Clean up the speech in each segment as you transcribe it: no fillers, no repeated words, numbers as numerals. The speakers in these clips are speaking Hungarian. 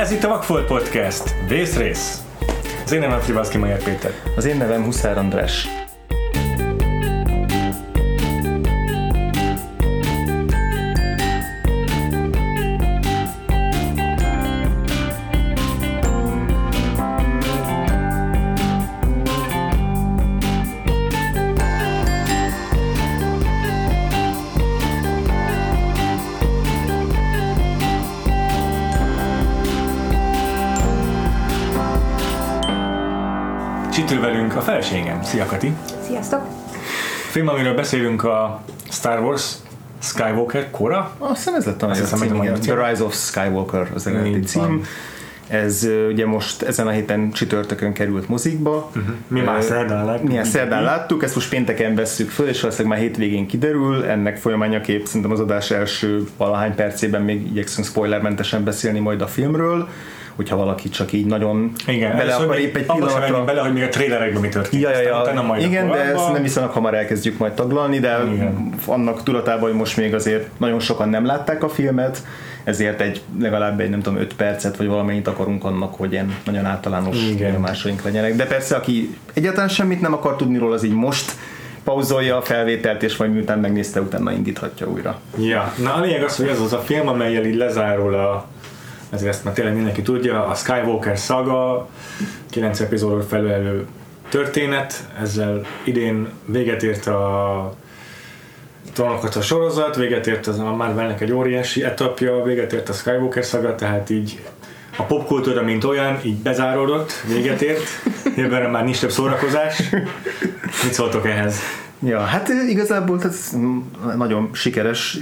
Ez itt a Vakfolt Podcast, vészrész. Az én nevem Frivalszki Majer Péter. Az én nevem Huszár András. És itt ül velünk a feleségem. Szia, Kati! Sziasztok! A film, amiről beszélünk, a Star Wars Skywalker kora. Azt hiszem ez lett a cím. The Rise of Skywalker az eredeti cím. Ez ugye most ezen a héten csütörtökön került mozikba. Mi már szerdán láttuk. Mi szerdán láttuk, ezt most pénteken vesszük föl, és valószínűleg már hétvégén kiderül. Ennek folyamányaképp szerintem az adás első valahány percében még igyekszünk spoilermentesen beszélni majd a filmről, hogyha valaki csak így nagyon bele akar épp egy pillanatra. Bele, hogy még a trailerekben mi történik. Igen, de ezt nem viszonylag hamar elkezdjük majd taglalni, de annak tudatában, hogy most még azért nagyon sokan nem látták a filmet, ezért legalább egy 5 percet vagy valamennyit akarunk annak, hogy ilyen nagyon általános nyomásaink legyenek. De persze, aki egyáltalán semmit nem akar tudni róla, az így most pauzolja a felvételt, és majd miután megnézte, utána indíthatja újra. Ja, na a lényeg az, hogy ez az a film, amellyel így lezárul ezért ezt már tényleg mindenki tudja, a Skywalker szaga, 9 epizódról felülelő történet, ezzel idén véget ért a Trónokharca sorozat, véget ért a Marvelnek egy óriási etapja, véget ért a Skywalker szaga, tehát így a popkultúra mint olyan, így bezáródott, véget ért, jövőre már nincs több szórakozás. Mit szóltok ehhez? Ja, hát igazából ez nagyon sikeres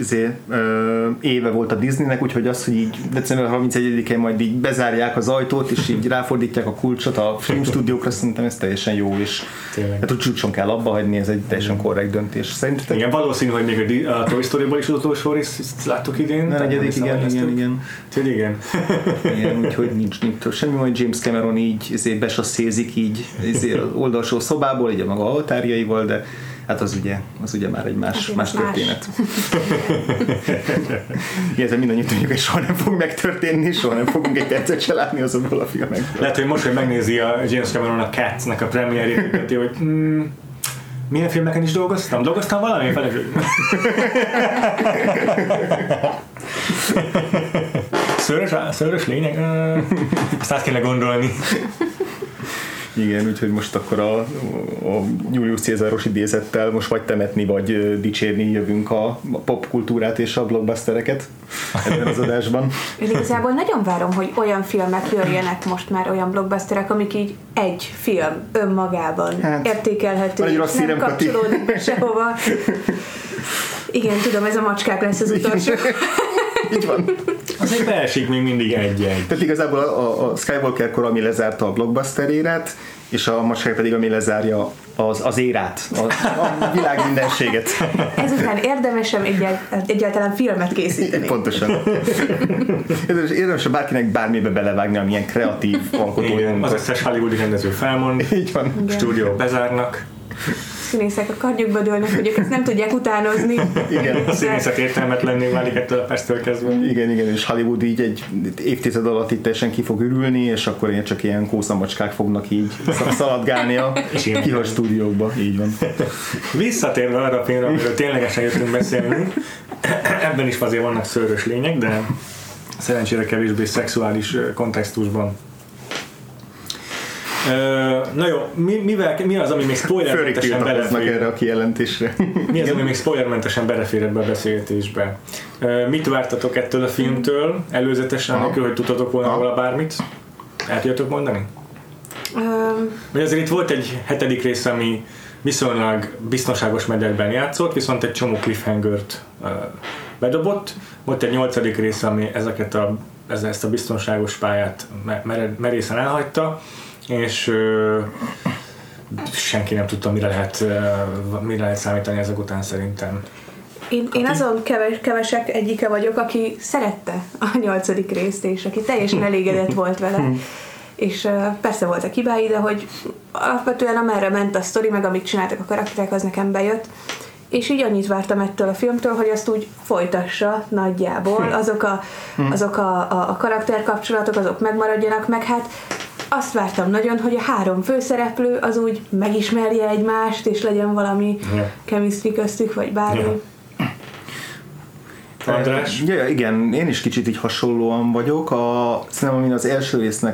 éve volt a Disneynek, úgyhogy az, hogy így december 31-én majd így bezárják az ajtót, és így ráfordítják a kulcsot a filmstúdiókra, szerintem ez teljesen jó, és hát úgy csúcson kell abba hagyni, ez egy teljesen korrekt döntés. Szerintetek? Igen, valószínű, hogy még a Toy Story-ból is az utolsó részt láttuk idén. Igen. Igen, úgyhogy nincs semmi, hogy James Cameron így besasszézik így oldalsó szobából, így a maga altárjaival, de hát az ugye már egy más történet. Igen, mindannyian tudjuk, hogy soha nem fog megtörténni, soha nem fogunk egy percet se látni azokból a filmekből. Lehet, hogy most, hogy megnézi a James Cameron a Cats-nek a premierjét, hogy milyen filmeken is dolgoztam? Dolgoztam valami felelőtt? Szőrös lényeg? Azt át kéne gondolni. Igen, úgyhogy most akkor a Julius Cézáros idézettel most vagy temetni, vagy dicsérni jövünk a popkultúrát és a blockbustereket ebben az adásban. Én igazából nagyon várom, hogy olyan filmek jöjjenek most már, olyan blockbusterek, amik így egy film önmagában értékelhető, és nem kapcsolódik be sehova. Igen, tudom, ez a macskák lesz az utolsó. Így van. Azért beesik még mindig egy-egy. Tehát igazából a Skywalker kor, ami lezárta a blockbuster érát, és a macskák pedig, ami lezárja az érát, a világ mindenséget. Ezután érdemesem egyáltalán filmet készíteni. Pontosan. Érdemes bárkinek bármibe belevágni, amilyen kreatív alkotói. Az összes hollywoodi rendező felmond, így van. Stúdiók bezárnak. Színészek a kardjukba dőlnek, hogy ők ezt nem tudják utánozni. Igen. A színészek értelmetlenné válik ettől a perctől kezdve. Igen, és Hollywood így egy évtized alatt itt teljesen ki fog ürülni, és akkor csak ilyen kószamacskák fognak így szaladgálni a kihalt stúdiókba. Így van. Visszatérve arra a filmre, amiről ténylegesen jöttünk beszélni, ebben is azért vannak szőrös lények, de szerencsére kevésbé szexuális kontextusban. Na jó, mi az, ami még spoilermentesen belefér erre a kijelentésre? Mi az, ami még spoilermentesen belefér ebbe a beszélgetésbe? Mit vártatok ettől a filmtől előzetesen, amikor hogy tudtatok volna róla bármit? El tudjátok mondani? Vagy azért itt volt egy 7. rész, ami viszonylag biztonságos mederben játszott, viszont egy csomó cliffhangert bedobott. Volt egy 8. rész, ami ezt a biztonságos pályát merészen elhagyta, és senki nem tudta, mire lehet számítani ezek után szerintem. Én azon kevesek egyike vagyok, aki szerette a 8. részt, és aki teljesen elégedett volt vele. És persze voltak hibái, de hogy alapvetően amerre ment a sztori, meg amit csináltak a karakterek, az nekem bejött. és így annyit vártam ettől a filmtől, hogy azt úgy folytassa nagyjából, azok a karakterkapcsolatok, azok megmaradjanak, meg hát azt vártam nagyon, hogy a 3 főszereplő az úgy megismerje egymást, és legyen valami chemistry köztük, vagy bármi. András? Ja, igen, én is kicsit így hasonlóan vagyok. Szerintem amin az első résznek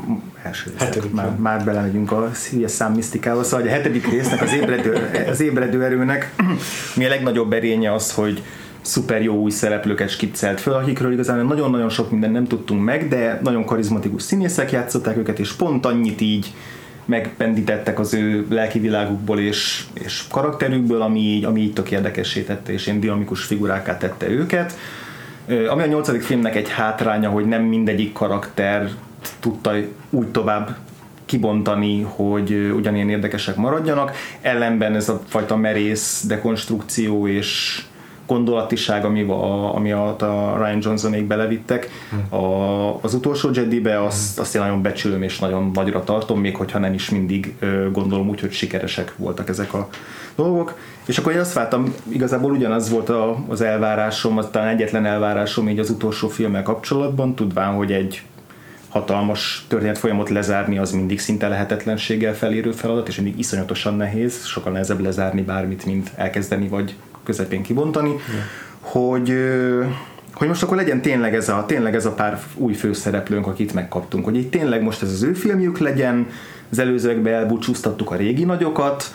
már belemegyünk a hülye számmisztikába, szóval a 7. résznek az ébredő erőnek mi a legnagyobb erénye az, hogy szuper jó új szereplőket skiccelt föl, akikről igazán nagyon-nagyon sok mindent nem tudtunk meg, de nagyon karizmatikus színészek játszották őket, és pont annyit így megpendítettek az ő lelki világukból és karakterükből, ami így tök érdekessé tette, és ilyen dinamikus figurákká tette őket. Ami a 8. filmnek egy hátránya, hogy nem mindegyik karakter tudta úgy tovább kibontani, hogy ugyanilyen érdekesek maradjanak. Ellenben ez a fajta merész dekonstrukció és gondolatiság, ami a Rian Johnsonék belevittek az utolsó Jedibe, azt én nagyon becsülöm és nagyon nagyra tartom, még hogyha nem is mindig gondolom úgy, hogy sikeresek voltak ezek a dolgok. És akkor én azt vártam, igazából ugyanaz volt az elvárásom, talán egyetlen elvárásom így az utolsó filmmel kapcsolatban, tudván, hogy egy hatalmas történetfolyamot lezárni az mindig szinte lehetetlenséggel felérő feladat, és mindig iszonyatosan nehéz, sokkal nehezebb lezárni bármit, mint elkezdeni vagy közepén kibontani, hogy most akkor legyen tényleg ez a pár új főszereplőnk, akit megkaptunk, hogy így tényleg most ez az ő filmjük legyen, az előzőekben elbúcsúztattuk a régi nagyokat,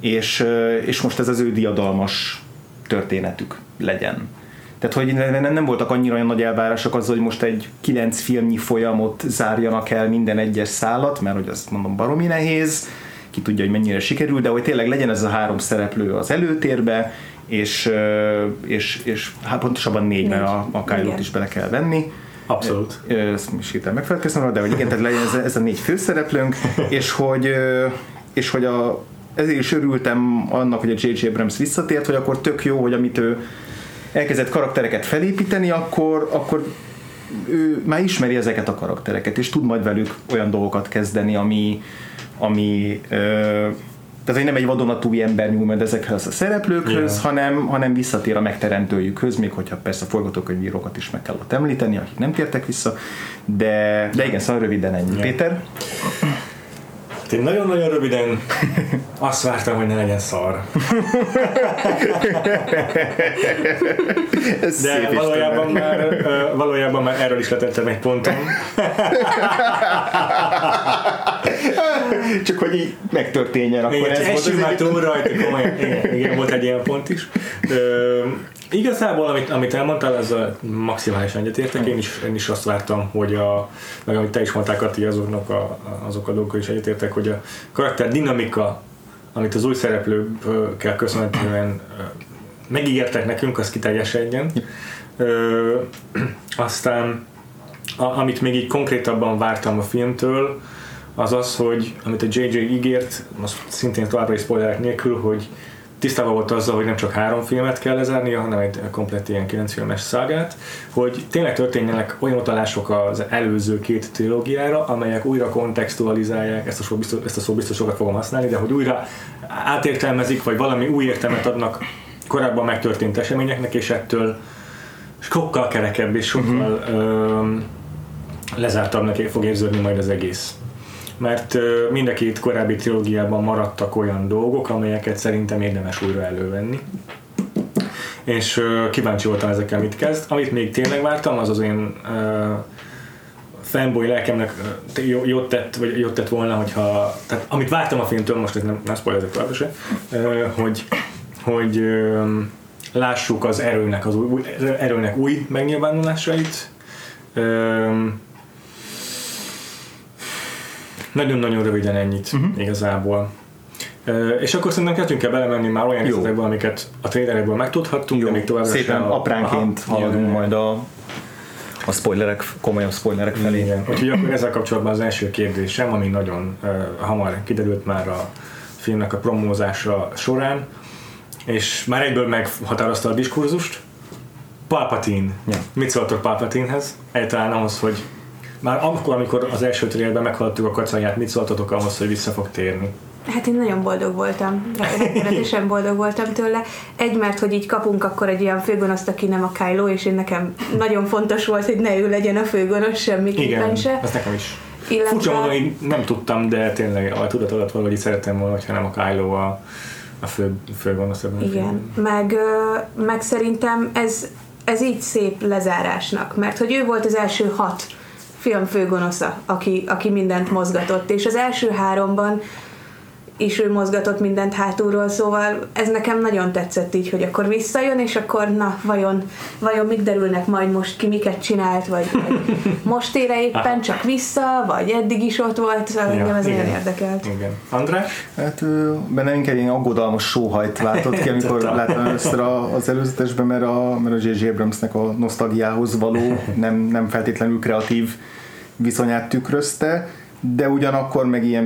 és most ez az ő diadalmas történetük legyen. Tehát, hogy nem voltak annyira olyan nagy elvárások azzal, hogy most egy 9 filmnyi folyamot zárjanak el minden egyes szálat, mert hogy azt mondom baromi nehéz, ki tudja, hogy mennyire sikerül, de hogy tényleg legyen ez a 3 szereplő az előtérbe, és hát pontosabban 4, mert a Kylo-t is bele kell venni. Abszolút. Ezt is hirtelen megfelelkeztem rá, de hogy igen, tehát legyen ez a 4 főszereplőnk, és hogy ezért is örültem annak, hogy a J.J. Abrams visszatért, hogy akkor tök jó, hogy amit ő elkezdett karaktereket felépíteni, akkor ő már ismeri ezeket a karaktereket, és tud majd velük olyan dolgokat kezdeni, ami tehát nem egy vadonatúj ember nyúl majd ezekhez a szereplőkhöz, hanem visszatér a megteremtőjükhöz, még hogyha persze a forgatókönyvírókat is meg kell ott említeni, akik nem tértek vissza, de igen, szóval röviden ennyi. Yeah. Péter? Én nagyon-nagyon röviden azt vártam, hogy ne legyen szar. De valójában már erről is letettem egy ponton. Csak hogy így megtörténjen, akkor igen, ez volt már túl rajta, komolyan. Igen, volt egy ilyen pont is. Igazából, amit elmondtál, ezzel maximálisan egyetértek. Én is azt vártam, hogy meg amit te is mondtál, Kati, azok a dolgok is egyetértek, hogy a karakter dinamika, amit az új szereplőkkel köszönhetően megígértek nekünk, az kiteljesedjen. Aztán, amit még így konkrétabban vártam a filmtől, az az, hogy amit a JJ ígért, most szintén továbbra is spoilerek nélkül, hogy tisztában volt azzal, hogy nem csak 3 filmet kell lezárnia, hanem egy komplett ilyen 9 filmes szágát, hogy tényleg történjenek olyan utalások az előző 2 trilógiára, amelyek újra kontextualizálják, ezt a szót biztos sokat fogom használni, de hogy újra átértelmezik, vagy valami új értelmet adnak korábban megtörtént eseményeknek, és ettől sokkal kerekebb és sokkal lezártabbnak fog érződni majd az egész. Mert mind a 2 korábbi trilógiában maradtak olyan dolgok, amelyeket szerintem érdemes újra elővenni. És kíváncsi voltam ezekkel mit kezd. Amit még tényleg vártam, az én fanboy lelkemnek jót tett volna, hogyha... Tehát amit vártam a filmtől, most ez nem spoilerezek tovább se, hogy lássuk az erőnek új megnyilvánulásait. Nagyon-nagyon röviden ennyit igazából. És akkor szerintem kezdjünk el belemenni már olyan részletekbe, amiket a trailerekből megtudhattunk, de még továbbra szépen apránként haladunk majd a spoilerek, komolyabb spoilerek felé. Igen. Úgyhogy akkor ezzel kapcsolatban az első kérdésem, ami nagyon hamar kiderült már a filmnek a promózása során, és már egyből meghatározta a diskurzust. Palpatine. Mit szóltok Palpatinehez? Egyáltalán ahhoz, hogy már akkor, amikor az első trailerben meghallottuk a kacanyát, mit szóltatok ahhoz, hogy vissza fog térni? Hát én nagyon boldog voltam, rettenetesen boldog voltam tőle. Mert hogy így kapunk akkor egy ilyen főgonoszt, aki nem a Kylo, és én nekem nagyon fontos volt, hogy ne ő legyen a főgonosz, semmiképpen se. Igen, ez nekem is. Furcsa módon így nem tudtam, de tényleg a tudat alatt valahogy szerettem volna, hogyha nem a Kylo a főgonosz. Igen, meg szerintem ez így szép lezárásnak, mert hogy ő volt az első 6 film főgonosza, aki mindent mozgatott, és az első 3-ban is ő mozgatott mindent hátulról, szóval ez nekem nagyon tetszett így, hogy akkor visszajön, és akkor na, vajon mik derülnek majd most ki, miket csinált, vagy most ére éppen csak vissza, vagy eddig is ott volt, szóval engem ez nagyon érdekelt. Igen. András? Hát bennem inkább ilyen aggodalmas sóhajt váltott ki, amikor láttam először az előzetesben, mert a J.J. Abramsnek a nosztalgiához való, nem feltétlenül kreatív viszonyát tükrözte, de ugyanakkor meg ilyen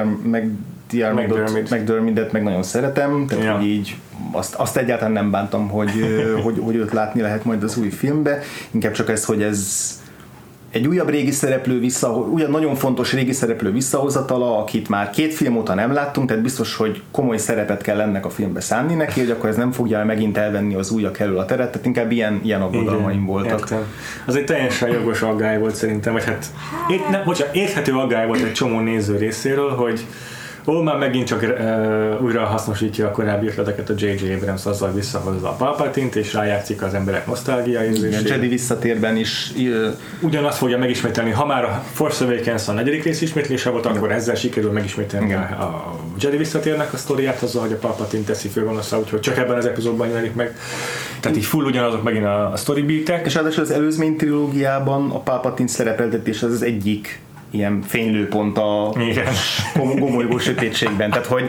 McDermottet meg nagyon szeretem, tehát hogy így azt egyáltalán nem bántam, hogy őt látni lehet majd az új filmbe, inkább csak ez, hogy ez egy újabb régi szereplő nagyon fontos régi szereplő visszahozatala, akit már 2 film óta nem láttunk, tehát biztos, hogy komoly szerepet kell ennek a filmbe szánni neki, hogy akkor ez nem fogja megint elvenni az újak elől a teret, tehát inkább ilyen aggodalmaim voltak. Értem. Az egy teljesen jogos aggály volt szerintem, vagy hát érthető aggály volt egy csomó néző részéről, hogy már megint csak újra hasznosítja a korábbi ötleteket a J.J. Abrams, azzal visszahozza a Palpatine-t, és rájátszik az emberek nosztalgiaérzését. A Jedi visszatérben is ugyanazt fogja megismételni, ha már a Force Awakens a 4. rész ismétlése volt, akkor ezzel sikerül megismételni a Jedi visszatérnek a sztoriát azzal, hogy a Palpatine teszi főgonoszra, úgyhogy csak ebben az epizódban jelenik meg. Tehát így full ugyanazok megint a story beatek. És ráadásul az előzmény trilógiában a Palpatine szerepeltetés az egyik ilyen fénylőpont a gomolygó sötétségben. Tehát, hogy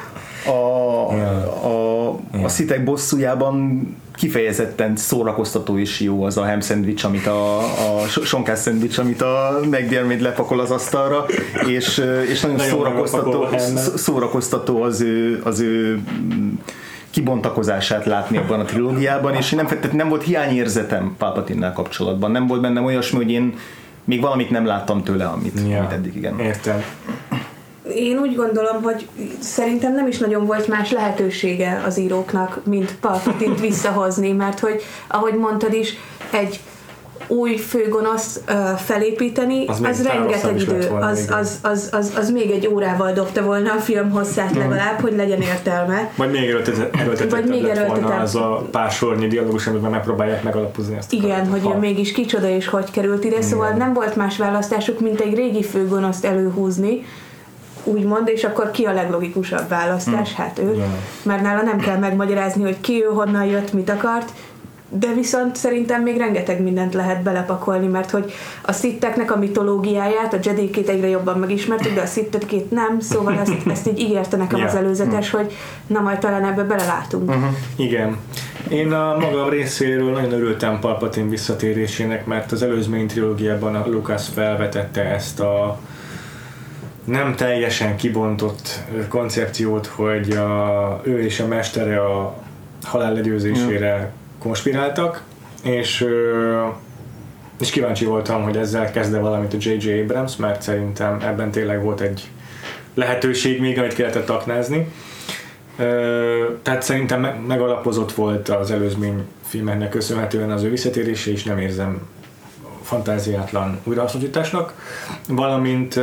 a szitek bosszújában kifejezetten szórakoztató és jó az a ham szendvics, amit a sonkás szendvics, amit a McDermott lepakol az asztalra, és nagyon szórakoztató az ő kibontakozását látni abban a trilógiában, és nem volt hiányérzetem Palpatine-nel kapcsolatban. Nem volt bennem olyasmi, hogy én még valamit nem láttam tőle, amit eddig igen. Értem. Én úgy gondolom, hogy szerintem nem is nagyon volt más lehetősége az íróknak, mint Palpatine-t visszahozni, mert hogy, ahogy mondtad is, egy új főgonosz felépíteni, az rengeteg idő, az még egy órával dobta volna a film hosszát legalább, hogy legyen értelme. Vagy még erőltetettebb volna az a pár sornyi dialógus, amiben megpróbálják megalapozni ezt. Igen, hogy mégis kicsoda és hogy került ide, szóval nem volt más választásuk, mint egy régi főgonoszt előhúzni, úgymond, és akkor ki a leglogikusabb választás? Hát ő, mert nála nem kell megmagyarázni, hogy ki ő, honnan jött, mit akart, de viszont szerintem még rengeteg mindent lehet belepakolni, mert hogy a szitteknek a mitológiáját, a Jedikét egyre jobban megismertük, de a szittekét nem, szóval ezt így ígérte nekem az előzetes, hogy na majd talán ebbe belelátunk. Igen. Én a magam részéről nagyon örültem Palpatine visszatérésének, mert az előzmény trilógiában a Lucas felvetette ezt a nem teljesen kibontott koncepciót, hogy ő és a mestere a halál legyőzésére konspiráltak, és kíváncsi voltam, hogy ezzel kezde valamit a J.J. Abrams, mert szerintem ebben tényleg volt egy lehetőség még, amit kellett aknázni. Tehát szerintem megalapozott volt az előzmény filmeknek köszönhetően az ő visszatérése, és nem érzem fantáziátlan újrahasznosításnak. Valamint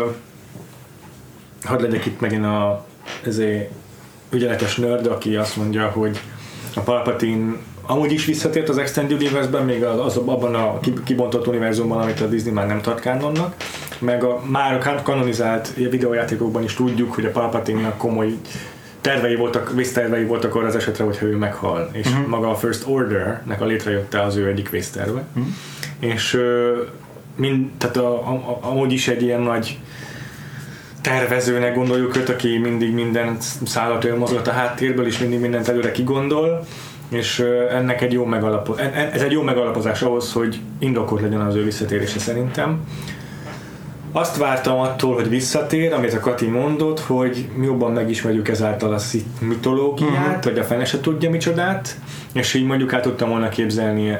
hadd legyek itt megint az ügyeletes nerd, aki azt mondja, hogy a Palpatine amúgy is visszatért az Extended Universe-ben, még abban a kibontott univerzumban, amit a Disney már nem tart kánonnak, meg már kanonizált videójátékokban is tudjuk, hogy a Palpatine-nak komoly vésztervei voltak arra az esetre, hogyha ő meghal, és maga a First Order-nek a létrejötte az ő egyik vészterve. És tehát amúgy is egy ilyen nagy tervezőnek gondoljuk őt, aki mindig minden szállat önmozgat a háttérből, és mindig mindent előre kigondol, és ennek ez egy jó megalapozás ahhoz, hogy indokolt legyen az ő visszatérése szerintem. Azt vártam attól, hogy visszatér, amit a Kati mondott, hogy mi jobban megismerjük ezáltal a Sith mitológiát, vagy a fene se tudja micsodát, és így mondjuk át tudtam volna képzelni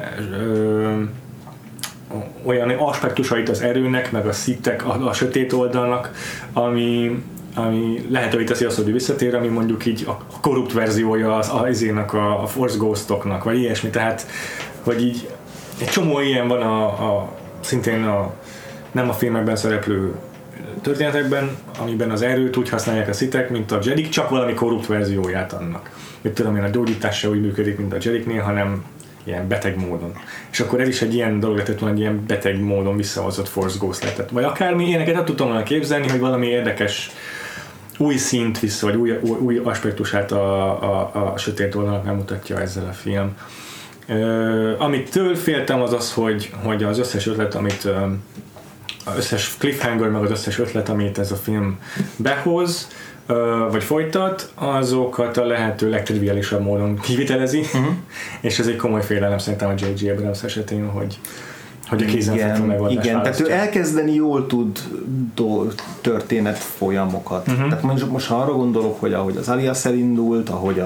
olyan aspektusait az erőnek, meg a Sithek, a sötét oldalnak, ami lehetővé teszi azt, hogy visszatér, ami mondjuk így a korrupt verziója a Force Ghostoknak, vagy ilyesmi, tehát hogy így egy csomó ilyen van szintén nem a filmekben szereplő történetekben, amiben az erőt úgy használják a szitek, mint a Jedik, csak valami korrupt verzióját annak. Mit tudom én, a gyógyítás se úgy működik, mint a Jediknél, hanem ilyen beteg módon. És akkor ez is egy ilyen dolog lehetett volna, egy ilyen beteg módon visszahozott Force Ghost lehetett. Vagy akármi ilyeneket el tudtam volna képzelni, hogy valami érdekes új szint vissza, vagy új aspektusát a sötét oldalnak megmutatja ezzel a film. Amitől féltem az, hogy az összes ötlet, az összes cliffhanger, meg az összes ötlet, amit ez a film behoz, vagy folytat, azokat a lehető legtriviálisabb módon kivitelezi, és ez egy komoly félelem szerintem a J.J. Abrams esetén, hogy a kézenfekvő megoldást igen, tehát ő elkezdeni jól tud történet folyamokat. Tehát most ha arra gondolok, hogy ahogy az Alias elindult,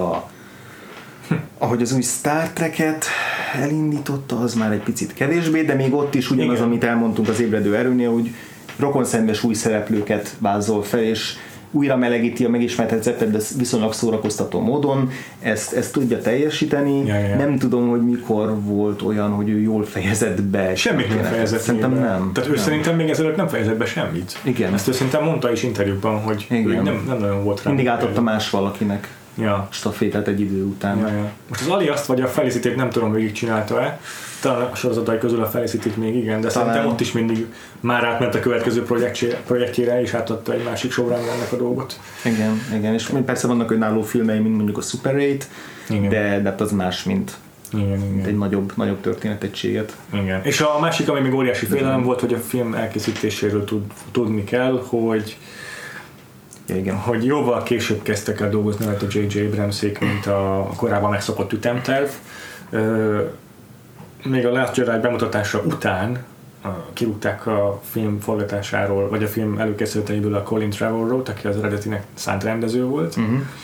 ahogy az új Star Trek-et elindította, az már egy picit kevésbé, de még ott is ugyanaz, amit elmondtunk az Ébredő erőnél, hogy rokonszenves új szereplőket vázol fel, és újra melegíti a megismert receptet, de viszonylag szórakoztató módon, ezt tudja teljesíteni. Nem tudom, hogy mikor volt olyan, hogy ő jól fejezett be. Semmit nem fejezett. Szerintem nem. Tehát ő szerintem még ezelőtt nem fejezett be semmit. Igen. Ezt ő szerintem mondta is interjúban, hogy nem nagyon volt rá. Mindig átadta más valakinek stafétát egy idő után. Most az Aliast vagy a Felicity-t nem tudom, végig csinálta-e. Talán a sorozatai közül a Felicity-t még igen, de szerintem ott is mindig már átment a következő projektjére, és átadta egy másik showrunnernek a dolgot. Igen, és persze vannak önálló filmei, mint mondjuk a Super 8, de az más, mint egy nagyobb történetegységet. Igen. És a másik, ami még óriási félelem volt, hogy a film elkészítéséről tudni kell, hogy jóval később kezdtek el dolgozni a J.J. Abramsék, mint a korábban megszokott ütemterv. Még a Last Jedi bemutatása után kirúgták a film forgatásáról, vagy a film előkészítőiből a Colin Trevorrow-t, aki az eredetinek szánt rendező volt.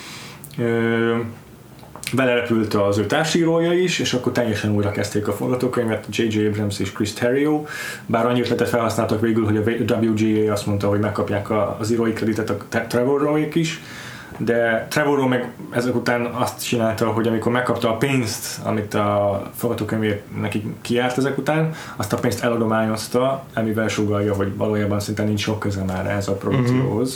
Belerepült az ő társírója is, és akkor teljesen újra kezdték a forgatókönyvet, J.J. Abrams és Chris Terrio, bár annyi ötletet felhasználtak végül, hogy a WGA azt mondta, hogy megkapják az írói kreditet a Trevorrow-ék is, de Trevorrow meg ezek után azt csinálta, hogy amikor megkapta a pénzt, amit a forgatókönyvért neki kiárt ezek után, azt a pénzt eladományozta, amivel sugallja, hogy valójában szinte nincs sok köze már ez a produkcióhoz.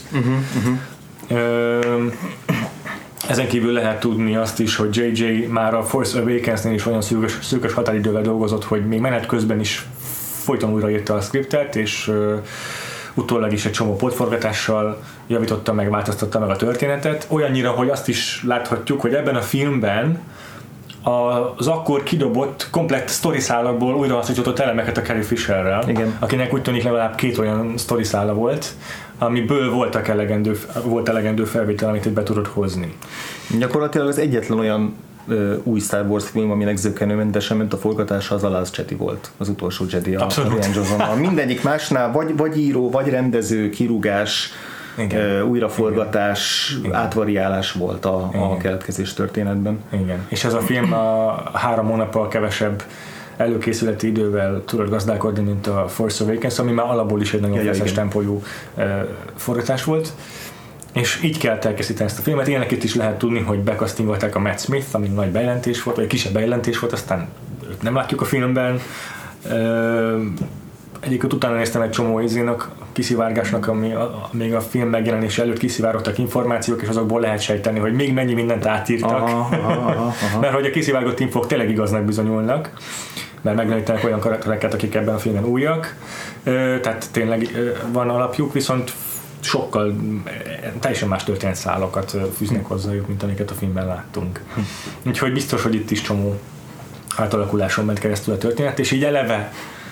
Ezen kívül lehet tudni azt is, hogy J.J. már a Force Awakens-nél is olyan szűkös határidővel dolgozott, hogy még menet közben is folyton újraírta a scriptet, és utólag is egy csomó pótforgatással javította meg, változtatta meg a történetet. Olyannyira, hogy azt is láthatjuk, hogy ebben a filmben az akkor kidobott komplett sztoriszálakból újrahasznosított elemeket a Carrie Fisherrel, akinek úgy tűnik legalább 2 olyan sztoriszála volt, amiből volt elegendő felvétel, amit be tudott hozni. Gyakorlatilag az egyetlen olyan új Star Wars film, aminek zökkenőmentesen ment a forgatása, az a Last Jedi volt, az utolsó Jedi a Rian Johnsonnal. Mindegyik másnál vagy író, vagy rendező, kirúgás, újraforgatás, átvariálás volt a keletkezés történetben. Igen. És ez a film a 3 hónappal kevesebb előkészületi idővel tudott gazdálkodni, mint a Force Awakens, ami már alapból is egy nagyon feszes tempójú forgatás volt. És így kell elkészíteni ezt a filmet. Ilyenek itt is lehet tudni, hogy bekasztingolták a Matt Smith, ami nagy bejelentés volt, vagy kisebb bejelentés volt, aztán őt nem látjuk a filmben. Egyébként utána néztem egy csomó kiszivárgásnak, ami még a film megjelenése előtt kiszivárogtak információk, és azokból lehet sejteni, hogy még mennyi mindent átírtak. Mert hogy a kiszivárgott infók tényleg igaznak bizonyulnak, mert megjelenítenek olyan karaktereket, akik ebben a filmben újak, tehát tényleg van alapjuk, viszont sokkal teljesen más történetszálakat fűznek hozzájuk, mint amiket a filmben láttunk. Úgyhogy biztos, hogy itt is csomó átalakuláson ment keresztül a történet, és így eleve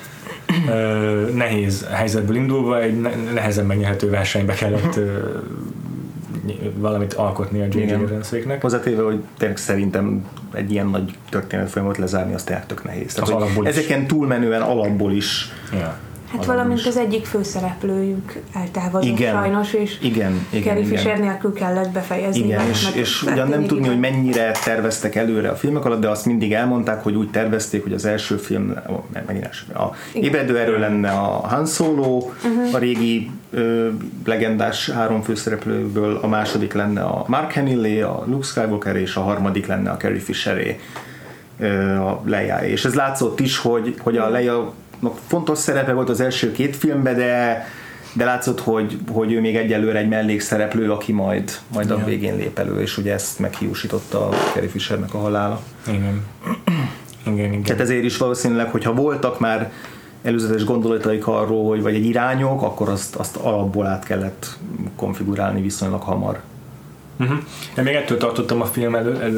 nehéz helyzetből indulva egy nehezen megnyerhető versenybe kellett valamit alkotni a J.J. Abramséknek. Hozzátéve, hogy tényleg szerintem egy ilyen nagy történetfolyamat lezárni, az tényleg tök nehéz. Tehát, ezeken túlmenően alapból is Hát valamint az egyik főszereplőjük eltávolult sajnos, és Carrie Fisher nélkül kellett befejezni. Igen, és ugyan nem tudni, hogy mennyire terveztek előre a filmek alatt, de azt mindig elmondták, hogy úgy tervezték, hogy az első film, a ébredő erő lenne a Han Solo, a régi legendás 3 főszereplőből, a második lenne a Mark Hamill, a Luke Skywalker, és a harmadik lenne a Carrie Fisher, a Leia. És ez látszott is, hogy a Leia fontos szerepe volt az első 2 filmben, de látszott, hogy ő még egyelőre egy mellékszereplő, aki majd a végén lép elő, és ugye ezt meghiúsította a Carrie Fishernek a halála. Igen. Tehát ezért is valószínűleg, hogyha voltak már előzetes gondolataik arról, vagy egy irányok, akkor azt alapból át kellett konfigurálni viszonylag hamar. Én még ettől tartottam a film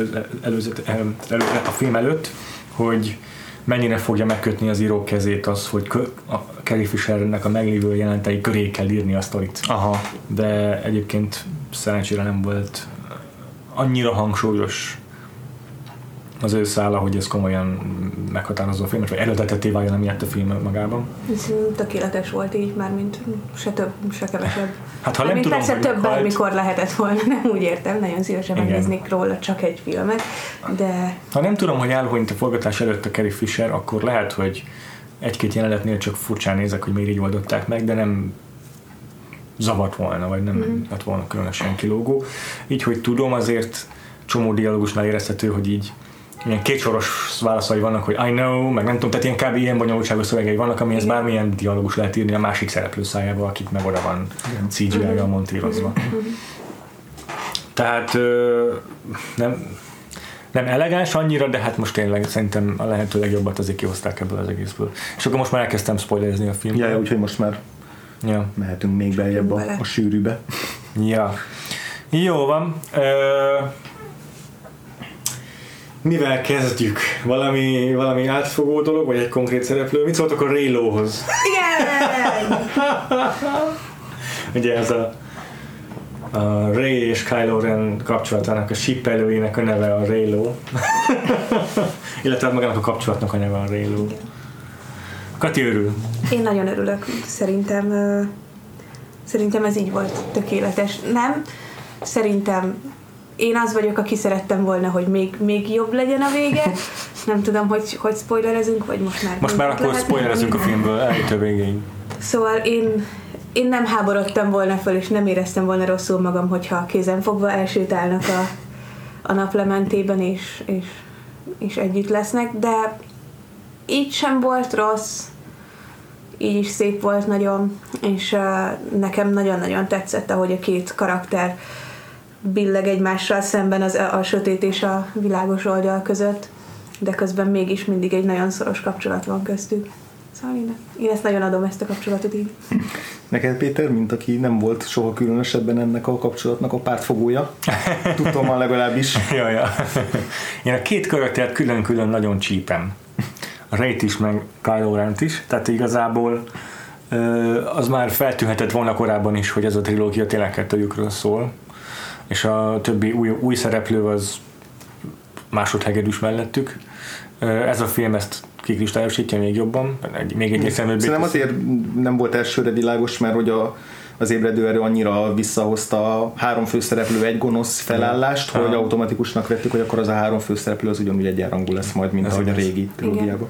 előtt, hogy mennyire fogja megkötni az írók kezét az, hogy a Carrie Fishernek a meglévő jelentei köré kell írni a sztorit. Aha. De egyébként szerencsére nem volt annyira hangsúlyos az ő szála, hogy ez komolyan meghatározó a filmet, vagy eredetetté váljon emiatt a film magában. Ez tökéletes volt így, mármint se több, se kevesebb. Hát ha nem tudom, persze több bármikor lehetett volna, nem úgy értem, nagyon szívesen megnéznék róla csak egy filmet, de... Ha nem tudom, hogy elhunyt a forgatás előtt a Carrie Fisher, akkor lehet, hogy egy-két jelenetnél csak furcsán nézek, hogy miért így oldották meg, de nem zavart volna, vagy nem lett volna különösen kilógó. Így, hogy tudom, azért csomó dialógusnál érezhető, hogy így ilyen kétsoros válaszai vannak, hogy I know, meg nem tudom, tehát ilyen kb. Ilyen bonyolultságos szövegei vannak, amihez bármilyen dialógus lehet írni a másik szereplő szájába, akit meg oda van CGI-jal montírozva. Tehát nem elegáns annyira, de hát most tényleg szerintem a lehető legjobbat azért kihozták ebből az egészből. És akkor most már elkezdtem spoilerezni a filmet. Ja, úgyhogy most már mehetünk még beljebb a sűrűbe. Ja. Jó van. Mivel kezdjük? Valami átfogó dolog, vagy egy konkrét szereplő? Mit szóltok a Reylo-hoz? Igen! Ugye ez a Rey és Kylo Ren kapcsolatának a sippelőjének a neve a Reylo. Illetve magának a kapcsolatnak a neve a Reylo. Kati örül? Én nagyon örülök. Szerintem ez így volt tökéletes. Nem? Szerintem én az vagyok, aki szerettem volna, hogy még jobb legyen a vége. Nem tudom, hogy spoilerezünk, vagy most már... Most már akkor spoilerezünk a filmből elejétől végéig. Szóval én nem háborodtam volna föl, és nem éreztem volna rosszul magam, hogyha kézenfogva elsétálnak a naplementében, és együtt lesznek, de így sem volt rossz, így is szép volt nagyon, és nekem nagyon-nagyon tetszett, ahogy a 2 karakter billeg egymással szemben a sötét és a világos oldal között, de közben mégis mindig egy nagyon szoros kapcsolat van köztük. Szóval én ezt nagyon adom, ezt a kapcsolatot így. Neked, Péter, mint aki nem volt soha különösebben ennek a kapcsolatnak a pártfogója? Tudom, legalábbis. Ja. Én a 2 karaktert külön-külön nagyon csípem. A Reyt is, meg Kylo Rent is. Tehát igazából az már feltűnhetett volna korábban is, hogy ez a trilógia tényleg kettőjükről szól. És a többi új szereplő az másodhegedűs mellettük. Ez a film ezt kikristályosítja még jobban, még egy egyszerűbb. Szerintem azért nem volt elsőre világos, mert hogy az ébredő erő annyira visszahozta a 3 főszereplő egy gonosz felállást, hogy automatikusnak vettük, hogy akkor az a 3 főszereplő az ugyanúgy egyenrangú lesz majd, mint ahogy a régi trilógiában.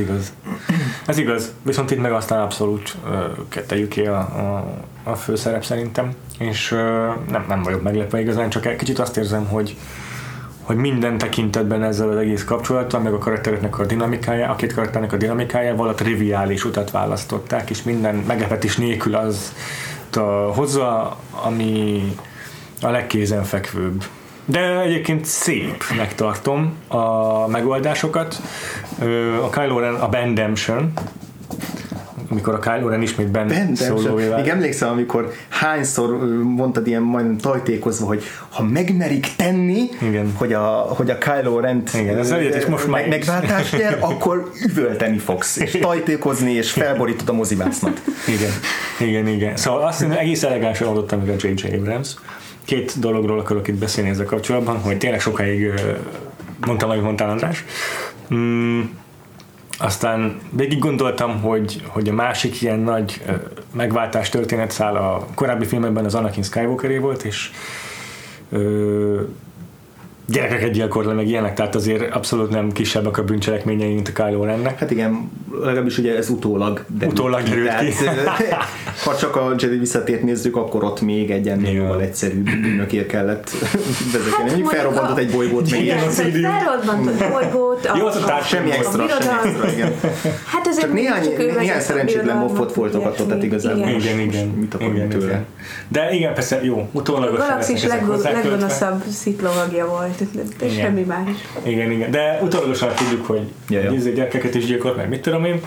Ez igaz. Viszont itt meg aztán abszolút kettejüké a főszerep szerintem, és nem vagyok meglepve igazán, csak egy kicsit azt érzem, hogy minden tekintetben ezzel az egész kapcsolattal, meg a karaktereknek a dinamikája, a 2 karakternek a dinamikájával a triviális utat választották, és minden meglepetés nélkül az hozza, ami a legkézenfekvőbb. De egyébként szépnek tartom a megoldásokat. A Kylo Ren, a Bendemption, amikor a Kylo Ren ismét Ben szólóvével. Még emlékszem, amikor hányszor mondtad ilyen majdnem tajtékozva, hogy ha megmerik tenni, hogy a Kylo Rent megváltást nyer, akkor üvölteni fogsz, és tajtékozni, és felborítod a mozivásznat. Igen. Szóval azt hiszem, egész elegánsan adottam meg a J.J. Abrams. 2 dologról akarok itt beszélni ezzel kapcsolatban, hogy tényleg sokáig mondtam, amit mondtál, András. aztán végig gondoltam, hogy a másik ilyen nagy megváltás történetszál a korábbi filmekben az Anakin Skywalkeré volt, és gyerekeket gyilkol le, meg ilyenek, tehát azért abszolút nem kisebbek a bűncselekményei, mint a Kylo Rennek. Hát igen, legalábbis ugye ez utólag derült ki. Ha csak a Jedi visszatért nézzük, akkor ott még egy ennél egyszerűbb bűnökért kellett vezetni. Mondjuk felrobbantott egy bolygót. Igen, felrobbantott bolygót. Jó, semmi extra, igen. Hát ez csak néhány szerencsétlen moffot folytogatott, tehát igazából igen. Mit akarunk tőle. De igen, persze, jó, utólagosan. A galaxis leggonoszabb szitlovagja volt. De semmi más. Igen. De utólagosan tudjuk, hogy gyerekeket is gyilkolt, meg mit tudom én.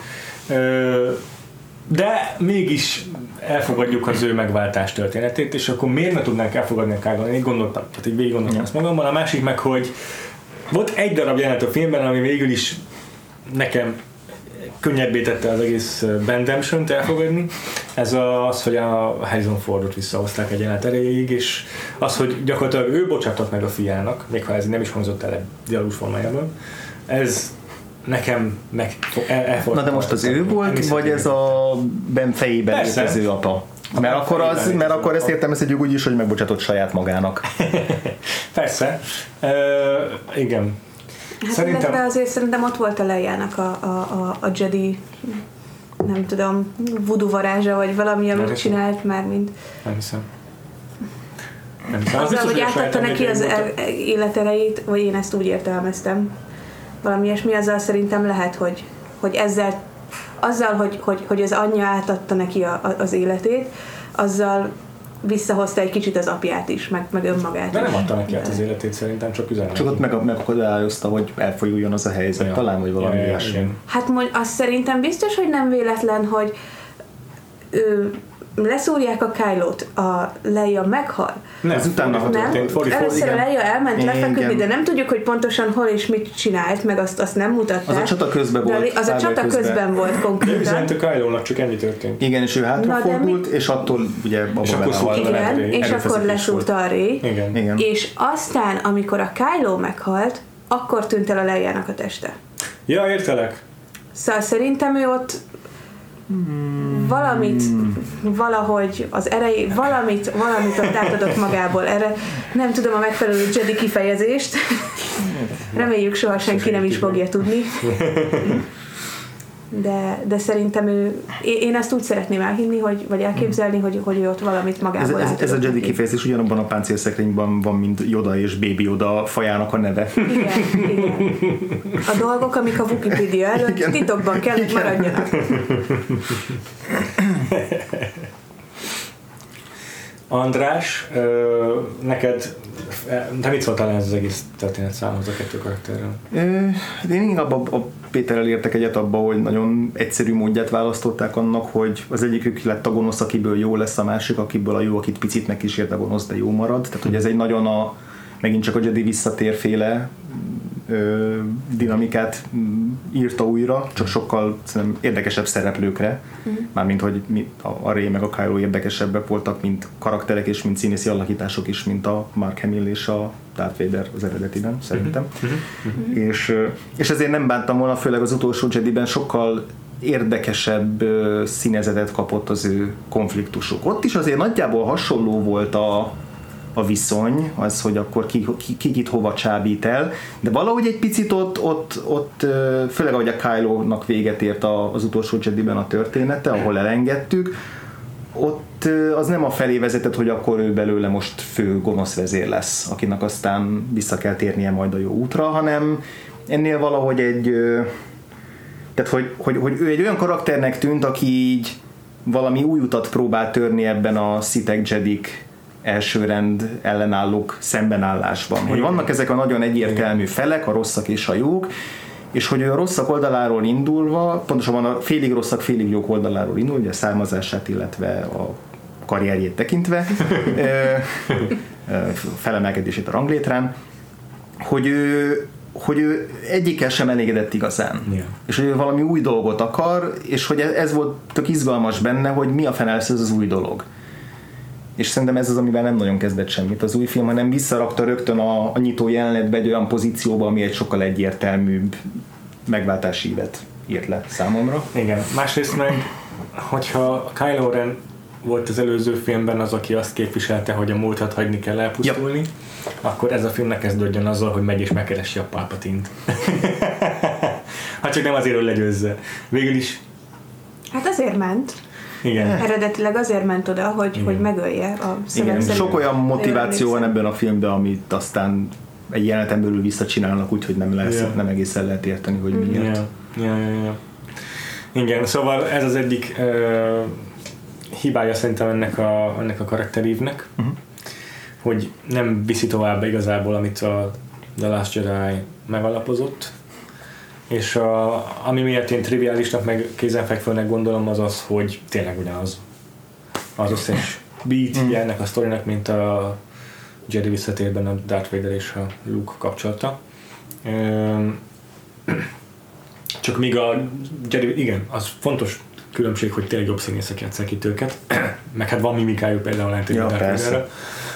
De mégis elfogadjuk az ő megváltás történetét, és akkor miért ne tudnánk elfogadni a Kylo-t? Én így gondoltam, tehát így végig gondoltam ezt magamban. A másik meg, hogy volt egy darab jelenet a filmben, ami végül is nekem könnyebbé tette az egész Bendemption-t elfogadni. Ez az, hogy a Harrison Fordot visszahozták egy jelenet erejéig, és az, hogy gyakorlatilag ő bocsátott meg a fiának, még ha ez nem is hangzott el egy dialógus formájában, ez nekem elfordult. Na de most az ő volt, vagy ez a Ben fejében létező apa? Mert akkor ezt értelmezhetjük úgy is, hogy megbocsátott saját magának. Persze. Igen. Hát szerintem ott volt a Leiának a Jedi, nem tudom, voodoo varázsa, vagy valami, amit csinált már, mint... Nem hiszem. Azzal, hogy átadta neki az életerejét, vagy én ezt úgy értelmeztem. Valami ilyesmi, azzal szerintem lehet, hogy ezzel, azzal, hogy az anyja átadta neki az életét, azzal visszahozta egy kicsit az apját is, meg önmagát. De nem adta neki át az életét, szerintem csak üzenet. Csak ott megakadályozta, hogy elfolyuljon az a helyzet, talán, vagy valami ilyesmi. Hát azt szerintem biztos, hogy nem véletlen, hogy leszúrják a Kylo-t, a Leia meghal. Nem, az utána történt. Először a Leia elment lefeküdni, de nem tudjuk, hogy pontosan hol és mit csinált, meg azt nem mutatták. Az a csata közben volt. Az a csata közben volt konkrétan. Üzent a Kylo-nak, csak ennyi történt. Igen, és ő hátrafordult, és attól ugye és akkor leszúrta a Rey. Igen. És aztán, amikor a Kylo meghalt, akkor tűnt el a Leiának a teste. Ja, értelek. Szóval szerintem ő ott valahogy az erej, valamit ott átadott magából. Erre nem tudom a megfelelő Jedi kifejezést. Reméljük soha senki nem is fogja tudni. De szerintem én ezt úgy szeretném elhinni, vagy elképzelni, hogy ő ott valamit magából átadott. Ez a Jedi kifejezés ugyanabban a páncélszekrényben van, mint Yoda és Baby Yoda fajának a neve. Igen. A dolgok, amik a Wikipedia előtt titokban kell, hogy maradjanak. András, neked te mit szóltál ez az egész történet számhoz a kettő karakterről? Én inkább a Péterrel értek egyet abba, hogy nagyon egyszerű módját választották annak, hogy az egyikük lett a gonosz, akiből jó lesz, a másik, akiből a jó, akit picit megkísért a gonosz, de jó marad. Tehát, hogy ez egy nagyon megint csak a Jedi visszatérféle dinamikát írta újra, csak sokkal érdekesebb szereplőkre, mármint hogy a Rey meg a Kylo érdekesebbek voltak, mint karakterek és mint színészi alakítások is, mint a Mark Hamill és a Darth Vader az eredetiben, szerintem. És ezért nem bántam volna, főleg az utolsó Jediben sokkal érdekesebb színezetet kapott az ő konfliktusuk. Ott is azért nagyjából hasonló volt a viszony, az, hogy akkor ki itt hova csábít el, de valahogy egy picit ott főleg ahogy a Kylo-nak véget ért az utolsó Jediben a története, ahol elengedtük, ott az nem a felé vezetett, hogy akkor ő belőle most fő gonosz vezér lesz, akinek aztán vissza kell térnie majd a jó útra, hanem ennél valahogy tehát hogy ő egy olyan karakternek tűnt, aki így valami új utat próbál törni ebben a Sith-ek, Jedik elsőrend ellenállók szembenállásban. Hogy vannak ezek a nagyon egyértelmű felek, a rosszak és a jók, és hogy ő a rosszak oldaláról indulva, pontosabban a félig rosszak, félig jók oldaláról indul, ugye a származását, illetve a karrierjét tekintve, felemelkedését a ranglétrán, hogy ő egyikkel sem elégedett igazán. Yeah. És hogy ő valami új dolgot akar, és hogy ez volt tök izgalmas benne, hogy mi a fene lesz ez az új dolog. És szerintem ez az, amivel nem nagyon kezdett semmit az új film, hanem visszarakta rögtön a nyitó jelenetbe egy olyan pozícióba, ami egy sokkal egyértelműbb megváltási ívet írt le számomra. Igen, másrészt meg, hogyha Kylo Ren volt az előző filmben az, aki azt képviselte, hogy a múltat hagyni kell elpusztulni, akkor ez a film ne kezdődjön azzal, hogy megy és megkeresi a Palpatine-t. Hát csak nem azért, hogy legyőzze. Végül is... Hát azért ment. Igen. Eredetileg azért ment oda, hogy megölje a szövegszerűt. Sok olyan motiváció van ebben a filmben, amit aztán egy jeleneten belül visszacsinálnak, úgyhogy nem egészen lehet érteni, hogy miért. Ja. Igen, szóval ez az egyik hibája szerintem ennek a karakterívnek, hogy nem viszi tovább igazából, amit a The Last Jedi megalapozott, és ami miatt én triviálisnak meg kézenfekvőnek gondolom az az, hogy tényleg ugyanaz az összes beat ennek a sztorinak, mint a Jedi visszatérben a Darth Vader és a Luke kapcsolata. Csak míg a Jedi, igen, az fontos különbség, hogy tényleg jobb színészek játsszák itt őket, meg hát van mimikájuk például eltérő Darth Vaderre.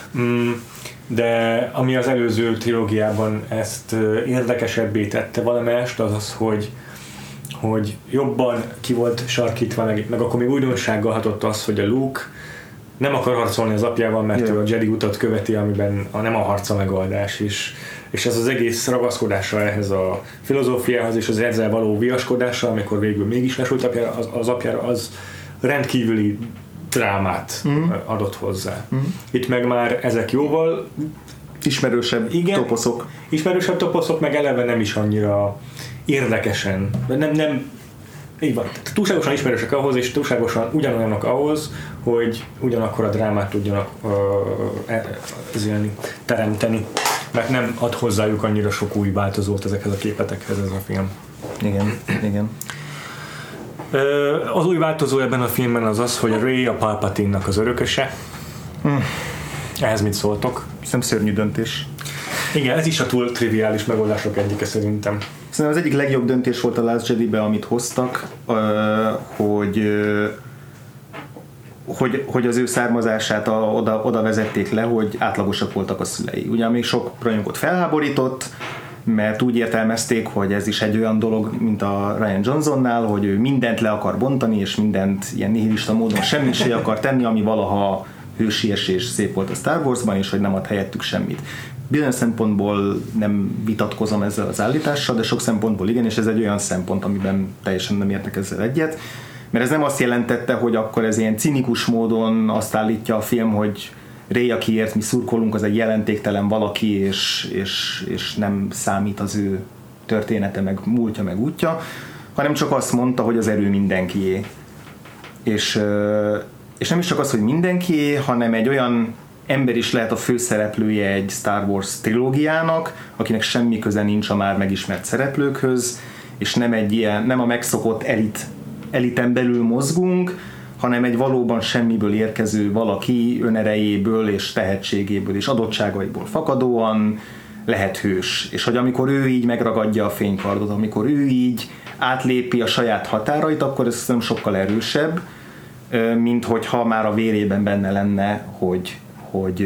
De ami az előző trilógiában ezt érdekesebbé tette valamelyest, az az, hogy jobban ki volt sarkítva, meg akkor még újdonsággal hatott az, hogy a Luke nem akar harcolni az apjával, mert ő a Jedi utat követi, amiben nem a harca megoldás is. És ez az egész ragaszkodása ehhez a filozófiához és az ezzel való viaskodása, amikor végül mégis lesült az apjára, az rendkívüli drámát adott hozzá. Itt meg már ezek jóval ismerősebb toposzok. Ismerősebb toposzok, meg eleve nem is annyira érdekesen. Nem így van. Túlságosan ismerősek ahhoz, és túlságosan ugyanolyanok ahhoz, hogy ugyanakkor a drámát tudjanak teremteni. Mert nem ad hozzájuk annyira sok új változót ezekhez a képetekhez ez a film. Igen. Az új változó ebben a filmben az az, hogy a Rey a Palpatine-nak az örököse. Ehhez mit szóltok? Szerintem szörnyű döntés. Igen, ez is a túl triviális megoldások egyike szerintem. Szerintem az egyik legjobb döntés volt a Last Jedi-be, amit hoztak, hogy az ő származását oda vezették le, hogy átlagosak voltak a szülei. Ugyan még sok rajongót felháborított, mert úgy értelmezték, hogy ez is egy olyan dolog, mint a Rian Johnsonnál, hogy ő mindent le akar bontani, és mindent ilyen nihilista módon semmisé akar tenni, ami valaha hősies és szép volt a Star Warsban, és hogy nem ad helyettük semmit. Bizonyos szempontból nem vitatkozom ezzel az állítással, de sok szempontból igen, és ez egy olyan szempont, amiben teljesen nem értek ezzel egyet, mert ez nem azt jelentette, hogy akkor ez ilyen cinikus módon azt állítja a film, hogy Rey, akiért mi szurkolunk, az egy jelentéktelen valaki, és nem számít az ő története, meg múltja, meg útja, hanem csak azt mondta, hogy az erő mindenkié. És nem is csak az, hogy mindenkié, hanem egy olyan ember is lehet a főszereplője egy Star Wars trilógiának, akinek semmi köze nincs a már megismert szereplőkhöz, és nem a megszokott eliten belül mozgunk, hanem egy valóban semmiből érkező valaki önerejéből és tehetségéből és adottságaiból fakadóan lehet hős. És hogy amikor ő így megragadja a fénykardot, amikor ő így átlépi a saját határait, akkor ez nem sokkal erősebb, mint hogyha már a vérében benne lenne, hogy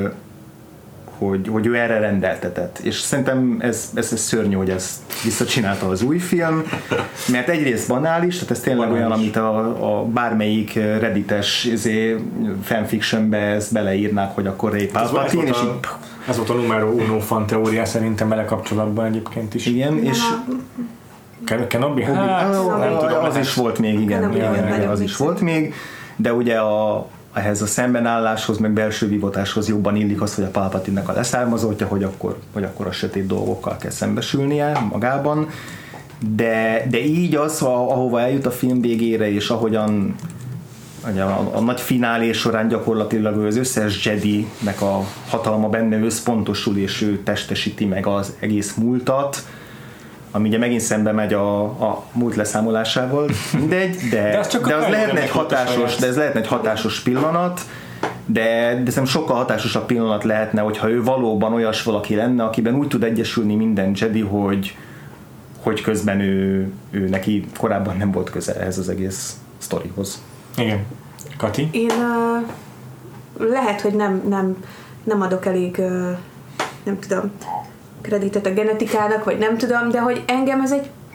ő erre rendeltetett. És szerintem ez szörnyű, hogy ezt visszacsinálta az új film, mert egyrészt banális, tehát ez tényleg olyan, amit a bármelyik reddites fanfictionbe ezt beleírnák, hogy akkor Rey Palpatine, és ez volt a numero uno fan teória szerintem vele kapcsolatban egyébként is. Igen, és Kenobi? Nem tudom, az is volt még, igen, az is volt még, de ugye ehhez a szembenálláshoz, meg belső vívotáshoz jobban illik az, hogy a Palpatine-nek a leszármazottja, hogy akkor a sötét dolgokkal kell szembesülnie magában, de így az, ahova eljut a film végére, és ahogyan a nagy finálé során gyakorlatilag az összes Jedi-nek a hatalma benne összpontosul, és ő testesíti meg az egész múltat, ami ugye megint szembe megy a múlt leszámolásával, mindegy, de az lehetne egy hatásos pillanat, de szerintem sokkal hatásosabb pillanat lehetne, hogyha ő valóban olyas valaki lenne, akiben úgy tud egyesülni minden Jedi, hogy közben ő neki korábban nem volt köze ehhez az egész sztorihoz. Igen. Kati? Én lehet, hogy nem adok elég, nem tudom, kreditet a genetikának, vagy nem tudom, de hogy engem ez egy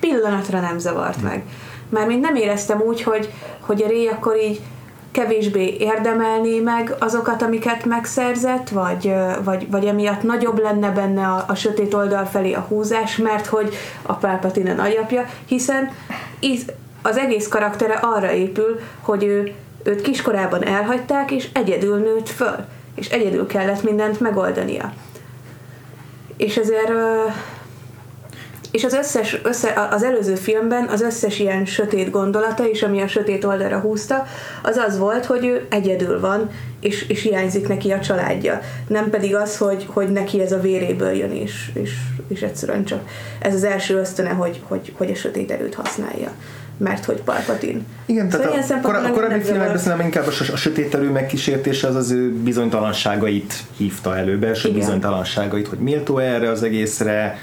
pillanatra nem zavart meg. Mármint nem éreztem úgy, hogy a Rey akkor így kevésbé érdemelné meg azokat, amiket megszerzett, vagy emiatt nagyobb lenne benne a sötét oldal felé a húzás, mert hogy a Palpatine a nagyapja, hiszen az egész karaktere arra épül, hogy őt kiskorában elhagyták, és egyedül nőtt föl, és egyedül kellett mindent megoldania. És ezért és az előző filmben az összes ilyen sötét gondolata is, ami a sötét oldalra húzta, az volt, hogy ő egyedül van, és hiányzik neki a családja. Nem pedig az, hogy neki ez a véréből jön, és egyszerűen csak ez az első ösztöne, hogy a sötét erőt használja. Mert hogy Palpatine. Igen, szóval tehát a korábbi filmekben szerintem inkább a sötét erő megkísértése az ő bizonytalanságait hívta elő, belső bizonytalanságait, hogy méltó erre az egészre,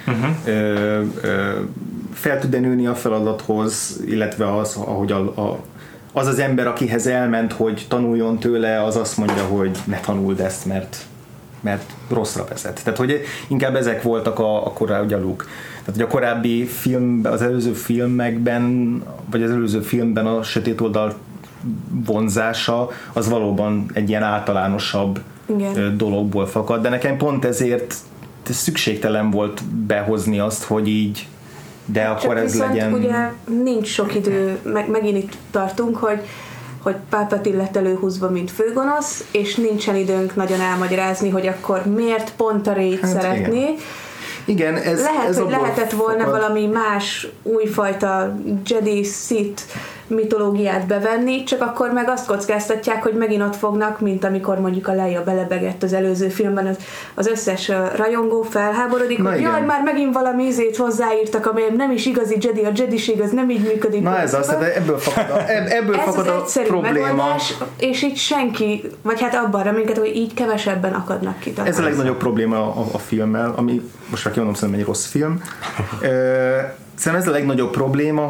fel tud-e nőni a feladathoz, illetve az, ahogy az ember, akihez elment, hogy tanuljon tőle, az azt mondja, hogy ne tanuld ezt, mert rosszra vezet. Tehát, hogy inkább ezek voltak a korábbi gyaluk. Tehát, hogy a korábbi filmben, az előző filmekben, vagy az előző filmben a sötét oldal vonzása, az valóban egy ilyen általánosabb dologból fakad, de nekem pont ezért szükségtelen volt behozni azt, hogy így, de csak akkor ez legyen... ugye nincs sok idő, megint itt tartunk, hogy Palpatine lett előhúzva, mint főgonosz, és nincsen időnk nagyon elmagyarázni, hogy akkor miért pont a Rey-t szeretné. Igen, hogy lehetett volna valami más újfajta Jedi Sith mitológiát bevenni, csak akkor meg azt kockáztatják, hogy megint ott fognak, mint amikor mondjuk a Leia belebegett az előző filmben, az összes rajongó felháborodik, hogy jaj, már megint valami ízét hozzáírtak, amely nem is igazi Jedi, a Jediség az nem így működik. Na ez az, tehát ebből fakad a probléma. Megoldás, és így senki, vagy hát abban reménykedek, hogy így kevesebben akadnak ki. Ez a legnagyobb probléma a filmmel, ami most már kimondom, szerintem egy rossz film. Szerintem ez a legnagyobb probléma,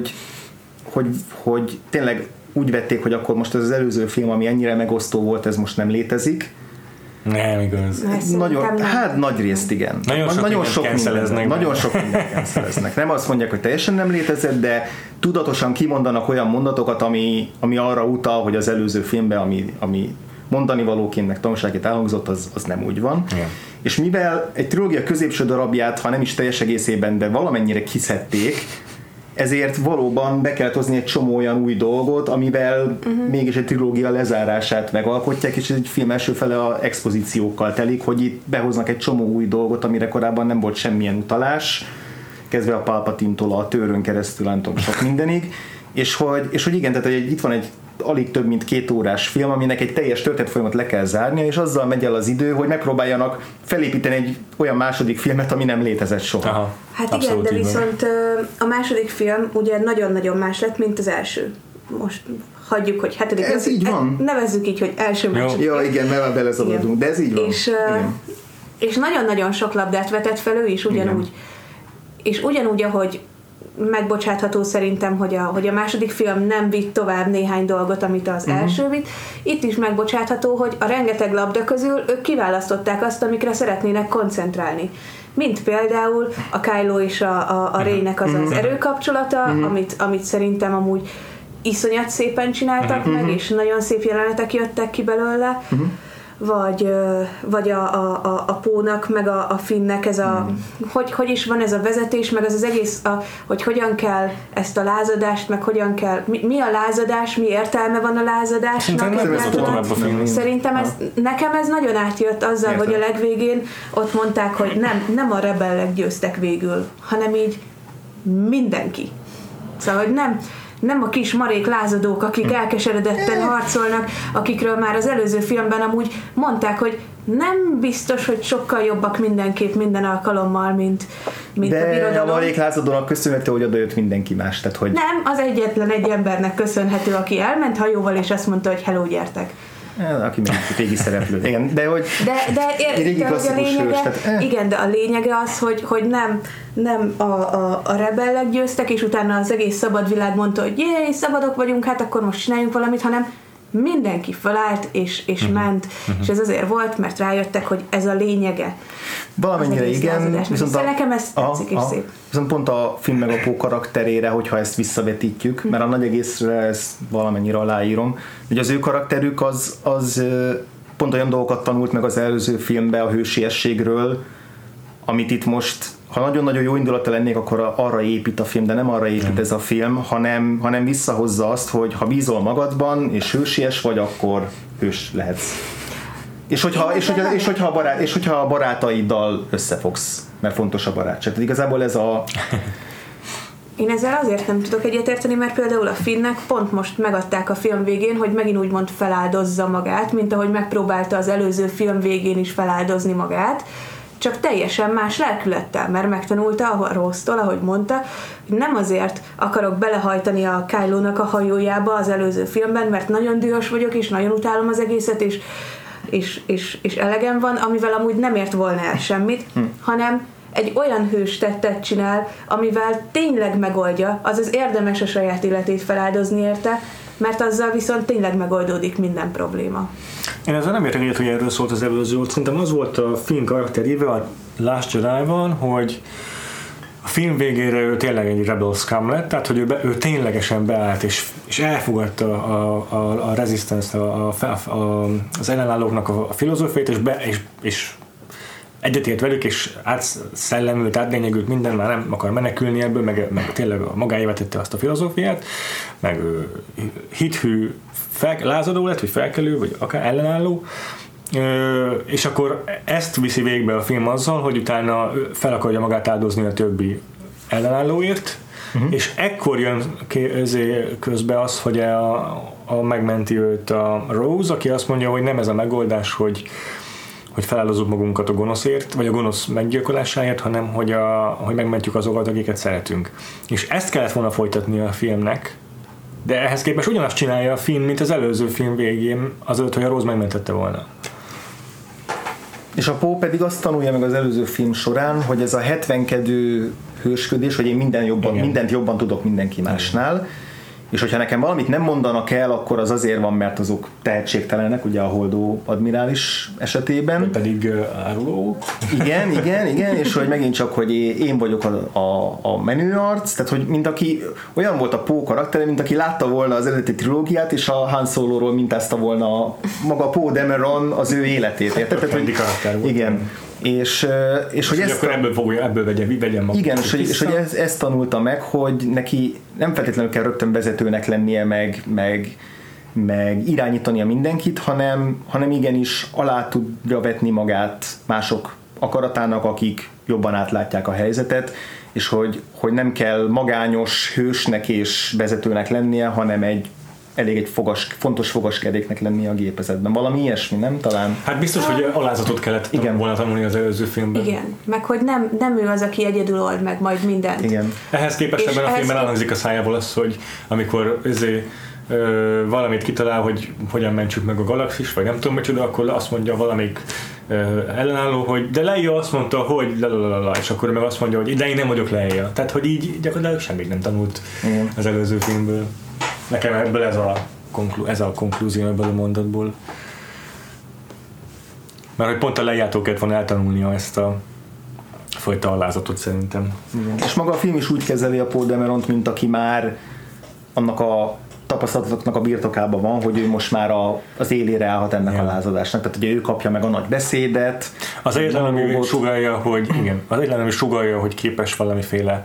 hogy tényleg úgy vették, hogy akkor most ez az előző film, ami ennyire megosztó volt, ez most nem létezik. Nem igaz. Nagy részt igen. Nagyon sok mindent canceleznek. Nem azt mondják, hogy teljesen nem létezett, de tudatosan kimondanak olyan mondatokat, ami arra utal, hogy az előző filmben, ami mondani valóként, meg tanulságét elhangzott, az nem úgy van. Igen. És mivel egy trilógia középső darabját, ha nem is teljes egészében, de valamennyire kiszedték, ezért valóban be kell hozni egy csomó olyan új dolgot, amivel mégis egy trilógia lezárását megalkotják, és egy film első fele a expozíciókkal telik, hogy itt behoznak egy csomó új dolgot, amire korábban nem volt semmilyen utalás, kezdve a Palpatine-tól a tőrön keresztül, nem tudom, sok mindenig, és hogy igen, tehát hogy itt van egy alig több mint 2 órás film, aminek egy teljes történetfolyamat le kell zárnia, és azzal megy el az idő, hogy megpróbáljanak felépíteni egy olyan második filmet, ami nem létezett soha. Aha, hát igen, de viszont a második film ugye nagyon-nagyon más lett, mint az első. Most hagyjuk, hogy hetedik. Ez így van. Nevezzük így, hogy első második. Ja, igen, nem belezavarodunk, de ez így van. És nagyon-nagyon sok labdát vetett fel ő is ugyanúgy. Igen. És ugyanúgy, ahogy megbocsátható szerintem, hogy a második film nem vitt tovább néhány dolgot, amit az első vitt. Itt is megbocsátható, hogy a rengeteg labda közül ők kiválasztották azt, amikre szeretnének koncentrálni. Mint például a Kylo és a Rey-nek az erőkapcsolata, amit szerintem amúgy iszonyat szépen csináltak meg, és nagyon szép jelenetek jöttek ki belőle. Vagy a Pónak, meg a Finnnek ez hogy is van ez a vezetés, meg az egész, hogy hogyan kell ezt a lázadást, meg hogyan kell, mi a lázadás, mi értelme van a lázadásnak. Szerintem nekem ez nagyon átjött azzal, hogy a legvégén ott mondták, hogy nem a rebellek győztek végül, hanem így mindenki. Szóval, hogy nem a kis marék lázadók, akik elkeseredetten harcolnak, akikről már az előző filmben amúgy mondták, hogy nem biztos, hogy sokkal jobbak mindenképp minden alkalommal, mint a birodalom. De a marék lázadónak köszönhető, hogy odajött mindenki más. Tehát, hogy... Nem, az egyetlen egy embernek köszönhető, aki elment hajóval, és azt mondta, hogy hello, gyertek. Aki még régi szereplő. Igen, de hogy régi klasszikus hős. Igen, de a lényege az, hogy nem a rebellek győztek, és utána az egész szabad világ mondta, hogy jéj, szabadok vagyunk, hát akkor most csináljunk valamit, hanem mindenki felállt és ment, és ez azért volt, mert rájöttek, hogy ez a lényege. Valamennyire igen. Viszont nekem ez tetszik is szép. Viszont pont a film meg a Poe karakterére, hogyha ezt visszavetítjük, mert a nagy egészre ezt valamennyire aláírom, hogy az ő karakterük az pont olyan dolgokat tanult meg az előző filmben a hősiességről, amit itt most, ha nagyon-nagyon jó indulata lennék, akkor arra épít a film, de nem arra épít ez a film, hanem visszahozza azt, hogy ha bízol magadban, és hősies vagy, akkor hős lehetsz. És hogyha a barátaiddal összefogsz, mert fontos a barátság. Tehát igazából ez a... Én ezzel azért nem tudok egyetérteni, mert például a Finnnek pont most megadták a film végén, hogy megint úgymond feláldozza magát, mint ahogy megpróbálta az előző film végén is feláldozni magát, csak teljesen más lelkülettel, mert megtanulta a Rose-tól, ahogy mondta, hogy nem azért akarok belehajtani a Kylo-nak a hajójába az előző filmben, mert nagyon dühös vagyok, és nagyon utálom az egészet, és elegem van, amivel amúgy nem ért volna el semmit, hanem egy olyan hős tettet csinál, amivel tényleg megoldja, azaz érdemes a saját életét feláldozni érte, mert azzal viszont tényleg megoldódik minden probléma. Én ezzel nem értek egyet, hogy erről szólt az előző út. Szerintem az volt a film karakterével, a Last Jedi-ban, hogy a film végére ő tényleg egy rebel scum lett, tehát hogy ő ténylegesen beállt és elfogadta a resistance, az ellenállóknak a filozófiát, és egyetért velük, és átszellemült, átlényegült minden, már nem akar menekülni ebből, meg tényleg magáévá tette azt a filozófiát, meg hithű lázadó lett, vagy felkelő, vagy akár ellenálló, és akkor ezt viszi végbe a film azzal, hogy utána fel akarja magát áldozni a többi ellenállóért, és ekkor jön közbe az, hogy megmenti őt a Rose, aki azt mondja, hogy nem ez a megoldás, hogy feláldozunk magunkat a gonoszért, vagy a gonosz meggyilkolásáért, hanem hogy megmentjük azokat, akiket szeretünk. És ezt kellett volna folytatni a filmnek, de ehhez képest ugyanazt csinálja a film, mint az előző film végén, azelőtt, hogy a Rose megmentette volna. És a Poe pedig azt tanulja meg az előző film során, hogy ez a 70-kedő hősködés, hogy én mindent jobban tudok mindenki másnál, és hogyha nekem valamit nem mondanak el, akkor az azért van, mert azok tehetségtelenek, ugye a Holdó admirális esetében. Vagy pedig áruló. Igen, és hogy megint csak, hogy én vagyok a menő arc, tehát hogy mint aki, olyan volt a Poe karaktere, mint aki látta volna az eredeti trilógiát, és a Han Solo-ról mintázta volna maga Poe Dameron az ő életét. Tehát, hogy karakter volt. Igen. És hogy ezt akkor ebből vegyen magát. Igen, és hogy ezt tanulta meg, hogy neki nem feltétlenül kell rögtön vezetőnek lennie, meg irányítania mindenkit, hanem igenis alá tudja vetni magát mások akaratának, akik jobban átlátják a helyzetet, és hogy nem kell magányos hősnek és vezetőnek lennie, hanem elég egy fontos fogaskeréknek lennie a gépezetben. Valami ilyesmi, nem? Talán? Hát biztos, hogy alázatot kellett volna tanulni az előző filmben. Igen, meg hogy nem ő az, aki egyedül old meg majd mindent. Igen. Ehhez képest ebben a filmben elhangzik a szájából az, hogy amikor valamit kitalál, hogy hogyan mentsük meg a galaxis, vagy nem tudom micsoda, akkor azt mondja valamelyik ellenálló, hogy de Leia azt mondta, hogy és akkor meg azt mondja, hogy de én nem vagyok Leia. Tehát, hogy így gyakorlatilag semmit nem tanult az előző filmből. Nekem ebből ez a konklúzió ebből a mondatból. Mert hogy pont a Leiától kellett volna eltanulnia ezt a fajta alázatot szerintem. Igen. És maga a film is úgy kezeli a Poe Dameront, mint aki már annak a tapasztalatoknak a birtokában van, hogy ő most már az élére állhat ennek a lázadásnak. Tehát ugye ő kapja meg a nagy beszédet. Az egyetlen, ami sugallja, hogy képes valamiféle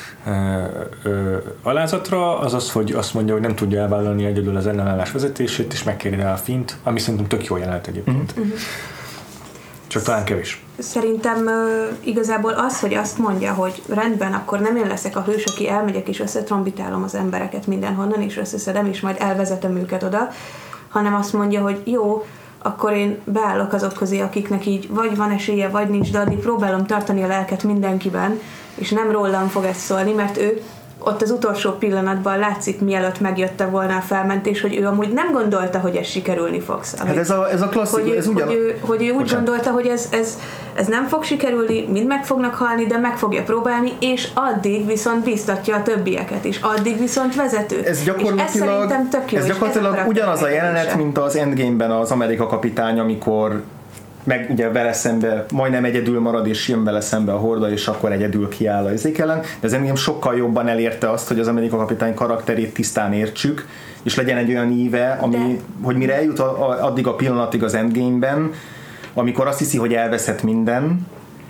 alázatra, az az, hogy azt mondja, hogy nem tudja elvállalni egyedül az ellenállás vezetését, és megkéri rá a Fint, ami szerintem tök jó jelenet egyébként. Csak talán kevés. Szerintem igazából az, hogy azt mondja, hogy rendben, akkor nem én leszek a hős, aki elmegyek és összetrombitálom az embereket mindenhonnan, és összeszedem, és majd elvezetem őket oda, hanem azt mondja, hogy jó, akkor én beállok azok közé, akiknek így vagy van esélye, vagy nincs, de addig próbálom tartani a lelket mindenkiben, és nem rólam fog ez szólni, mert ő ott az utolsó pillanatban látszik, mielőtt megjötte volna a felmentés, hogy ő amúgy nem gondolta, hogy ez sikerülni fog. Hát ez a klasszikus, hogy ő úgy gondolta, hogy ez nem fog sikerülni, mind meg fognak halni, de meg fogja próbálni, és addig viszont biztatja a többieket, és addig viszont vezető. Ez gyakorlatilag ugyanaz a jelenet, mint az Endgame-ben az Amerika kapitány, amikor meg ugye vele szembe majdnem egyedül marad, és jön vele szembe a Horda, és akkor egyedül kiáll az ellen. De az Endgame sokkal jobban elérte azt, hogy az Amerika kapitány karakterét tisztán értsük, és legyen egy olyan íve, hogy mire eljut addig a pillanatig az Endgame-ben, amikor azt hiszi, hogy elveszett minden,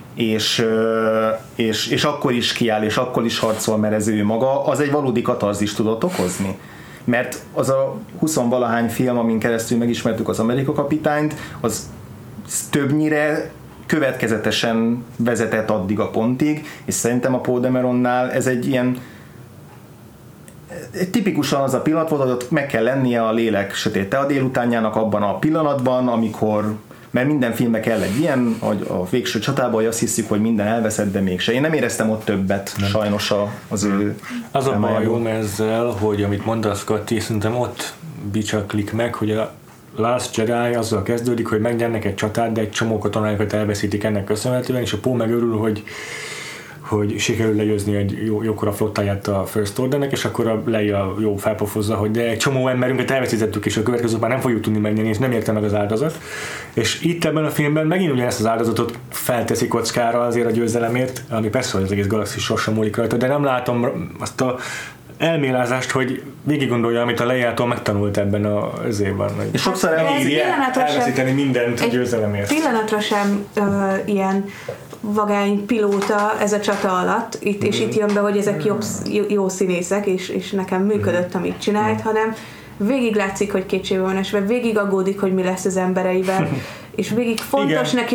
és akkor is kiáll, és akkor is harcol, mert ez ő maga, az egy valódi katarzist tudott okozni. Mert az a 20-valahány film, amin keresztül megismertük az Amerika kapitányt, az többnyire következetesen vezetett addig a pontig, és szerintem a Poe Dameronnál ez egy ilyen tipikusan az a pillanat volt, hogy ott meg kell lennie a lélek sötét a délutánjának abban a pillanatban, amikor, mert minden filmben kell egy ilyen, hogy a végső csatában, hogy azt hiszük, hogy minden elveszett, de mégse. Én nem éreztem ott többet, nem. Sajnos az ő az a bajom ezzel, hogy amit mondasz, Kati, szerintem ott bicsaklik meg, hogy a Last Jedi azzal kezdődik, hogy megnyernek egy csatát, de egy csomó katonájukat elveszítik ennek köszönhetően, és a Poe megörül, hogy sikerül legyőzni egy jókora flottáját a First Ordernek, és akkor a Leia jó felpofozza, hogy de egy csomó emberünket elveszítettük, és a következőt már nem fogjuk tudni megnyerni, és nem érte meg az áldozat. És itt ebben a filmben megint ugyanezt az áldozatot felteszi kockára azért a győzelemért, ami persze, hogy az egész galaxis sorsa múlik rajta, de nem látom azt a elmélázást, hogy végig gondolja, amit a Leiától megtanult ebben az évben. És sokszor elveszíteni mindent a győzelemért. Pillanatra sem ilyen vagány pilóta ez a csata alatt, és itt jön be, hogy ezek jó színészek, és nekem működött, amit csinált, hanem végig látszik, hogy kétségbe van esve, végig aggódik, hogy mi lesz az embereivel, és végig fontos neki,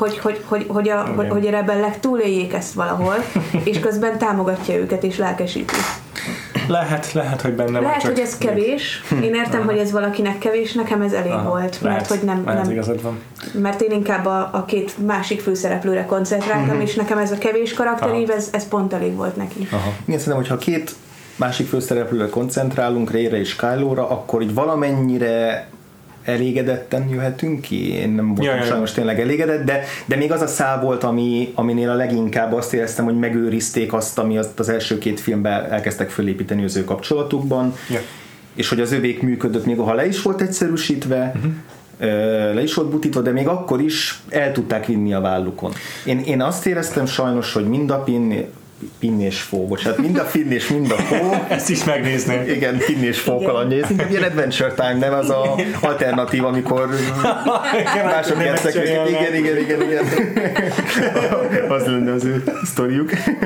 hogy a rebellek túléljék ezt valahol, és közben támogatja őket, és lelkesíti. Lehet, hogy benne lehet, hogy ez kevés. Én értem, hogy ez valakinek kevés, nekem ez elég volt. Mert hogy nem igazad van. Mert én inkább a két másik főszereplőre koncentráltam, és nekem ez a kevés karakterív, ez pont elég volt neki. Igen, szerintem, hogyha két másik főszereplőre koncentrálunk, Rey-re és Kylo-ra, akkor így valamennyire elégedetten jöhetünk ki. Én nem voltam sajnos tényleg elégedett, de még az a szál volt, aminél a leginkább azt éreztem, hogy megőrizték azt, ami az első két filmben elkezdtek fölépíteni az ő kapcsolatukban, és hogy az övék működött, még ha le is volt egyszerűsítve, le is volt butítva, de még akkor is el tudták vinni a vállukon. Én azt éreztem sajnos, hogy mind a Pinn és Fó, bocsánat, mind a Finn és mind a Fó. Ezt is megnézném. Igen, Finn és Fó kalandja. Ez inkább ilyen Adventure Time, nem az a alternatív, amikor mások játszak őket. Igen. Az lenne az ő sztoriuk.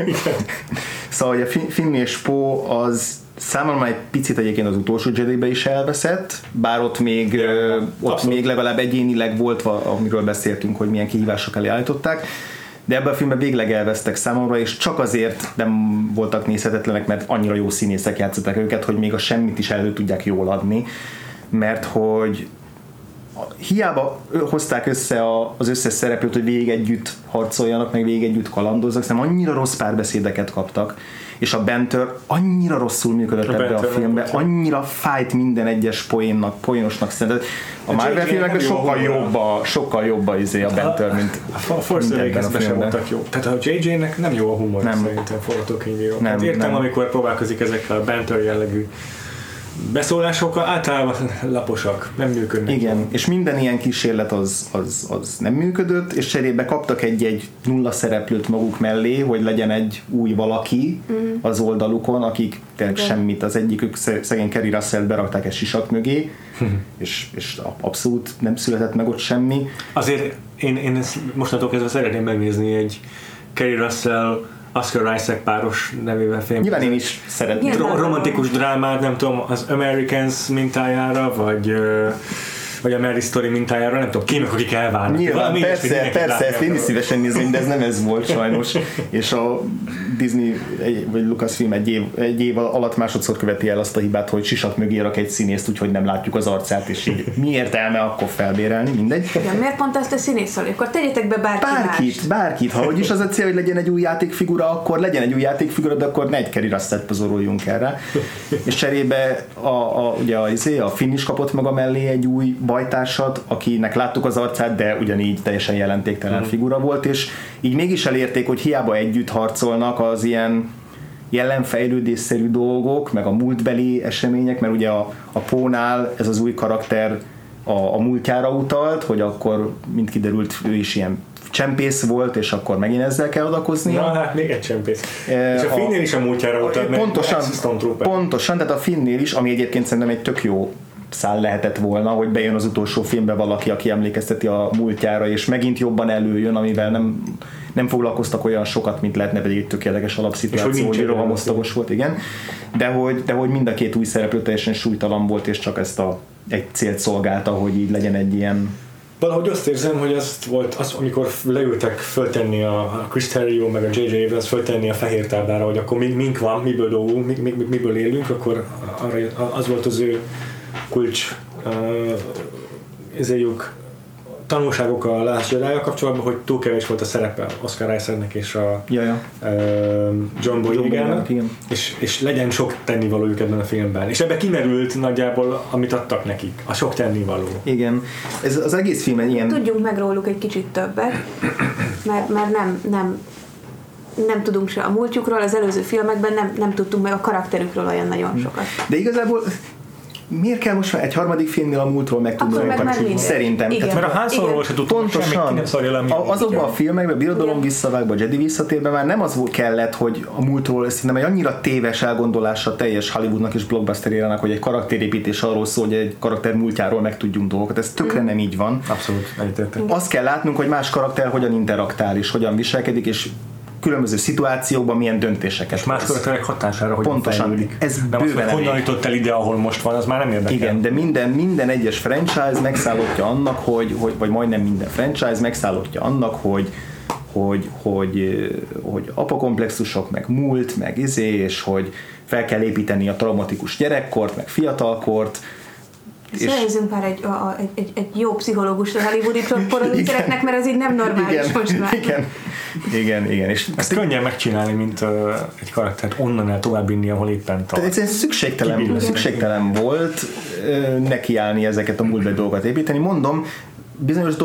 Szóval a Finn és Fó az számomra egy picit egyébként az utolsó Jedibe is elveszett, bár ott még legalább egyénileg volt, amiről beszéltünk, hogy milyen kihívások elé állították, de ebben a filmben végleg elvesztek számomra, és csak azért nem voltak nézhetetlenek, mert annyira jó színészek játszották őket, hogy még a semmit is elő tudják jól adni, mert hogy hiába hozták össze az összes szereplőt, hogy végig együtt harcoljanak, meg végig együtt kalandoznak, szerintem annyira rossz párbeszédeket kaptak, és a banter annyira rosszul működött ebbe a filmbe, annyira fájt minden egyes poénosnak szerintem. A Marvel filmekben sokkal jobb a banter, mint a Force Awakens-ben sem voltak jó. Tehát a JJ-nek nem jó a humor, szerintem forgatókönyvíró. Értem, amikor próbálkozik ezekkel a banter jellegű beszólásokkal, általában laposak, nem működnek. Igen, és minden ilyen kísérlet az nem működött, és cserébe kaptak egy nulla szereplőt maguk mellé, hogy legyen egy új valaki az oldalukon, akik tényleg semmit, az egyikük szegény Kerry Russell-t berakták egy sisak mögé, és abszolút nem született meg ott semmi. Azért én mostantól kezdve szeretném megnézni egy Kerry Russell Oscar Isaac páros nevével film. Nyilván én is szeretném. Romantikus drámát, nem tudom, az Americans mintájára, vagy vagy a Mary Story mintájára, nem tudom, kémek, akik elválnak. Nyilván, persze, ezt én is szívesen nézném, de ez nem ez volt sajnos. És a Disney vagy Lucasfilm egy év alatt másodszor követi el azt a hibát, hogy sisak mögé rak egy színészt, úgyhogy nem látjuk az arcát, és így mi értelme akkor felbérelni, mindegy. Igen, miért pont ezt a színészről? Akkor tegyetek be bárkit, ha hogy is az a cél, hogy legyen egy új játékfigura, akkor legyen egy új játékfigura, de akkor ne egy Kerry Russell-t pazoruljunk erre. És cserébe ugye a Finn is kapott maga mellé egy új bajtársat, akinek láttuk az arcát, de ugyanígy teljesen jelentéktelen figura volt, és így mégis elérték, hogy hiába együtt harcolnak az ilyen jelenfejlődésszerű dolgok, meg a múltbeli események, mert ugye a Pónál ez az új karakter a múltjára utalt, hogy akkor mind kiderült, ő is ilyen csempész volt, és akkor megint ezzel kell adakoznia. Na hát még egy csempész. És a Finnnél is a múltjára utalt, pontosan, tehát a Finnnél is, ami egyébként szerintem egy tök jó szál lehetett volna, hogy bejön az utolsó filmbe valaki, aki emlékezteti a múltjára, és megint jobban előjön, amivel nem foglalkoztak olyan sokat, mint lehetne, pedig egy tökéletes alapszituáció, hogy rohamosztagos volt, igen. De hogy mind a két új szereplő teljesen súlytalan volt, és csak ezt egy célt szolgálta, hogy így legyen egy ilyen. Valahogy azt érzem, hogy amikor leültek föltenni a Chris Terrio meg a J.J. Abrams föltenni a fehér táblára, hogy akkor mink van, miből dolgunk, miből élünk, akkor az volt az ő kulcs tanulságok a Last Jedi-jal kapcsolatban, hogy túl kevés volt a szerepe Oscar Isaacnek és a John Boyega-nak, és legyen sok tennivalójuk ebben a filmben. És ebbe kimerült nagyjából, amit adtak nekik. A sok tennivaló. Igen. Ez az egész filmen ilyen. Tudjunk meg róluk egy kicsit többet, mert nem tudunk se a múltjukról, az előző filmekben nem tudtunk meg a karakterükről olyan nagyon sokat. De igazából miért kell most már egy harmadik filmnél a múltról megtudni olyan karaktereket? Szerintem. Mert a Han Solo-ról se tudtuk semmit, azokban a filmekben, Birodalom visszavágban, Jedi visszatérben már nem az kellett, hogy a múltról, szerintem egy annyira téves elgondolása teljes Hollywoodnak és blockbuster-érának, hogy egy karakterépítés arról szól, hogy egy karakter múltjáról megtudjunk dolgokat. Ez tökre nem így van. Abszolút, egyetértek. Azt kell látnunk, hogy más karakter hogyan interaktál és hogyan viselkedik, és különböző szituációkban milyen döntéseket. És más karakterek hatására hogyan fejlődik. Ez de most, hogy honnan jutott el ide, ahol most van, az már nem érdekel. Igen, de minden egyes franchise megszállottja annak, vagy majdnem minden franchise megszállottja annak, hogy apakomplexusok, meg múlt, meg és hogy fel kell építeni a traumatikus gyerekkort, meg fiatalkort. Szerezzünk már egy jó pszichológust a hollywoodi producereknek, mert ez így nem normális most már. Igen. És ezt könnyen megcsinálni, mint egy karaktert onnan el tovább vinni, ahol éppen tart. Tehát egyszerűen szükségtelen volt nekiállni ezeket a múltbeli dolgokat építeni. Mondom, bizonyos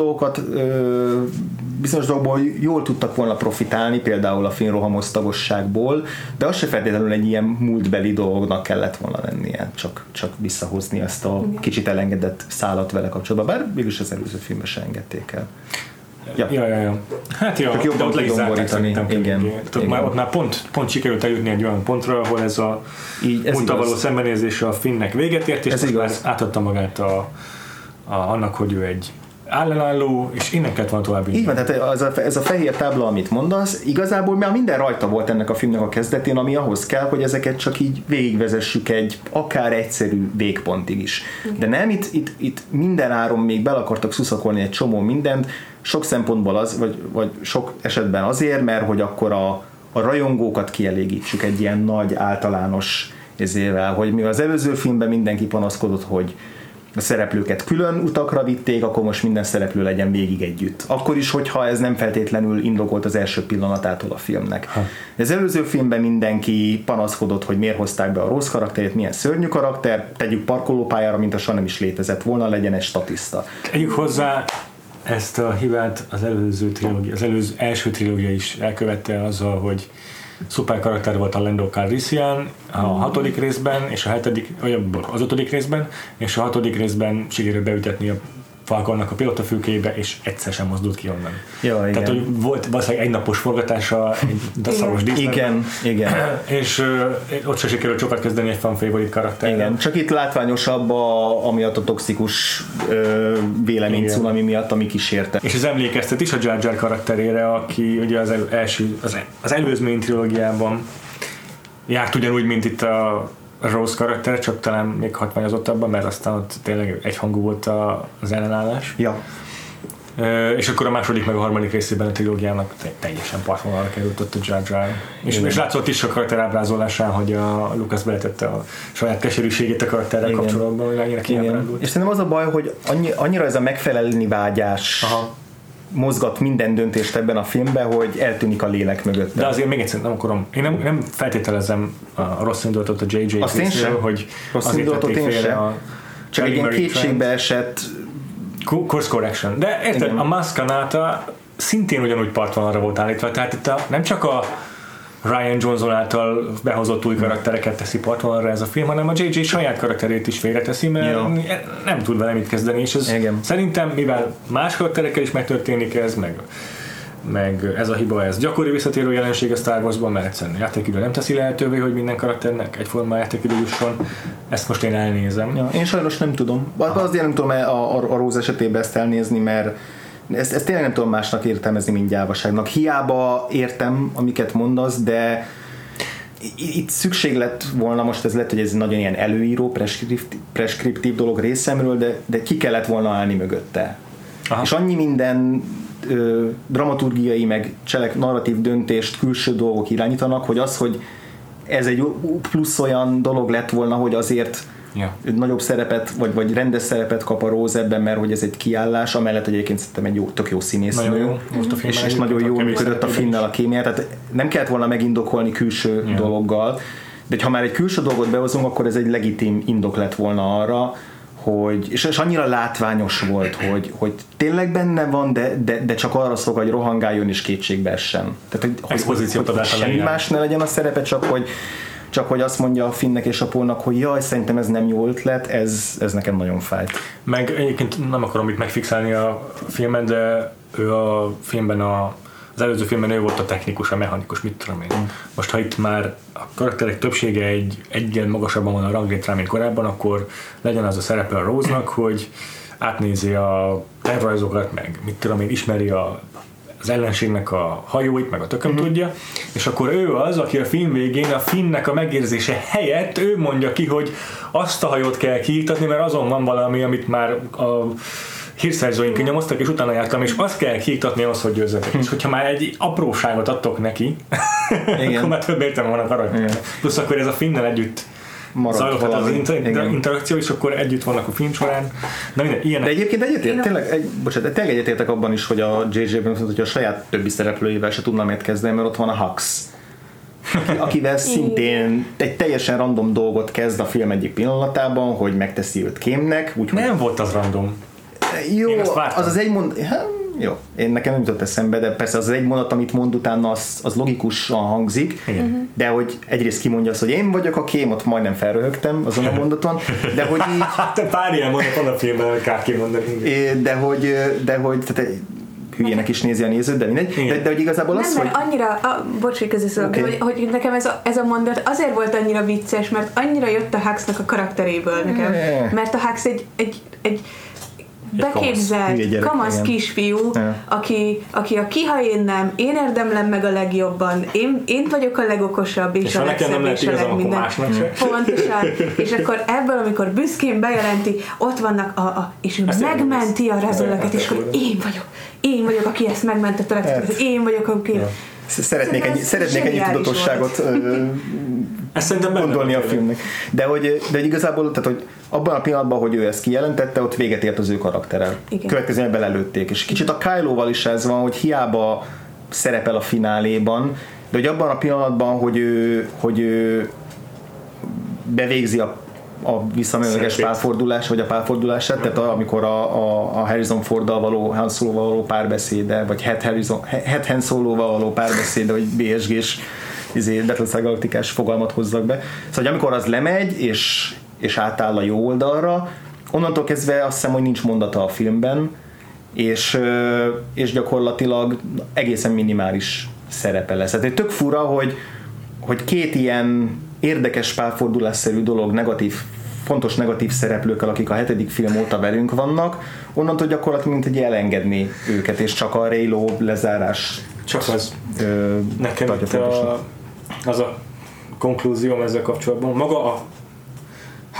dolgokból jól tudtak volna profitálni, például a film rohamosztagosságból, de az se feltétlenül egy ilyen múltbeli dolognak kellett volna lennie, csak visszahozni ezt a kicsit elengedett szálat vele kapcsolatban, bár mégis az előző filmben se engedték el. Ja. Hát jó, de ott le is zárták szerintem. Igen. Ott már pont sikerült eljutni egy olyan pontra, ahol ez a múlttal való szembenézése a Finnnek véget ért, és most már átadta magát annak, hogy ő egy ellenálló, és innen kellett volna tovább. Így van, tehát ez a fehér tábla, amit mondasz, igazából már minden rajta volt ennek a filmnek a kezdetén, ami ahhoz kell, hogy ezeket csak így végigvezessük egy akár egyszerű végpontig is. De nem, itt minden áron még bele akartak szuszakolni egy csomó mindent, sok szempontból vagy sok esetben azért, mert hogy akkor a rajongókat kielégítsük egy ilyen nagy általános ezével, hogy mi az előző filmben mindenki panaszkodott, hogy a szereplőket külön utakra vitték, akkor most minden szereplő legyen végig együtt. Akkor is, hogyha ez nem feltétlenül indokolt az első pillanatától a filmnek. Az előző filmben mindenki panaszkodott, hogy miért hozták be a rossz karakterét, milyen szörnyű karakter, tegyük parkolópályára, mint soha nem is létezett volna, legyen egy statiszta. Tegyük hozzá, ezt a hibát az előző első trilógia is elkövette azzal, hogy szuper karakter volt a Lando Calrissian a 6. részben, és az 5. részben, és a 6. részben sikerült beütetni a Falconnak a pilotafülkébe, és egyszer sem mozdult ki onnan. Ja, tehát, hogy volt valószínűleg egy napos forgatása egy daszaros díszben. Igen. És ott sem sikerült sokat kezdeni egy fan favorite karakterrel. Igen, csak itt látványosabb amiatt a toxikus vélemény cunami miatt, ami kísérte. És ez emlékeztet is a Jar Jar karakterére, aki ugye az előzmény trilógiában járt ugyanúgy, mint itt Rose karakter, csak talán még hatványozottabban, mert aztán ott tényleg egyhangú volt az ellenállás. Ja. És akkor a második meg a harmadik részében a trilógiának teljesen partvonalra került ott a Jar Jar. És látszott is a karakter ábrázolásán, hogy a Lucas beletette a saját keserűségét a karakterrel kapcsolatban, hogy annyira kiábrándult. És szerintem az a baj, hogy annyira ez a megfelelni vágyás mozgat minden döntést ebben a filmben, hogy eltűnik a lélek mögött. De azért még egyszer nem akarom, én nem feltételezem a rossz indulatot a J.J. részéről, hogy rossz indulatot én sem. Csak egy ilyen kétségbe esett course correction. De érted, a Maz Kanata szintén ugyanúgy partvonalra volt állítva, tehát itt nem csak a Ryan Johnson által behozott új karaktereket teszi partvonalra ez a film, hanem a J.J. saját karakterét is félreteszi, mert nem tud vele mit kezdeni, és ez szerintem, mivel más karakterekkel is megtörténik ez, meg ez a hiba, ez gyakori visszatérő jelenség a Star Wars-ban, mert egyszerűen a játékidő nem teszi lehetővé, hogy minden karakternek egyforma játékidő jusson. Ezt most én elnézem. Ja, én sajnos nem tudom. Azért nem tudom a Rose esetében ezt elnézni, mert ezt tényleg nem tudom másnak értelmezni, mint gyávaságnak. Hiába értem, amiket mondasz, de itt szükség lett volna, most ez lett, hogy ez nagyon ilyen előíró, preskriptív dolog részemről, de ki kellett volna állni mögötte. Aha. És annyi minden dramaturgiai meg narratív döntést külső dolgok irányítanak, hogy az, hogy ez egy plusz olyan dolog lett volna, hogy azért nagyobb szerepet, vagy rendes szerepet kap a Rose ebben, mert hogy ez egy kiállás, amellett egyébként szerintem egy tök jó színésznő, és nagyon jól működött a Finnnel a kémia, tehát nem kellett volna megindokolni külső dologgal, de ha már egy külső dolgot behozunk, akkor ez egy legitim indok lett volna arra, hogy, és annyira látványos volt, hogy tényleg benne van, de csak arra szok, hogy rohangáljon és kétségbe essen. Tehát, hogy semmi más ne legyen a szerepe, csak hogy azt mondja a Finnnek és a Paulnak, hogy jaj, szerintem ez nem jó ötlet, ez nekem nagyon fájt. Meg egyébként nem akarom itt megfixálni a filmet, de ő a filmben az előző filmben ő volt a technikus, a mechanikus, mit tudom én. Most ha itt már a karakterek többsége egyen magasabban van a ranglétrán, mint korábban, akkor legyen az a szerepe a Rose-nak, hogy átnézi a tervrajzokat, meg mit tudom én, ismeri az ellenségnek a hajóit, meg a tököm tudja, és akkor ő az, aki a film végén a Finnnek a megérzése helyett ő mondja ki, hogy azt a hajót kell kiiktatni, mert azon van valami, amit már a hírszerzőink nyomoztak, és utána jártam, és azt kell kiiktatni ahhoz, hogy győzzetek. És hogyha már egy apróságot adtok neki, akkor már több értelme van a karakter. Plusz akkor ez a Finnel együtt zajlott az interakció, és akkor együtt vannak a film során. De egyébként tényleg egyetértek abban is, hogy a J.J. hogy a saját többi szereplőivel se tudna mit kezdeni, mert ott van a Hux, akivel szintén egy teljesen random dolgot kezd a film egyik pillanatában, hogy megteszi őt kémnek. Nem volt az random. Jó, az egy mondat, jó, nekem nem jutott eszembe, de persze az egy mondat, amit mond utána, az logikusan hangzik, de hogy egyrészt kimondja azt, hogy én vagyok a kém, ott majdnem felröhögtem azon a mondaton, de hogy így... Hát pár ilyen mondat van a filmben, hogy kár kimondani. De hogy tehát hülyének is nézi a nézőt, de mindegy. De hogy igazából az, hogy... annyira, bocs, hogy közösszülök, hogy nekem ez a mondat azért volt annyira vicces, mert annyira jött a Huxnak a karakteréből nekem. Mert a Hux egy beképzelt, kamasz kisfiú, aki a kiha én nem, én érdemlem meg a legjobban, én vagyok a legokosabb, és a legszebb, és a legminden. Pontosan. És akkor ebből, amikor büszkén bejelenti, ott vannak, és ő megmenti a rebeleket, és akkor én vagyok, aki ezt megmentette a legtöbbet, én vagyok, aki... Szeretnék ennyi tudatosságot gondolni a filmnek. De hogy igazából, tehát, hogy abban a pillanatban, hogy ő ezt kijelentette, ott véget ért az ő karakterrel. Következően belelőtték. És kicsit a Kylo-val is ez van, hogy hiába szerepel a fináléban, de hogy abban a pillanatban, hogy ő bevégzi a visszamenőleges pálfordulás, vagy a pálfordulását, tehát amikor a Harrison Forddal való, Han Solo-val való párbeszéde, vagy Het Han Solo-val való párbeszéde, vagy BSG-s Battlestar Galactica-s fogalmat hozzak be. Szóval amikor az lemegy, és átáll a jó oldalra, onnantól kezdve azt hiszem, hogy nincs mondata a filmben, és gyakorlatilag egészen minimális szerepe lesz. Tehát tök fura, hogy két ilyen érdekes pálfordulásszerű dolog fontos negatív szereplőkkel, akik a 7. film óta velünk vannak, onnantól gyakorlatilag mint egy elengedni őket, és csak a Reylo lezárás. Csak az. Nekem itt az a konklúzióm ezzel kapcsolatban. Maga a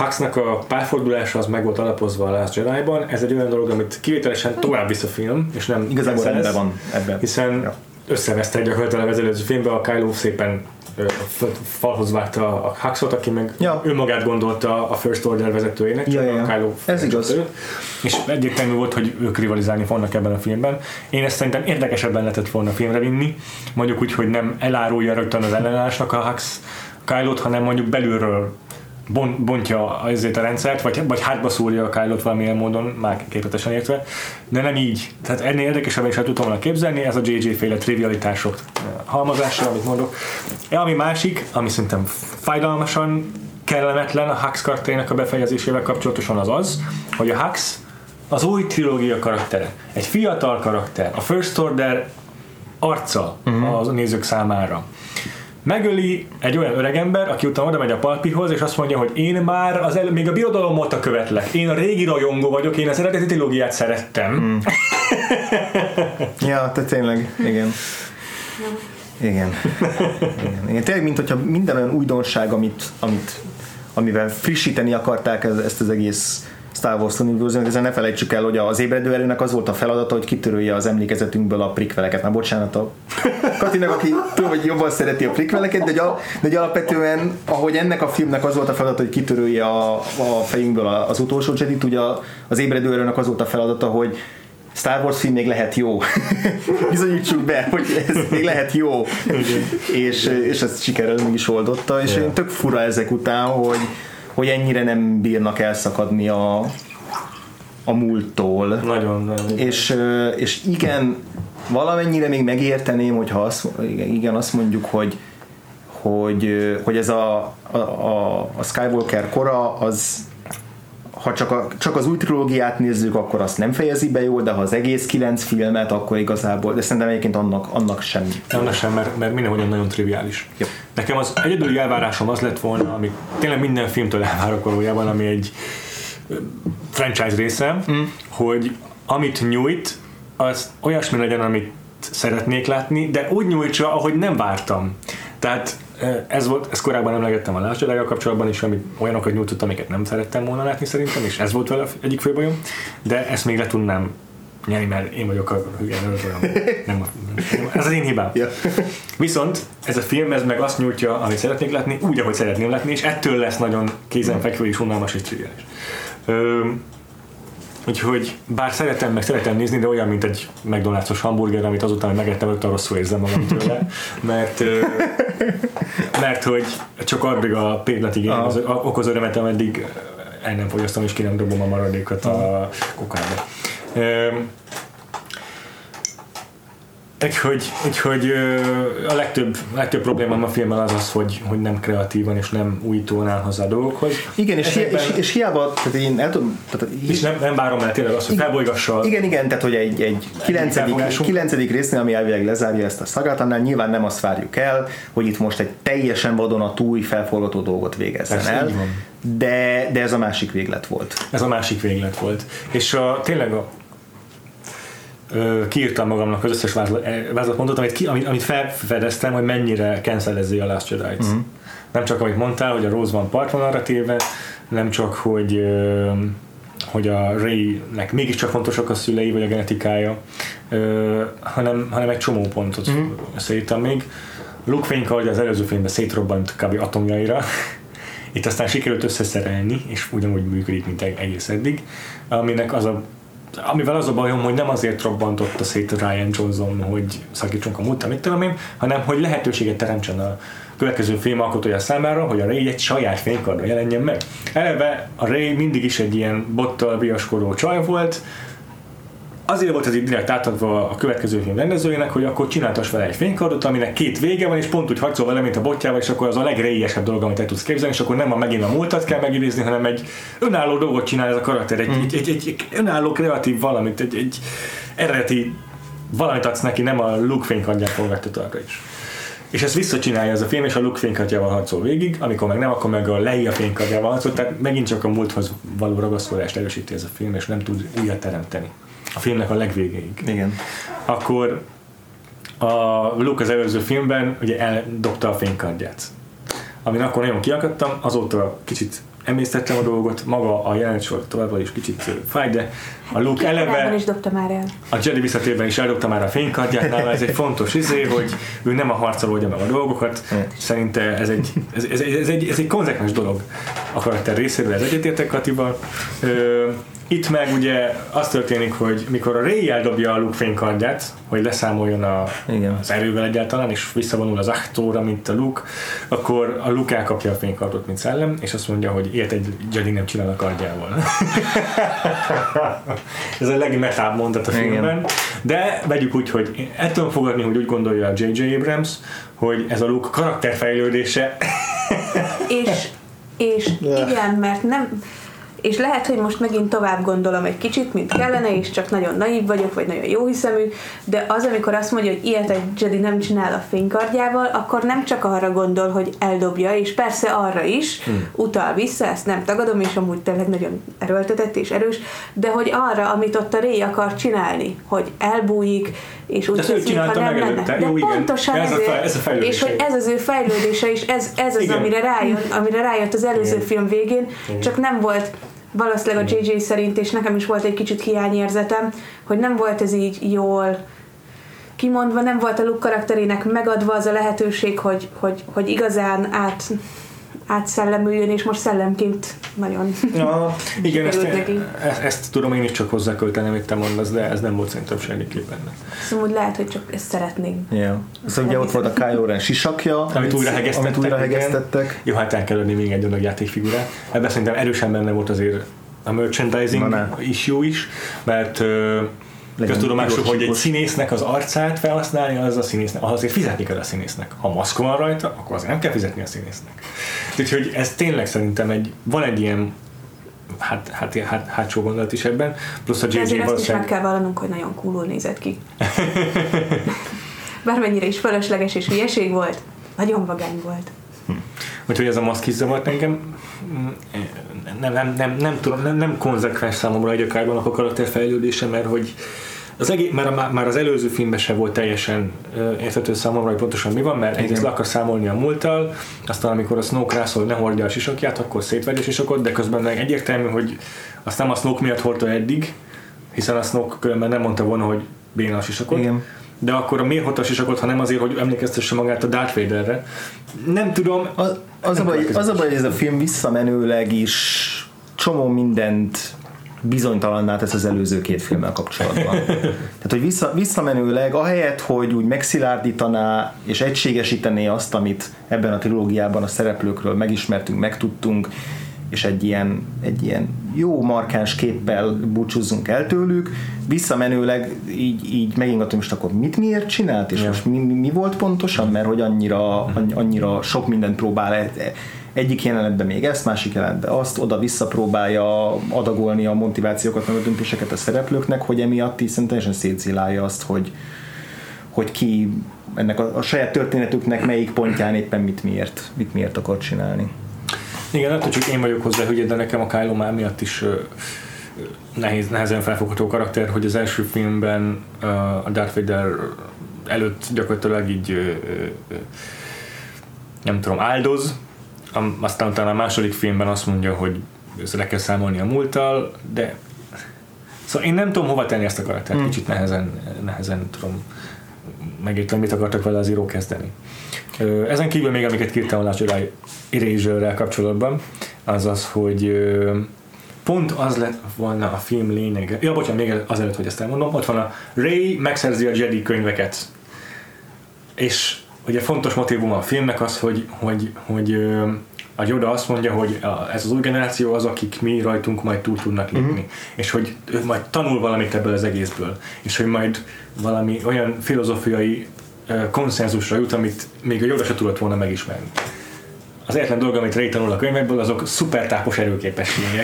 Huxnak a párfordulása az meg volt alapozva a Last Jedi-ban, ez egy olyan dolog, amit kivételesen tovább visz a film, és nem igazából rendben van ebben. Hiszen összevesztek gyakorlatilag az előző filmben, a Kylo szépen falhoz vágta a Huxot, aki meg önmagát gondolta a First Order vezetőjének, csak a Kylo ez igaz. És egyértelmű volt, hogy ők rivalizálni fognak ebben a filmben. Én ezt szerintem érdekesebben lehetett volna a filmre vinni, mondjuk úgy, hogy nem elárulja rögtön az ellenállásnak a Hux Kylo-t, hanem mondjuk belülről bontja azért a rendszert, vagy hátba szúrja a Kylo-t valamilyen módon, már képletesen értve, de nem így. Tehát ennél érdekesebben is el tudtam volna képzelni, ez a JJ-féle trivialitások halmozása, amit mondok. Ami másik, ami szerintem fájdalmasan kellemetlen a Hux karakterének a befejezésével kapcsolatosan az, hogy a Hux az új trilógia karaktere. Egy fiatal karakter, a First Order arca a nézők számára. Megöli egy olyan öregember, aki utána oda megy a Palpihoz, és azt mondja, hogy én már még a birodalom óta követlek. Én a régi rajongó vagyok, én az eredeti trilógiát szerettem. Ja, te tényleg, igen. Igen. Tényleg, mint hogyha minden olyan újdonság, amivel frissíteni akarták ezt az egész Star Wars univerzumot, ezen ne felejtsük el, hogy az ébredő erőnek az volt a feladata, hogy kitörölje az emlékezetünkből a prikveleket. Már bocsánat a Katinak, aki tudom, hogy jobban szereti a prikveleket, de alapvetően, ahogy ennek a filmnek az volt a feladata, hogy kitörölje a fejünkből az utolsó Jedit, ugye az ébredő erőnek az volt a feladata, hogy Star Wars film még lehet jó. Bizonyítsuk be, hogy ez még lehet jó. és ezt sikerrel meg is oldotta, és tök fura ezek után, hogy ennyire nem bírnak elszakadni a múlttól. Nagyon. És igen, valamennyire még megérteném, hogyha azt mondjuk, hogy ez a Skywalker kora, az ha csak az új trilógiát nézzük, akkor azt nem fejezi be jól, de ha az egész 9 filmet, akkor igazából, de szerintem egyébként annak sem. Annak sem, mert mindenhogyan nagyon triviális. Yep. Nekem az egyedüli elvárásom az lett volna, ami tényleg minden filmtől elvárok valójában, ami egy franchise része, hogy amit nyújt, az olyasmi legyen, amit szeretnék látni, de úgy nyújtsa, ahogy nem vártam. Tehát ez korábban emlegettem a Last Jedi-gal kapcsolatban is, amit olyanokat nyújtott, amiket nem szerettem volna látni szerintem, és ez volt vele egyik fő bajom, de ezt még le tudnám nyerni, mert én vagyok a hülye, nem, ez az én hibám. Yeah. Viszont ez a film, ez meg azt nyújtja, amit szeretnék látni, úgy, ahogy szeretném látni, és ettől lesz nagyon kézenfekvő és unalmas és triviális. Úgyhogy bár szeretem nézni, de olyan, mint egy McDonald's-os hamburger, amit azután, hogy megettem, ott rosszul érzem magam tőle, mert hogy csak addig a pillanatig okoz örömet, ameddig el nem fogyasztom és ki nem dobom a maradékot a kukába. Úgyhogy a legtöbb problémám a filmmel az, hogy nem kreatívan és nem újítóan áll hozzá a dolgokhoz. Igen, és hiába, tehát én el tudom... És nem várom el tényleg azt, hogy felbolygassa... Igen, tehát hogy egy 9. résznél, ami elvileg lezárja ezt a szagát, annál nyilván nem azt várjuk el, hogy itt most egy teljesen vadonatúj felforgató dolgot végezzen el. De ez a másik véglet volt. És tényleg kiírtam magamnak az összes vázlatpontot, amit felfedeztem, hogy mennyire cancelezi a Last Jedi-t. Nem csak amit mondtál, hogy a Rose van part van arra téve, nem csak, hogy a Rey-nek mégiscsak fontosak a szülei, vagy a genetikája, hanem egy csomó pontot összeírtam még. Luke fénykardja az előző filmben szétrobbant kb. Atomjaira. Itt aztán sikerült összeszerelni, és ugyanúgy működik, mint egész eddig, amivel az a bajom, hogy nem azért robbantotta szét Ryan Johnson, hogy szakítsunk a múltra, mit tudom én, hanem hogy lehetőséget teremtsen a következő film alkotója számára, hogy a Rey egy saját fénykardon jelenjen meg. Eleve a Rey mindig is egy ilyen bottal viaskodó csaj volt, azért volt ez így direkt átadva a következő film rendezőjének, hogy akkor csináltass vele egy fénykardot, aminek két vége van, és pont úgy harcol vele, mint a botjával, és akkor az a legrélyesebb dolog, amit el tudsz képzelni, és akkor nem megint a múltat kell megidézni, hanem egy önálló dolgot csinál ez a karakter, egy önálló kreatív valamit, egy eredeti valamit adsz neki, nem a Luke fénykardját forgattat arra is. És ezt visszacsinálja ez a film, és a Luke fénykardjával harcol végig, amikor meg nem, akkor meg a Leia fénykardjával harcol, tehát megint csak a múlthoz való ragaszkodást erősíti ez a film, és nem tud újat teremteni a filmnek a legvégéig. Igen. Akkor a Luke az előző filmben ugye eldobta a fénykardját. Amin akkor nagyon kiakadtam, azóta kicsit emésztettem a dolgot, maga a jelenet továbbá is kicsit fáj, de a Luke eleve is dobta már el. A Jedi visszatérben is eldobta már a fénykardját, nála ez egy fontos hogy ő nem a harccal oldja meg a dolgokat. Szerintem ez egy konzekvens dolog a karakter részéről, ez egyetértek Katival. Itt meg ugye az történik, hogy mikor a Rey eldobja a Luke fénykardját, hogy leszámoljon az erővel egyáltalán, és visszavonul az Ahtóra, mint a Luke, akkor a Luke elkapja a fénykardot, mint szellem, és azt mondja, hogy ilyet egy Jedi nem csinál a kardjával. Ez a legmetább mondat a filmben. De vegyük úgy, hogy el tudom fogadni, hogy úgy gondolja a J.J. Abrams, hogy ez a Luke karakterfejlődése. és igen, mert nem... És lehet, hogy most megint tovább gondolom egy kicsit, mint kellene, és csak nagyon naív vagyok, vagy nagyon jóhiszemű, de az, amikor azt mondja, hogy ilyet egy Jedi nem csinál a fénykardjával, akkor nem csak arra gondol, hogy eldobja, és persze arra is utal vissza, ezt nem tagadom, és amúgy tényleg nagyon erőltetett és erős, de hogy arra, amit ott a Rey akar csinálni, hogy elbújik, és úgy teszik, ha nem lenne. De jó, pontosan ez a és hogy ez az ő fejlődése, és ez az, amire rájött az előző film végén, csak nem volt valószínűleg a JJ szerint, és nekem is volt egy kicsit hiányérzetem, hogy nem volt ez így jól kimondva, nem volt a Luke karakterének megadva az a lehetőség, hogy igazán átszellemüljön, és most szellemként nagyon igen, ezt tudom én is csak hozzákölteni, amit te mondasz, de ez nem volt szerintem semmiképpen benne. Szóval úgy lehet, hogy csak ezt szeretnénk. Szóval ugye ott volt a Kylo Ren sisakja, amit újra hegesztettek. Jó, hát el kell adni még egy olyan játékfigurát. Ebben szerintem erősen benne volt azért a merchandising issue is, mert köztudomásuk, hogy egy színésznek az arcát felhasználni, az a színésznek, azért fizetni kell a színésznek. Ha maszk van rajta, akkor azért nem kell fizetni a színésznek. Úgyhogy ez tényleg szerintem van egy ilyen hátsó gondolat is ebben, plusz a JJ valószínűleg... Ezért azt is meg kell vallanunk, hogy nagyon coolul nézett ki. Bármennyire is fölösleges és hülyeség volt, nagyon vagány volt. Úgyhogy ez a maszk is zavart engem. Nem tudom, nem konzekvens számomra egy akárban a karakterfejlődése, mert hogy már az előző filmben sem volt teljesen érthető számomra, hogy pontosan mi van, mert egyrészt le akar számolni a múlttal, aztán amikor a Snoke rászól, hogy ne hordja a sisakját, akkor szétveri a sisakot, de közben meg egyértelmű, hogy azt nem a Snoke miatt hordta eddig, hiszen a Snoke különben nem mondta volna, hogy béna a sisakot. Igen. De akkor miért hordta a sisakot, ha nem azért, hogy emlékeztesse magát a Darth Vaderre? Nem tudom. Az a baj, hogy ez a film visszamenőleg is csomó mindent bizonytalanná tesz az előző két filmmel kapcsolatban. Tehát, hogy visszamenőleg ahelyett, hogy úgy megszilárdítaná és egységesítené azt, amit ebben a trilógiában a szereplőkről megismertünk, megtudtunk, és egy ilyen jó markáns képpel búcsúzzunk el tőlük, visszamenőleg így megingatom, most akkor miért csinált, és most mi volt pontosan, mert hogy annyira sok mindent próbál egyik jelenetben még ezt, másik jelenetben azt, oda-vissza próbálja adagolni a motivációkat, meg a döntéseket a szereplőknek, hogy emiatt így teljesen szétszilálja azt, hogy ki ennek a saját történetüknek melyik pontján éppen mit miért akar csinálni. Igen, hát csak én vagyok hozzá hülyed, de nekem a Kylo már miatt is nehezen felfogható karakter, hogy az első filmben a Darth Vader előtt gyakorlatilag így nem tudom, áldoz, aztán utána a második filmben azt mondja, hogy le kell számolni a múlttal, de szóval én nem tudom hova tenni ezt a karaktert, kicsit nehezen tudom megérteni, mit akartak vele az írók kezdeni. Ezen kívül még amiket kírtam a Last Jedi Erasure-rel kapcsolatban, az az, hogy pont az lett volna a film lényege. Ja, bocsánat, még azelőtt, hogy ezt elmondom, ott van a Rey megszerzi a Jedi könyveket. És ugye fontos motívum a filmnek az, hogy a Yoda azt mondja, hogy ez az új generáció az, akik mi rajtunk majd túl tudnak lépni. És hogy ő majd tanul valamit ebből az egészből. És hogy majd valami olyan filozófiai konszenzusra jut, amit még a Yoda se tudott volna megismerni. Az egyetlen dolog, amit Rey tanul a könyvekből, azok szupertápos erőképességek.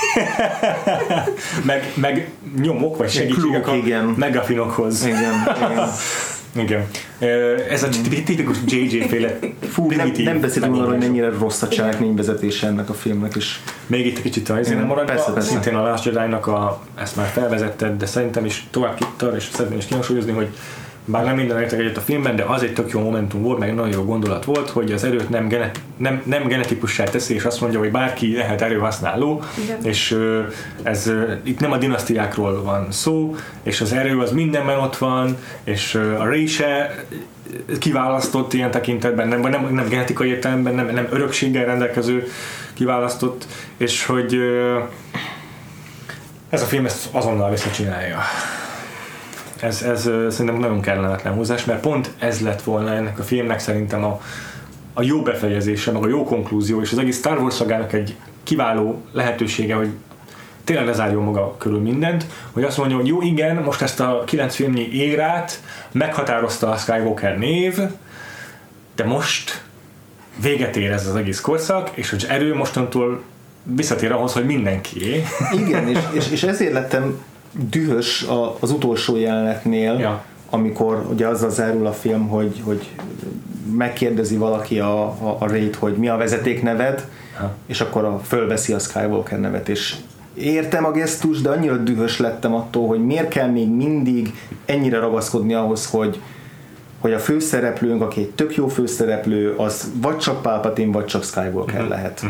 meg nyomok, vagy segítségek a megafinokhoz. Igen. Ez a tipikus JJ-féle nem beszélünk arról, hogy mennyire rossz a cselekményvezetése ennek a filmnek is. Még itt egy kicsit a helyzénen maradva, szintén a Last Jedi-nak ezt már felvezetted, de szerintem is tovább kittar, és szeretném is kihangsúlyozni, hogy bár nem minden értek egyet a filmben, de az egy tök jó momentum volt, meg nagyon jó gondolat volt, hogy az erőt nem genetikussá teszi, és azt mondja, hogy bárki lehet erőhasználó, és itt nem a dinasztiákról van szó, és az erő az mindenben ott van, és a Rey se kiválasztott ilyen tekintetben, nem genetikai értelemben, nem örökséggel rendelkező kiválasztott, és hogy ez a film ezt azonnal visszacsinálja. Ez szerintem nagyon kellemetlen húzás, mert pont ez lett volna ennek a filmnek szerintem a jó befejezése, meg a jó konklúzió, és az egész Star Wars szagának egy kiváló lehetősége, hogy tényleg lezárjon maga körül mindent, hogy azt mondja, hogy jó, igen, most ezt a 9 filmnyi érát meghatározta a Skywalker név, de most véget ér ez az egész korszak, és hogy erő mostantól visszatér ahhoz, hogy mindenkié. Igen, és ezért lettem dühös az utolsó jelenetnél, amikor ugye azzal zárul a film, hogy megkérdezi valaki a Rey-t, hogy mi a vezetékneved, és akkor fölveszi a Skywalker nevet, és értem a gesztus, de annyira dühös lettem attól, hogy miért kell még mindig ennyire ragaszkodni ahhoz, hogy a főszereplőnk, aki egy tök jó főszereplő, az vagy csak Palpatine, vagy csak Skywalker lehet.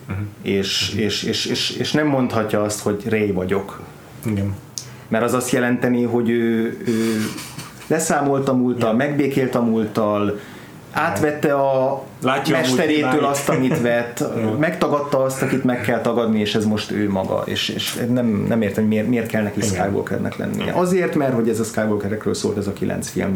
És nem mondhatja azt, hogy Rey vagyok. Igen. Mert az azt jelenteni, hogy ő leszámolt a múlttal, megbékélt a múlttal, átvette a mesterétől azt, amit vett, megtagadta azt, akit meg kell tagadni, és ez most ő maga, és nem értem, hogy miért kell neki Skywalkernek lennie. Azért, mert hogy ez a Skywalkerekről szólt ez a 9 film,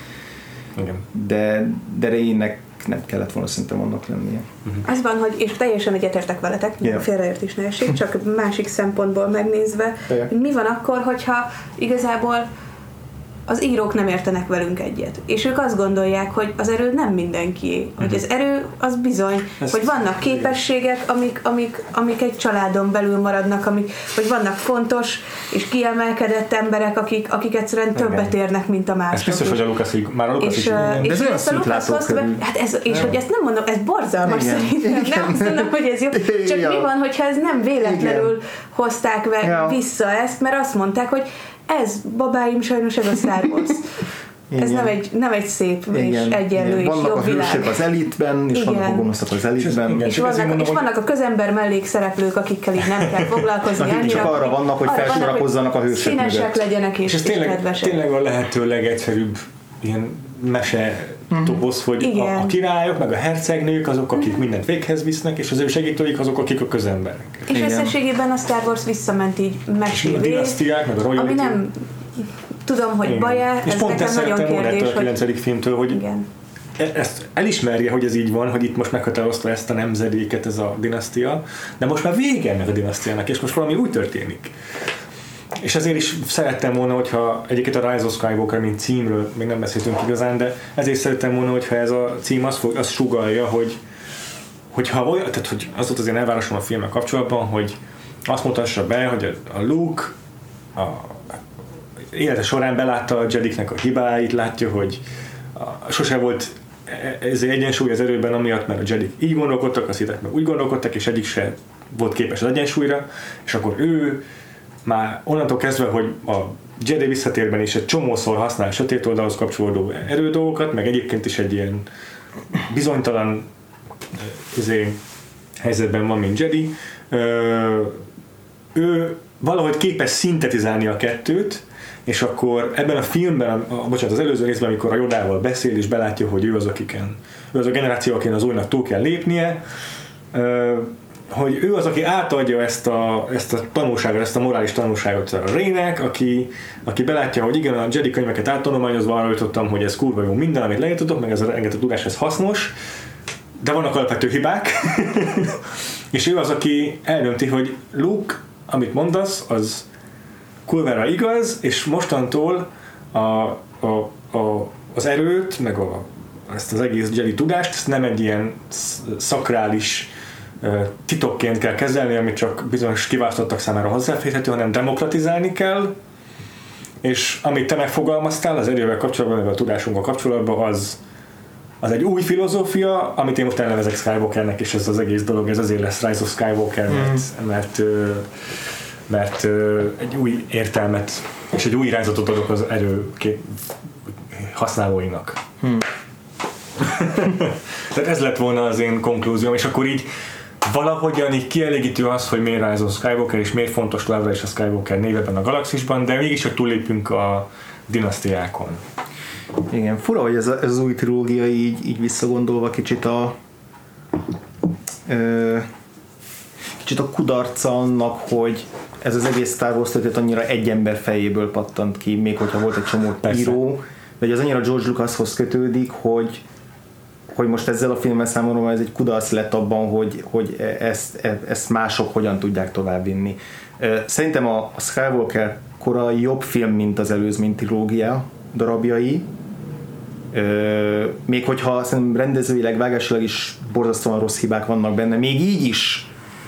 de Rey-nek nem kellett volna szerintem annak lennie. Az van, hogy, és teljesen egyetértek veletek, félreértés ne esik, csak másik szempontból megnézve, mi van akkor, hogyha igazából az írók nem értenek velünk egyet. És ők azt gondolják, hogy az erő nem mindenkié. Hogy az erő az bizony, hogy vannak képességek, amik egy családon belül maradnak, vagy vannak fontos és kiemelkedett emberek, akik egyszerűen többet érnek, mint a mások. Ez biztos, hogy a Lucas is. De ez olyan szűklátókörű. És hogy ezt nem mondom, ez borzalmas szerintem. Nem azt mondom, hogy ez jó. Csak mi van, hogyha ez nem véletlenül hozták vissza ezt, mert azt mondták, hogy ez, babáim, sajnos ez a Star Wars. Ez nem egy szép és egyenlő és vannak jobb világ. Vannak a hősök az elitben, és vannak a gonoszak az elitben. És vannak a közember mellékszereplők, akikkel így nem kell foglalkozni. Akik csak arra vannak, hogy felsorakozzanak a hősök mögött. Színesek legyenek és ez tényleg a lehető legegyszerűbb ilyen mese toposz, hogy a királyok, meg a hercegnők azok, akik mindent véghez visznek, és az ő segítőik azok, akik a közemberek. És összességében a Star Wars visszament így mesévé, a dinasztiák, meg a royalty. Ami nem tudom, hogy baj-e, ez nekem nagyon kérdés. És pont ezt a 9. filmtől, hogy ezt elismerje, hogy ez így van, hogy itt most meghatározta ezt a nemzedéket ez a dinasztia, de most már vége ennek a dinasztiának, és most valami úgy történik. És ezért is szerettem volna, hogyha egyébként a Rise of Skywalker, mint címről még nem beszéltünk igazán, de ezért szerettem volna, hogyha ez a cím azt sugallja, hogyha olyan, tehát hogy az volt az én elvárásom a filmmel kapcsolatban, hogy azt mutassa be, hogy a Luke élete során belátta a Jediknek a hibáit, látja, hogy sose volt ez egyensúly az erőben, amiatt, mert a Jedik így gondolkodtak, a Sithek meg úgy gondolkodtak, és egyik se volt képes az egyensúlyra, és akkor ő már onnantól kezdve, hogy a Jedi visszatérben is egy csomószor használ sötét oldalhoz kapcsolódó erődolgokat, meg egyébként is egy ilyen bizonytalan helyzetben van, mint Jedi. Ő valahogy képes szintetizálni a kettőt, és akkor ebben a filmben, az előző részben, amikor a Jodával beszél, és belátja, hogy ő az a generáció, akin az újnak túl kell lépnie, hogy ő az, aki átadja ezt a tanulságot, ezt a morális tanulságot a Reynek, aki belátja, hogy igen, a Jedi könyveket áttanulmányozva arra jutottam, hogy ez kurva jó minden, amit leírtatok, meg ez a rengeteg tudás, ez hasznos, de vannak alapvető hibák, és ő az, aki eldönti, hogy Luke, amit mondasz, az kurvára igaz, és mostantól az erőt, meg ezt az egész Jedi tudást, ezt nem egy ilyen szakrális titokként kell kezelni, amit csak bizonyos kiválasztottak számára hozzáférhető, hanem demokratizálni kell, és amit te megfogalmaztál az erővel kapcsolatban, meg a tudásunkkal kapcsolatban, az egy új filozófia, amit én most elnevezek Skywalkernek, és ez az egész dolog, ez azért lesz Rise of Skywalker, mert egy új értelmet és egy új irányzatot adok az erő használóinak. Tehát ez lett volna az én konklúzióm, és akkor így valahogyan így kielégítő az, hogy miért Rise of Skywalker, és miért fontos továbbra is a Skywalker név ebben a galaxisban, de mégis, hogy túllépünk a dinasztiákon. Igen, fura, hogy ez az új trilógia így visszagondolva kicsit a kudarca annak, hogy ez az egész Star Wars történet annyira egy ember fejéből pattant ki, még hogyha volt egy csomó író, de az annyira George Lucashoz kötődik, hogy most ezzel a filmmel számomra ez egy kudarc lett abban, hogy ezt mások hogyan tudják továbbvinni. Szerintem a Skywalker kora jobb film, mint az előzmény trilógia darabjai, még hogyha szerintem rendezőileg, vágásilag is borzasztóan rossz hibák vannak benne, még így is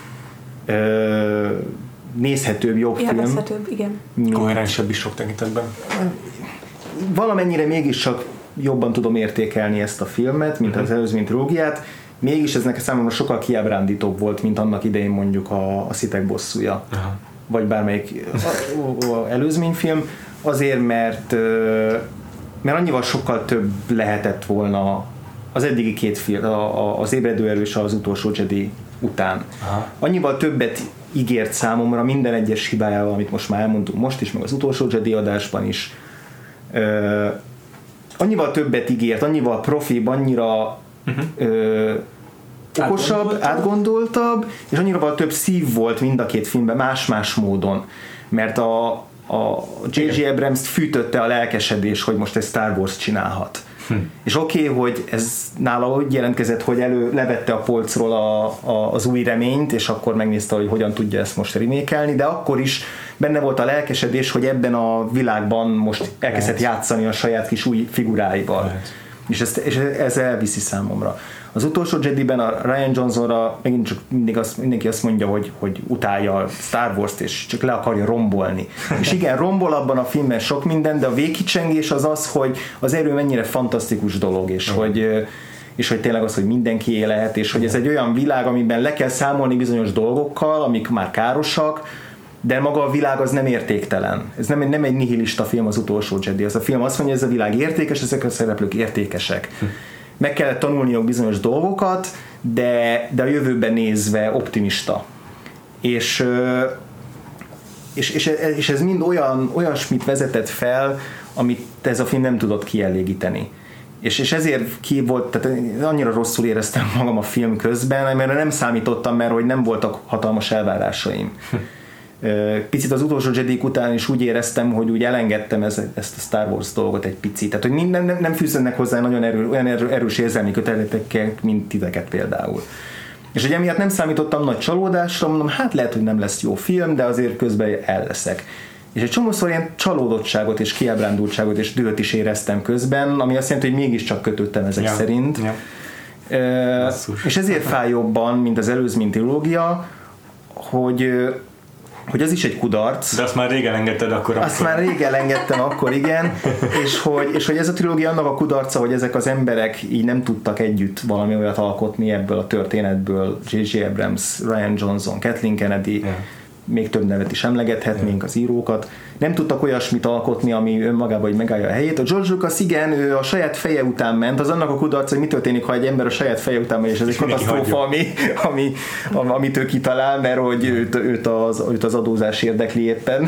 nézhetőbb, jobb film. Élvezhetőbb, igen. Koherensebb is sok tekintetben. Valamennyire mégiscsak jobban tudom értékelni ezt a filmet, mint az előzmény trilógiát, mégis ez nekem számomra sokkal kiábrándítóbb volt, mint annak idején mondjuk a Sithek bosszúja, vagy bármelyik előzményfilm, azért, mert annyival sokkal több lehetett volna az eddigi két film, az Ébredő erő és az Utolsó Jedi után. Annyival többet ígért számomra minden egyes hibájával, amit most már elmondtunk most is, meg az Utolsó Jedi adásban is. Annyival többet ígért, annyival profibb, annyira okosabb, átgondoltabb, és annyira több szív volt mind a két filmben, más-más módon. Mert a J.J. Abrams fűtötte a lelkesedés, hogy most egy Star Wars csinálhat. És oké, hogy ez nála úgy jelentkezett, hogy levette a polcról az új reményt, és akkor megnézte, hogy hogyan tudja ezt most remékelni, de akkor is benne volt a lelkesedés, hogy ebben a világban most elkezdett játszani a saját kis új figuráival. És ez elviszi számomra. Az Utolsó Jediben a Rian Johnsonra megint csak mindenki azt mondja, hogy utálja a Star Wars-t, és csak le akarja rombolni. És igen, rombol abban a filmben sok minden, de a végkicsengés az, hogy az erő mennyire fantasztikus dolog, és hogy tényleg az, hogy mindenki élhet, és hogy ez egy olyan világ, amiben le kell számolni bizonyos dolgokkal, amik már károsak, de maga a világ az nem értéktelen. Ez nem egy nihilista film az Utolsó Jedi. Az a film azt mondja, hogy ez a világ értékes, ezek a szereplők értékesek. Meg kellett tanulniuk bizonyos dolgokat, de a jövőben nézve optimista. És ez mind olyasmit vezetett fel, amit ez a film nem tudott kielégíteni. És ezért tehát annyira rosszul éreztem magam a film közben, mert nem számítottam, mert hogy nem voltak hatalmas elvárásaim. Picit az Utolsó Jedik után is úgy éreztem, hogy úgy elengedtem ezt a Star Wars dolgot egy picit. Tehát, hogy nem fűződnek hozzá nagyon olyan erős érzelmi kötelezettekkel, mint titeket például. És hogy emiatt nem számítottam nagy csalódásra, mondom, hát lehet, hogy nem lesz jó film, de azért közben el leszek. És egy csomószor ilyen csalódottságot és kiábrándultságot és dühöt is éreztem közben, ami azt jelenti, hogy mégiscsak kötöttem ezek szerint. És ezért fáj jobban, mint az előzmény trilógia, hogy az is egy kudarc. De azt már régen engedted akkor. Azt már régen engedtem akkor, igen. És hogy ez a trilógia annak a kudarca, hogy ezek az emberek így nem tudtak együtt valami olyat alkotni ebből a történetből. J.J. Abrams, Rian Johnson, Kathleen Kennedy, még több nevet is emlegethetnénk, az írókat. Nem tudtak olyasmit alkotni, ami önmagában megállja a helyét. A George Lucas, igen, ő a saját feje után ment, az annak a kudarca, hogy mi történik, ha egy ember a saját feje után megy, és ez egy katasztrófa, amit ő kitalál, mert hogy őt az adózás érdekli éppen.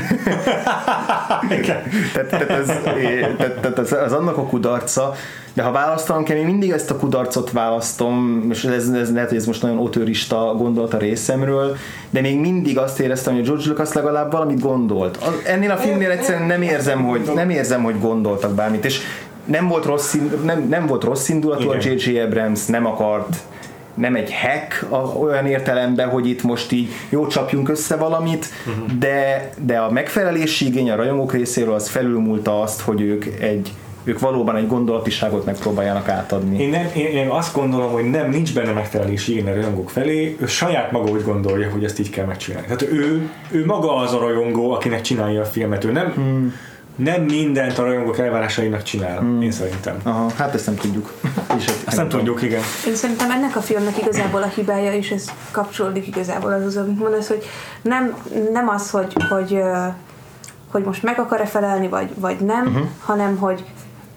tehát az annak a kudarca, de ha választanom kell, én mindig ezt a kudarcot választom, és ez lehet, hogy ez most nagyon otőrista gondolat a részemről, de még mindig azt éreztem, hogy a George Lucas legalább valamit gondolt. Ennél a filmnél egyszerűen nem érzem, hogy gondoltak bármit, és nem volt rossz indulatú a J.J. Abrams, nem egy hack olyan értelemben, hogy itt most így jó csapjunk össze valamit, de a megfelelési igény a rajongók részéről az felülmúlta azt, hogy ők valóban egy gondolatiságot megpróbáljanak átadni. Én azt gondolom, hogy nincs benne megfelelési igény a rajongók felé, ő saját maga úgy gondolja, hogy ezt így kell megcsinálni. Tehát ő maga az a rajongó, akinek csinálja a filmet. Ő nem mindent a rajongók elvárásainak csinál, én szerintem. Aha, hát ezt nem tudjuk. Ezt nem tudjuk, igen. Én szerintem ennek a filmnek igazából a hibája, és ez kapcsolódik igazából az, amit mondasz, hogy nem az, hogy most meg akar-e felelni, vagy nem, hanem hogy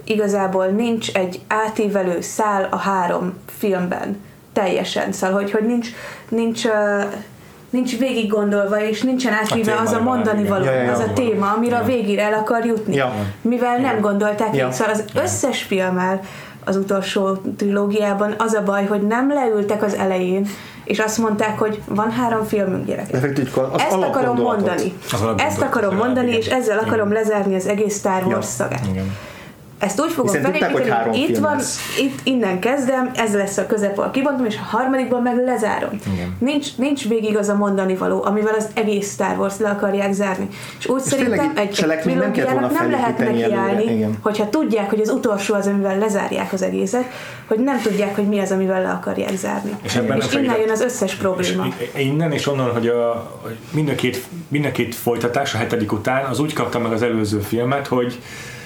igazából nincs egy átívelő szál a 3 filmben teljesen, szóval hogy nincs végig gondolva, és nincsen átvíve az a mondani való, az a téma, amire a végére el akar jutni. Mivel nem gondolták így, szóval az összes filmmel az utolsó trilógiában az a baj, hogy nem leültek az elején, és azt mondták, hogy van 3 filmünk, gyerekek. Ezt akarom mondani. Ezt akarom mondani, és ezzel akarom lezárni az egész Star Wars szagát. Ezt úgy fogom felépíteni, hogy itt van, innen kezdem, ez lesz a közep, ahol kibontom, és a harmadikban meg lezárom. Nincs végig az a mondani való, amivel az egész Star Wars le akarják zárni. És úgy és szerintem egy trilógiának nem lehet nekiállni, hogyha tudják, hogy az utolsó az, amivel lezárják az egészet, hogy nem tudják, hogy mi az, amivel le akarják zárni. És innen jön az összes probléma. Innen és onnan, hogy mind a két folytatás a 7. után az úgy kapta meg az előző filmet, hogy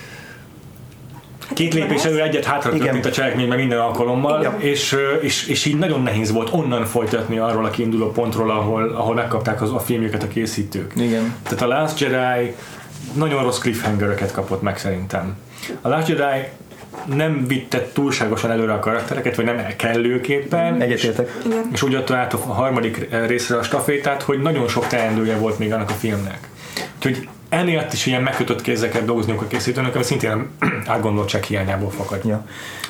2 lépés elő, egyet hátra történt a cselekmény meg minden alkalommal, és így nagyon nehéz volt onnan folytatni arról a kiinduló pontról, ahol megkapták a filmjüket a készítők. Igen. Tehát a Last Jedi nagyon rossz cliffhangereket kapott meg szerintem. A Last Jedi nem vitte túlságosan előre a karaktereket, vagy nem kellőképpen. Egyetértek. És úgy adta át a harmadik részre a stafétát, hogy nagyon sok teendője volt még annak a filmnek. Úgyhogy emiatt is ilyen megkötött kézzel dolgozniuk a készítőnök, ami szintén átgondoltság hiányából fakad. Ja.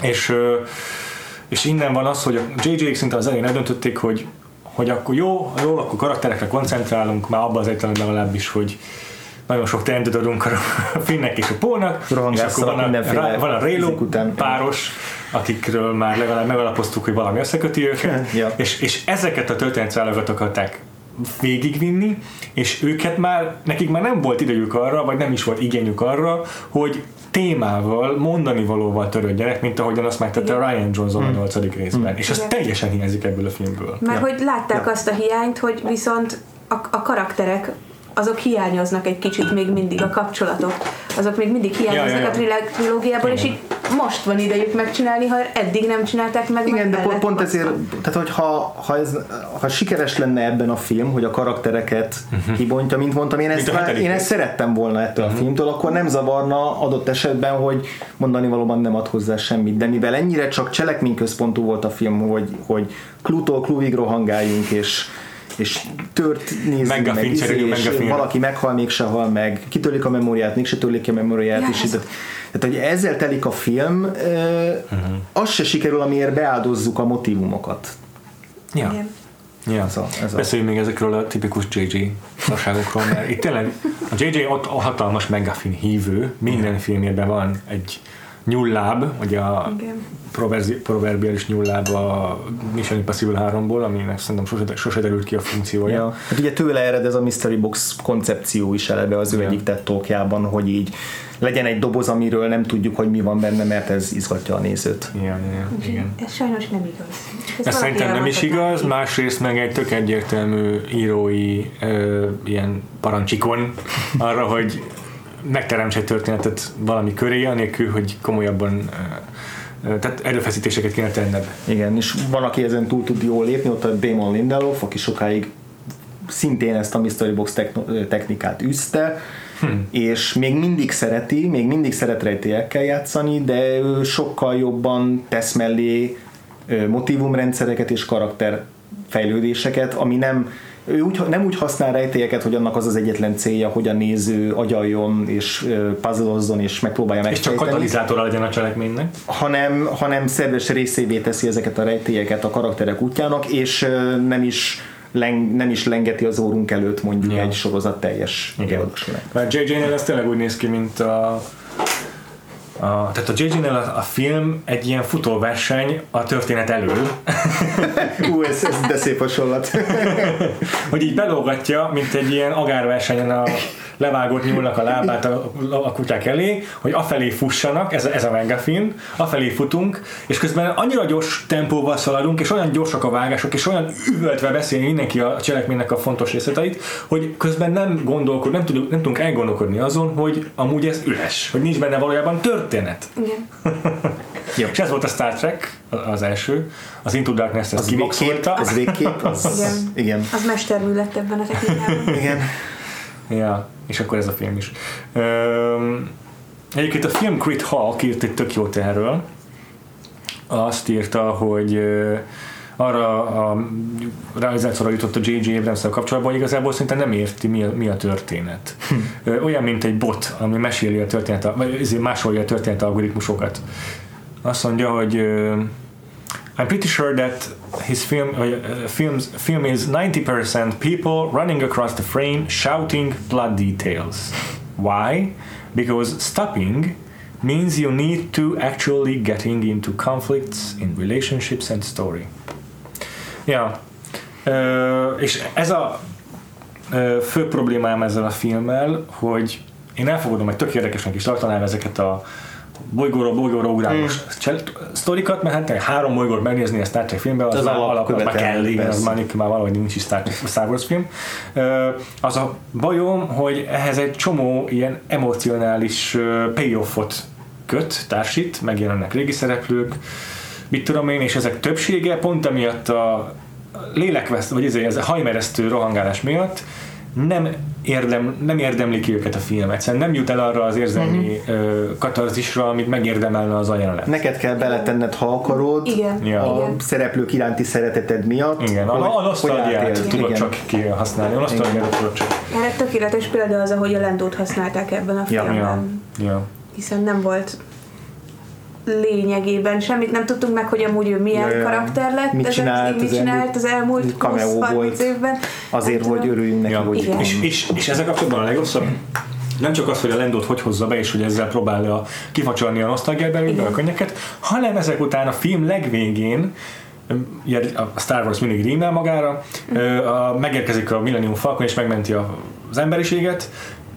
És innen van az, hogy a JJ-ek szinte az elején eldöntötték, hogy akkor jó, akkor karakterekre koncentrálunk, már abban az egyetlen legalábbis, hogy nagyon sok teendőt adunk a Finnnek és a Paulnak, és akkor van a Reylo páros, akikről már legalább megalapoztuk, hogy valami összeköti őket, és ezeket a történetszálakat akarták végigvinni, és nekik már nem volt idejük arra, vagy nem is volt igényük arra, hogy témával, mondani valóval törődjenek, mint ahogyan azt megtette a Rian Johnson a 8. részben. És az teljesen hiányzik ebből a filmből. Mert hogy látták azt a hiányt, hogy viszont a karakterek azok hiányoznak egy kicsit még mindig, a kapcsolatok, azok még mindig hiányoznak a trilógiából, és így most van idejük megcsinálni, ha eddig nem csinálták meg. Igen, de pont ezért, tehát hogy ha sikeres lenne ebben a film, hogy a karaktereket kibontja, mint mondtam, én ezt szerettem volna ettől a filmtől, akkor nem zavarna adott esetben, hogy mondani valóban nem ad hozzá semmit, de mivel ennyire csak cselekményközpontú volt a film, hogy klútól klúvig rohangáljunk, és tört nézzünk meg, és valaki meghal, mégse hal meg, kitölik a memóriát, mégse tölik a memóriát, és tehát, hogy ezzel telik a film, az se sikerül, amiért beáldozzuk a motívumokat. Ja. Beszéljünk még ezekről a tipikus JJ szarságokról, mert itt tényleg a JJ ott a hatalmas McGuffin hívő, minden filmjében van egy nyúlláb, ugye a proverbiális nyúlláb a Mission Impossible 3-ból, aminek szerintem sose derült ki a funkciója. Ja. Hát ugye tőle ered ez a Mystery Box koncepció is eleve az ő egyik TED Talkjában, hogy így legyen egy doboz, amiről nem tudjuk, hogy mi van benne, mert ez izgatja a nézőt. Igen. Ez sajnos nem igaz. Ez szerintem nem is igaz, másrészt meg egy tök egyértelmű írói ilyen parancsikon arra, hogy megteremts egy történetet valami köré, anélkül, hogy komolyabban tehát erőfeszítéseket kéne tenned. Igen, és van, aki ezen túl tud jól lépni, ott a Damon Lindelof, aki sokáig szintén ezt a Mystery Box technikát űzte, és még mindig szeret rejtélyekkel játszani, de ő sokkal jobban tesz mellé motívumrendszereket és karakterfejlődéseket, ami ő nem úgy használ rejtélyeket, hogy annak az az egyetlen célja, hogy a néző agyaljon és puzzleozzon és megpróbálja megfejteni. És csak katalizátora legyen a cselekménynek. Hanem szerves részévé teszi ezeket a rejtélyeket a karakterek útjának, és nem is lengeti az órunk előtt mondjuk egy sorozat teljes kiadásának. Mert JJ-nél ez tényleg úgy néz ki, mint tehát a JJ-nél a film egy ilyen futóverseny a történet elől. Ez de szép hasonlat. Hogy így belógatja, mint egy ilyen agárversenyen a levágott nyúlnak a lábát a kutyák elé, hogy afelé fussanak, ez a megafilm, afelé futunk, és közben annyira gyors tempóval szaladunk, és olyan gyorsak a vágások, és olyan üvöltve beszélni mindenki a cselekménynek a fontos részleteit, hogy közben nem tudunk elgondolkodni azon, hogy amúgy ez üres, hogy nincs benne valójában történet. Igen. És ez volt a Star Trek, az első. Az Into Darkness ezt kiboxolta. Az végkép, igen. Az mestermű lett ebben a technikában. Igen. Ja, és akkor ez a film is. Egyébként a film Crit Hawk írt egy tök jót erről. Azt írta, hogy arra a realizációra jutott a J.J. Abrams-szel kapcsolatban, hogy igazából szinte nem érti, mi a történet. Olyan, mint egy bot, ami meséli a történet, vagy másolja a történet algoritmusokat. Azt mondja, hogy I'm pretty sure that his film is 90% people running across the frame shouting plot details. Why? Because stopping means you need to actually getting into conflicts in relationships and story. Ja. És ez a fő problémám ezzel a filmmel, hogy én elfogadom, hogy tök érdekesnek is tartanám ezeket a bolygóra ugrálós sztorikat, mert hát 3 bolygót megnézni a Star Trek filmben, az alapvetően már kell, igen, az már valahogy nincs is Star Wars film. Az a bajom, hogy ehhez egy csomó ilyen emocionális payoffot köt, társít, megjelennek régi szereplők, mit tudom én, és ezek többsége pont emiatt a lélekveszt, vagy ez a hajmeresztő rohangálás miatt nem érdemli ki őket a film. Egyszerűen nem jut el arra az érzelmi katarzisra, amit megérdemelne az a jelenet. Neked kell beletenned, ha akarod, igen. A szereplők iránti szereteted miatt. Igen, a nosztalgiát tudod csak kihasználni. A nosztalgiát tudod csak. Erre tökéletes példa az, ahogy a Lendót használták ebben a filmben. Ja. Hiszen nem volt lényegében semmit, nem tudtunk meg, hogy amúgy ő milyen karakter lett, mit csinált az elmúlt 20-30 évben. Azért, hogy örüljünk neki, hogy és ezzel kapcsolatban a legrosszabb nem csak az, hogy a Lendót hogy hozza be, és hogy ezzel próbálja kifacsolni a nosztalgiát belőle, a könnyeket, hanem ezek után a film legvégén, a Star Wars mindig rímel magára, megérkezik a Millennium Falcon, és megmenti az emberiséget,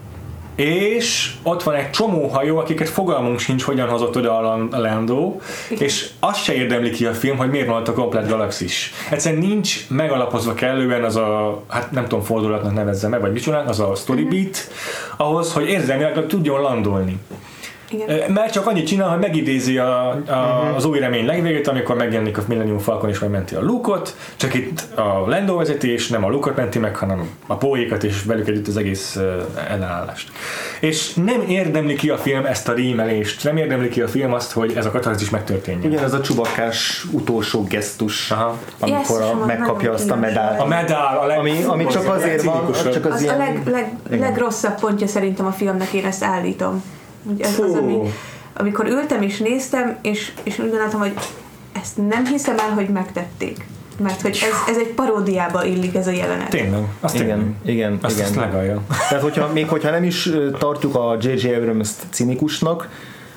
és ott van egy csomó hajó, akiket fogalmunk sincs, hogyan hozott oda a Lando, és azt se érdemli ki a film, hogy miért van ott a komplett galaxis. Egyszerűen nincs megalapozva kellően az a, hát nem tudom, fordulatnak nevezzem meg, vagy mit csinál, az a story beat, ahhoz, hogy érzelmileg tudjon landolni. Igen. Mert csak annyit csinál, hogy megidézi az új remény legvégét, amikor megjelenik a Millennium Falcon és megmenti a Luke-ot, csak itt a Lando vezetés nem a Luke-ot menti meg, hanem a Poe-ékat és velük együtt az egész ellenállást. És nem érdemli ki a film ezt a rímelést, nem érdemli ki a film azt, hogy ez a katarzis megtörténjen. Ugyanez a Chewbaccás utolsó gesztus, amikor megkapja azt a medált. A medál, ami csak azért van, csak az ilyen... legrosszabb pontja szerintem a filmnek, én ezt állítom. Az, amikor ültem és néztem, és úgy gondoltam, hogy ezt nem hiszem el, hogy megtették. Mert hogy ez egy paródiába illik ez a jelenet. Tényleg. Igen. Azt legalja. Tehát hogyha nem is tartjuk a J.J. Abrams-t cinikusnak,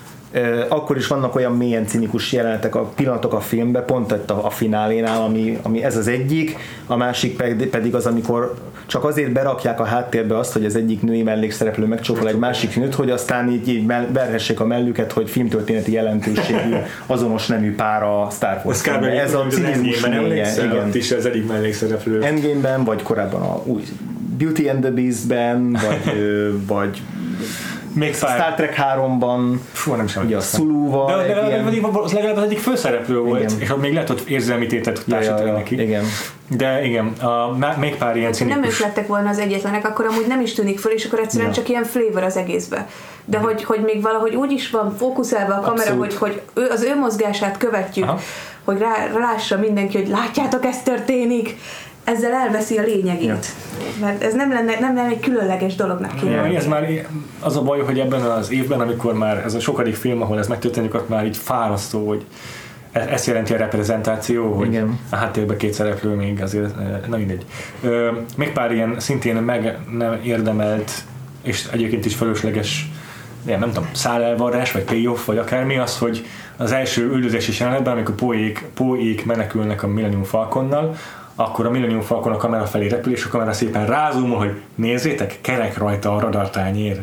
akkor is vannak olyan mélyen cinikus jelenetek, a pillanatok a filmben, pont itt a finálénál, ami ez az egyik, a másik pedig az, amikor csak azért berakják a háttérbe azt, hogy az egyik női mellékszereplő megcsókol egy másik nőt, hogy aztán így verhessék a mellüket, hogy filmtörténeti jelentőségű azonos nemű pár a Star Wars. Ez a cinizmus mélye. Igen. Is az egyik mellékszereplő. Endgame-ben, vagy korábban a új Beauty and the Beast-ben, vagy még Star Trek 3-ban, ugye a Suluval. De legalább az egyik főszereplő volt, és ott még lehet, hogy érzelmi tétet társítani neki. Igen. De igen, még pár ilyen cinikus. Nem ők lettek volna az egyetlenek, akkor amúgy nem is tűnik föl, és akkor egyszerűen csak ilyen flavor az egészbe. De hogy még valahogy úgy is van fókuszálva a kamera, hogy az ő mozgását követjük, hogy lássa mindenki, hogy látjátok, ez történik. Ezzel elveszi a lényegét. Mert ez nem lenne egy különleges dolognak kéne. Ez már az a baj, hogy ebben az évben, amikor már ez a sokadik film, ahol ez megtörténik, ott már így fárasztó, hogy ezt jelenti a reprezentáció, hogy igen. A háttérben két szereplő még azért, na mindegy. Még pár ilyen szintén meg nem érdemelt, és egyébként is fölösleges, nem tudom, szálelvarrás, vagy payoff, vagy akármi az, hogy az első üldözési jelenetben, amikor Poe-ék menekülnek a Millennium Falconnal, akkor a Millennium Falcon a kamera felé repül, és a kamera szépen rázumol, hogy nézzétek, kerek rajta a radartányér.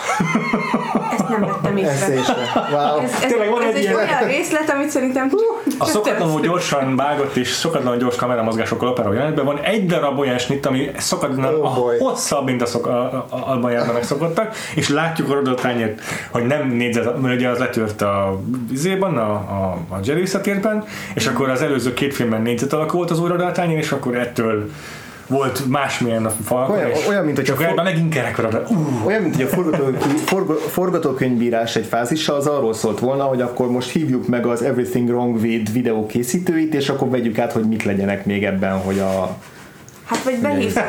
Ezt nem vettem észre. Wow. Ez egy olyan részlet, amit szerintem... A szokatlanul gyorsan vágott és szokatlanul gyors kameramozgásokkal operál jelenetben van egy darab olyan snit, ami szokatlanul hosszabb, mint abban járva megszokottak, és látjuk a radartányért, hogy nem négyzet, ugye az letört a Jerry visszatérben, és akkor az előző két filmben négyzet alakú volt az új radartányér, és akkor ettől volt másmilyen a Falcon, olyan, mint hogy megint kerekora. Olyan, mint hogy a forgatókönyvírás egy fázisa az arról szólt volna, hogy akkor most hívjuk meg az Everything Wrong With videó készítőit, és akkor vegyük át, hogy mit legyenek még ebben, hogy a... Hát vagy behívtak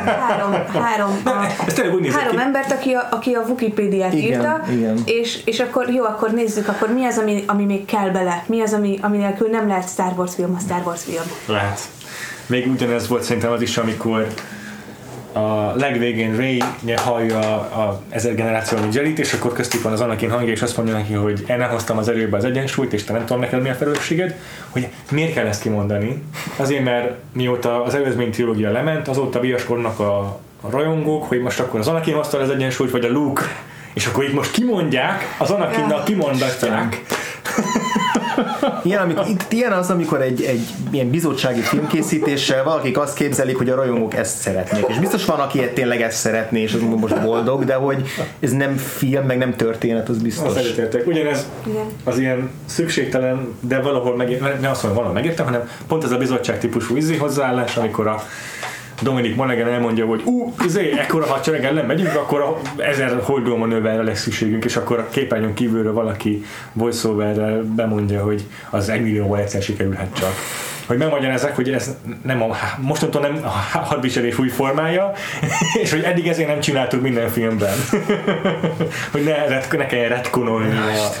három embert, aki a Wikipédiát írta, és akkor jó, akkor nézzük, akkor mi az, ami még kell bele, mi az, ami nélkül nem lehet Star Wars film, a Star Wars film. Lehet. Még ugyanez volt szerintem az is, amikor a legvégén Rey hallja a 1000 generációnyi Jedi-t, és akkor köztük van az Anakin hangja, és azt mondja neki, hogy én nem hoztam az erőbe az egyensúlyt, és te nem tudom neked mi a felelősséged, hogy miért kell ezt kimondani. Azért, mert mióta az előzmény trilógia lement, azóta viaskodnak a rajongók, hogy most akkor az Anakin hozta az egyensúlyt, vagy a Luke, és akkor itt most kimondják, az Anakinnal kimondatják. Ilyen az, amikor egy ilyen bizottsági filmkészítéssel valakik azt képzelik, hogy a rajongók ezt szeretnék. És biztos van, aki tényleg ezt szeretné, és az most boldog, de hogy ez nem film, meg nem történet, az biztos. Azt egyetértek. Ugyanez az ilyen szükségtelen, de valahol nem azt mondom, valahol megértem, hanem pont ez a bizottság típusú hozzáállás, amikor a Dominic Monaghan elmondja, hogy ekkora hadsereg ellen megyünk, akkor 1000 holdó manőverre lesz szükségünk, és akkor a képernyőn kívülről valaki voice-overrel bemondja, hogy az 1 millióval egyszer sikerülhet csak. Hogy megmagyarázzák, hogy ez nem mostantól nem a hadviselés új formája, és hogy eddig ezért nem csináltuk minden filmben. Hogy ne kelljen retkonolni.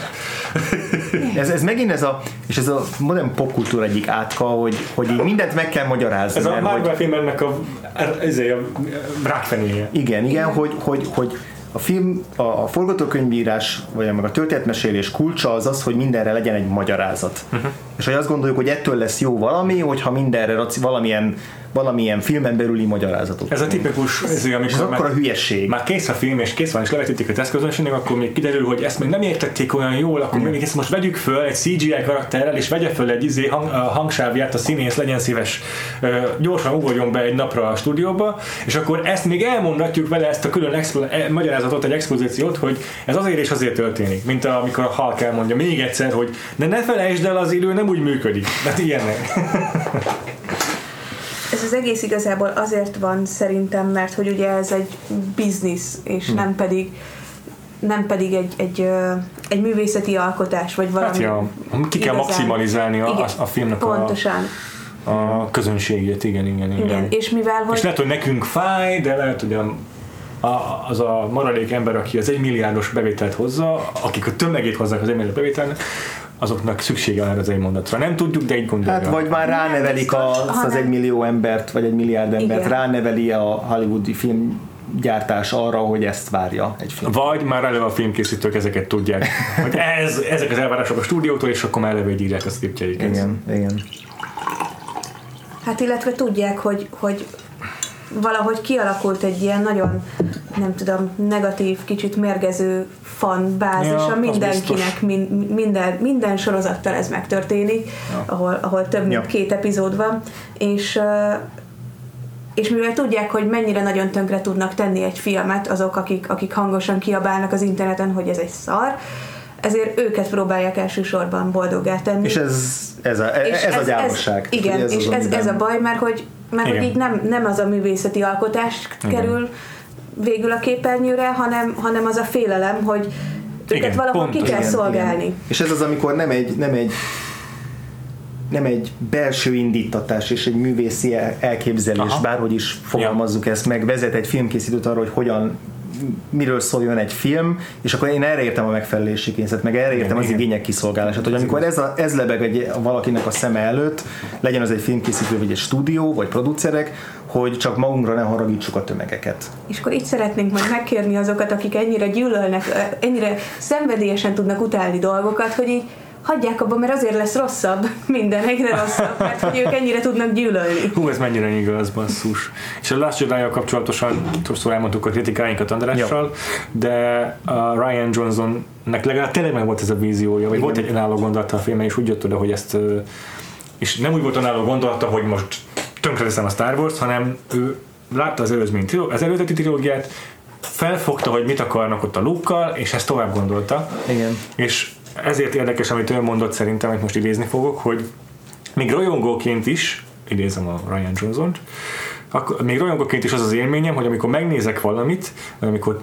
Ez megint ez a modern popkultúra egyik átka, hogy így mindent meg kell magyarázni. Ez a Marvel filmnek a rákfenéje. Igen, hogy a film, a forgatókönyvírás, vagy meg a történetmesélés kulcsa az, hogy mindenre legyen egy magyarázat. És hogy azt gondoljuk, hogy ettől lesz jó valami, hogyha mindenre valamilyen filmen belüli magyarázatot. Ez a tipikus, ez akkor a hülyesség. Már kész a film, és kész van, és levetítik a tesztközönségnek, akkor még kiderül, hogy ezt még nem értették olyan jól, akkor még ezt most vegyük föl egy CGI karakterrel, és vegye föl egy hangsávját a színész, legyen szíves, gyorsan ugorjon be egy napra a stúdióba, és akkor ezt még elmondatjuk vele, ezt a külön magyarázatot, egy expozíciót, hogy ez azért és azért történik, mint amikor a Hulk elmondja még egyszer, hogy de ne felejtsd el, az idő nem úgy működik. Hát ilyenek. Ez az egész igazából azért van szerintem, mert hogy ugye ez egy biznisz, és nem pedig egy művészeti alkotás, vagy valami. Hát ki kell maximalizálni a filmnek pontosan. A közönségét, igen. És mivel és lehet, hogy nekünk fáj, de lehet, hogy az a maradék ember, aki az 1 milliárdos bevételt hozza, akik a tömegét hozzák az 1 milliárdos bevételnek, azoknak szüksége van az egy mondatra. Nem tudjuk, de így gondolja. Hát vagy már ránevelik az 1 millió embert, vagy 1 milliárd embert, ráneveli a hollywoodi filmgyártás arra, hogy ezt várja egy film. Vagy már eleve a filmkészítők ezeket tudják, hogy ezek az elvárások a stúdiótól, és akkor már eleve írják a szkriptjeiket. Igen. Hát illetve tudják, hogy valahogy kialakult egy ilyen nagyon, nem tudom, negatív, kicsit mérgező fan bázisa mindenkinek, minden sorozattal ez megtörténik, ahol több mint 2 epizód van, és mivel tudják, hogy mennyire nagyon tönkre tudnak tenni egy filmet azok, akik hangosan kiabálnak az interneten, hogy ez egy szar, ezért őket próbálják elsősorban boldoggá tenni. És ez a gyávaság. Igen, és ez a baj, mert hogy így nem az a művészeti alkotás kerül végül a képernyőre, hanem az a félelem, hogy őket valahol ki kell szolgálni. Igen. És ez az, amikor nem egy belső indítatás és egy művészi elképzelés, bárhogy is fogalmazzuk ezt meg, vezet egy filmkészítőt arra, hogy miről szóljon egy film, és akkor én erre értem a megfelelési kényszert, meg erre értem az igények kiszolgálását, hogy amikor ez lebeg valakinek a szeme előtt, legyen az egy filmkészítő, vagy egy stúdió, vagy producerek, hogy csak magunkra ne haragítsuk a tömegeket. És akkor itt szeretnénk majd megkérni azokat, akik ennyire gyűlölnek, ennyire szenvedélyesen tudnak utálni dolgokat, hogy így hagyják abba, mert azért lesz rosszabb, minden egyre rosszabb, mert hogy ők ennyire tudnak gyűlölni. Ez mennyire igaz, basszus. És a Last Jedi-jal kapcsolatosan szól elmondtuk a kritikáinkat Andrással, de a Rian Johnsonnek legalább tényleg meg volt ez a víziója, vagy volt egy önálló gondolata a filmen, és úgy jött oda, hogy ezt, és nem úgy volt önálló gondolata, hogy most tönkreteszem a Star Wars, hanem ő látta az előzeti trilógiát, felfogta, hogy mit akarnak ott a Luke-kal, és ezt tovább gondolta. Igen. És ezért érdekes, amit ő mondott szerintem, amit most idézni fogok, hogy még rajongóként is, idézem a Rian Johnsont, akkor még rajongóként is az az élményem, hogy amikor megnézek valamit, vagy amikor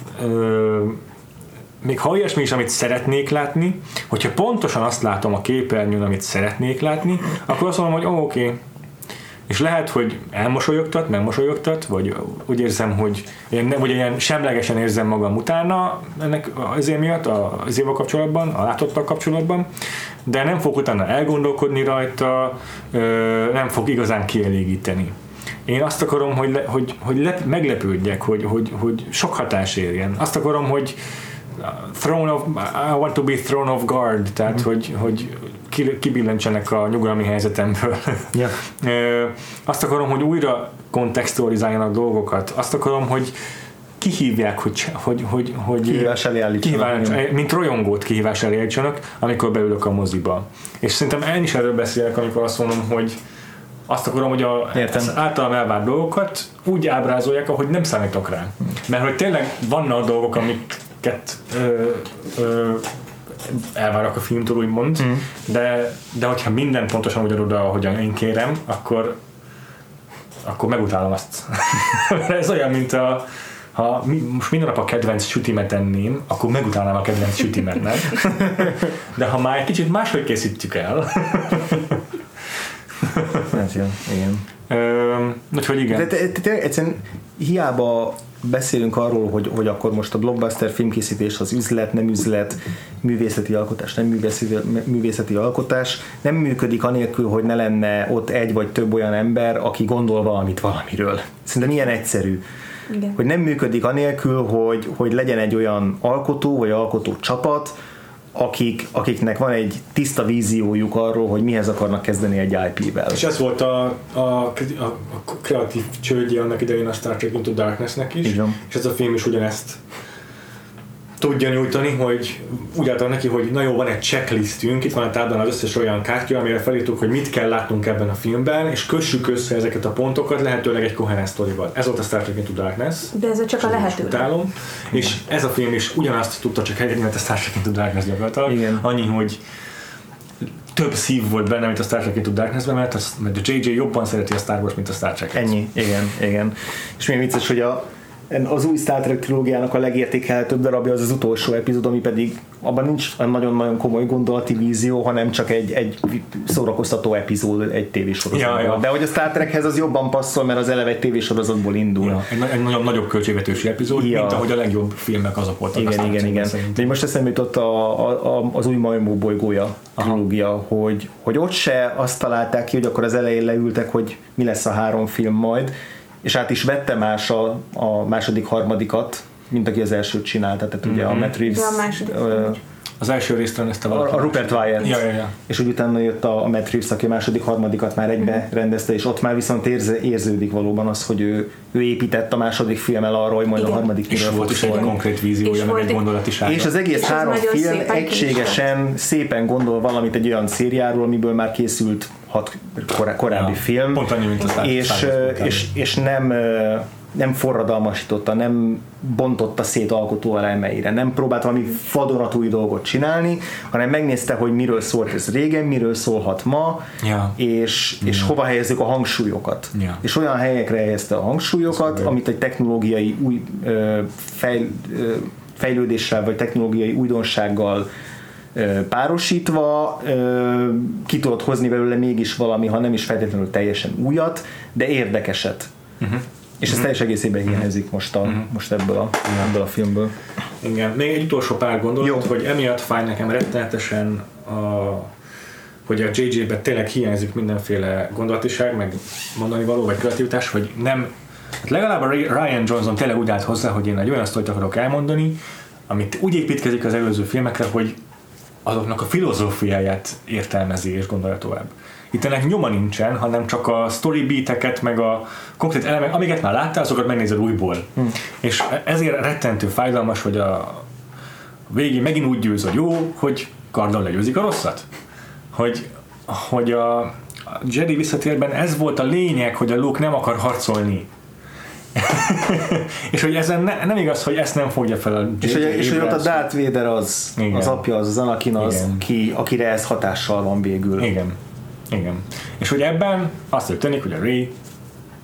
még ha olyasmi is, amit szeretnék látni, hogyha pontosan azt látom a képernyőn, amit szeretnék látni, akkor azt mondom, hogy oké. És lehet, hogy elmosolyogtat, megmosolyogtat, vagy úgy érzem, hogy ilyen semlegesen érzem magam utána ennek azért miatt, az évvel kapcsolatban, a látottak kapcsolatban, de nem fog utána elgondolkodni rajta, nem fog igazán kielégíteni. Én azt akarom, hogy meglepődjek, hogy sok hatás érjen. Azt akarom, hogy I want to be thrown off guard, tehát hogy kibillentsenek a nyugalmi helyzetemből. Yeah. Azt akarom, hogy újra kontextualizáljanak dolgokat. Azt akarom, hogy kihívják, hogy kihívás elé állítsanak. Mint rajongót kihívás elé állítsanak, amikor beülök a moziba. És szerintem én is erről beszélek, amikor azt mondom, hogy azt akarom, hogy az általam elvárt dolgokat úgy ábrázolják, ahogy nem számítok rá. Mert hogy tényleg vannak dolgok, amiket elvárok a filmtől, úgymond, de hogyha minden pontosan úgy adod, ahogyan én kérem, akkor megutálom azt. Ez olyan, mint ha most minden nap a kedvenc sütimet enném, akkor megutálnám a kedvenc sütimetnek. De ha már egy kicsit máshogy készítjük el. Hát igen. Úgyhogy igen. De egyszerűen hiába beszélünk arról, hogy akkor most a blockbuster filmkészítés az üzlet, nem üzlet, művészeti alkotás, nem művészeti alkotás, nem működik anélkül, hogy ne lenne ott egy vagy több olyan ember, aki gondol valamit valamiről. Szerintem ilyen egyszerű. Igen. Hogy nem működik anélkül, hogy legyen egy olyan alkotó vagy alkotó csapat, akiknek van egy tiszta víziójuk arról, hogy mihez akarnak kezdeni egy IP-vel. És ez volt a kreatív csődje annak idején a Star Trek Into Darkness-nek is, és ez a film is ugyanezt tudja nyújtani, hogy úgy álltam neki, hogy na jó, van egy checklistünk, itt van a táblán az összes olyan kártya, amire felírtuk, hogy mit kell látnunk ebben a filmben, és kössük össze ezeket a pontokat, lehetőleg egy koherens sztorival. Ez volt a Star Trek Into Darkness. De ez csak a lehető. Utálom. És ez a film is ugyanazt tudta csak elérni, mint a Star Trek Into Darkness gyakorlatilag. Igen. Annyi, hogy több szív volt benne, mint a Star Trek Into Darkness-ben, mert a JJ jobban szereti a Star Wars, mint a Star Trek-et. Ennyi, igen. És milyen vicces, hogy az új Star Trek trilógiának a legértékelhetőbb darabja az utolsó epizód, ami pedig abban nincs nagyon-nagyon komoly gondolati vízió, hanem csak egy szórakoztató epizód egy tévésorozatból. Ja. De hogy a Star Trekhez az jobban passzol, mert az eleve egy tévésorozatból indul. Ja. Egy nagyon nagyobb költségvetősi epizód, mint ahogy a legjobb filmek azok voltak. Igen. De most eszembe jutott az új Majmó bolygója trilógia, hogy ott se azt találták ki, hogy akkor az elején leültek, hogy mi lesz a 3 film majd, és át is vette más a második, harmadikat, mint aki az elsőt csinálta, tehát ugye a Matt Reeves, az első részt rendezte a Rupert Wyatt, ja. És úgy utána jött a Matt Reeves, aki a második, harmadikat már egybe rendezte, és ott már viszont érződik valóban az, hogy ő épített a második filmmel arra, hogy majd a harmadik filmmel fog szólni. És egy konkrét víziója, meg egy gondolatisága. És az egész 3 film egységesen szépen gondol valamit egy olyan szériáról, amiből már készült 6 korábbi film. Pont annyi, mint a és nem forradalmasította, nem bontotta szét alkotó elemeire, nem próbált valami vadonatúj dolgot csinálni, hanem megnézte, hogy miről szólt ez régen, miről szólhat ma, és hova helyezzük a hangsúlyokat. Ja. És olyan helyekre helyezte a hangsúlyokat, amit egy technológiai új fejlődéssel, vagy technológiai újdonsággal párosítva ki tudod hozni belőle mégis valami, ha nem is feltétlenül teljesen újat, de érdekeset. És ez teljes egészében hiányzik most ebből a filmből. Igen, még egy utolsó pár gondolat, hogy emiatt fáj nekem rettenetesen, hogy a JJ-ben tényleg hiányzik mindenféle gondolatiság, meg mondani való, vagy kreativitás, hogy nem, hát legalább a Ryan Johnson tényleg úgy állt hozzá, hogy én egy olyan sztorit akarok elmondani, amit úgy építkezik az előző filmekre, hogy azoknak a filozófiáját értelmezi és gondolja tovább. Itt ennek nyoma nincsen, hanem csak a story beateket, meg a konkrét elemek, amiket már láttál, azokat megnézed újból. És ezért rettentő fájdalmas, hogy a végén megint úgy győz a jó, hogy karddal legyőzik a rosszat. Hogy a Jedi visszatérben ez volt a lényeg, hogy a Luke nem akar harcolni. És hogy ezen nem igaz, hogy ezt nem fogja fel a és hogy ott a Darth Vader az apja, az Anakin az, akire ez hatással van végül. Igen. És hogy ebben azt történik, hogy a Rey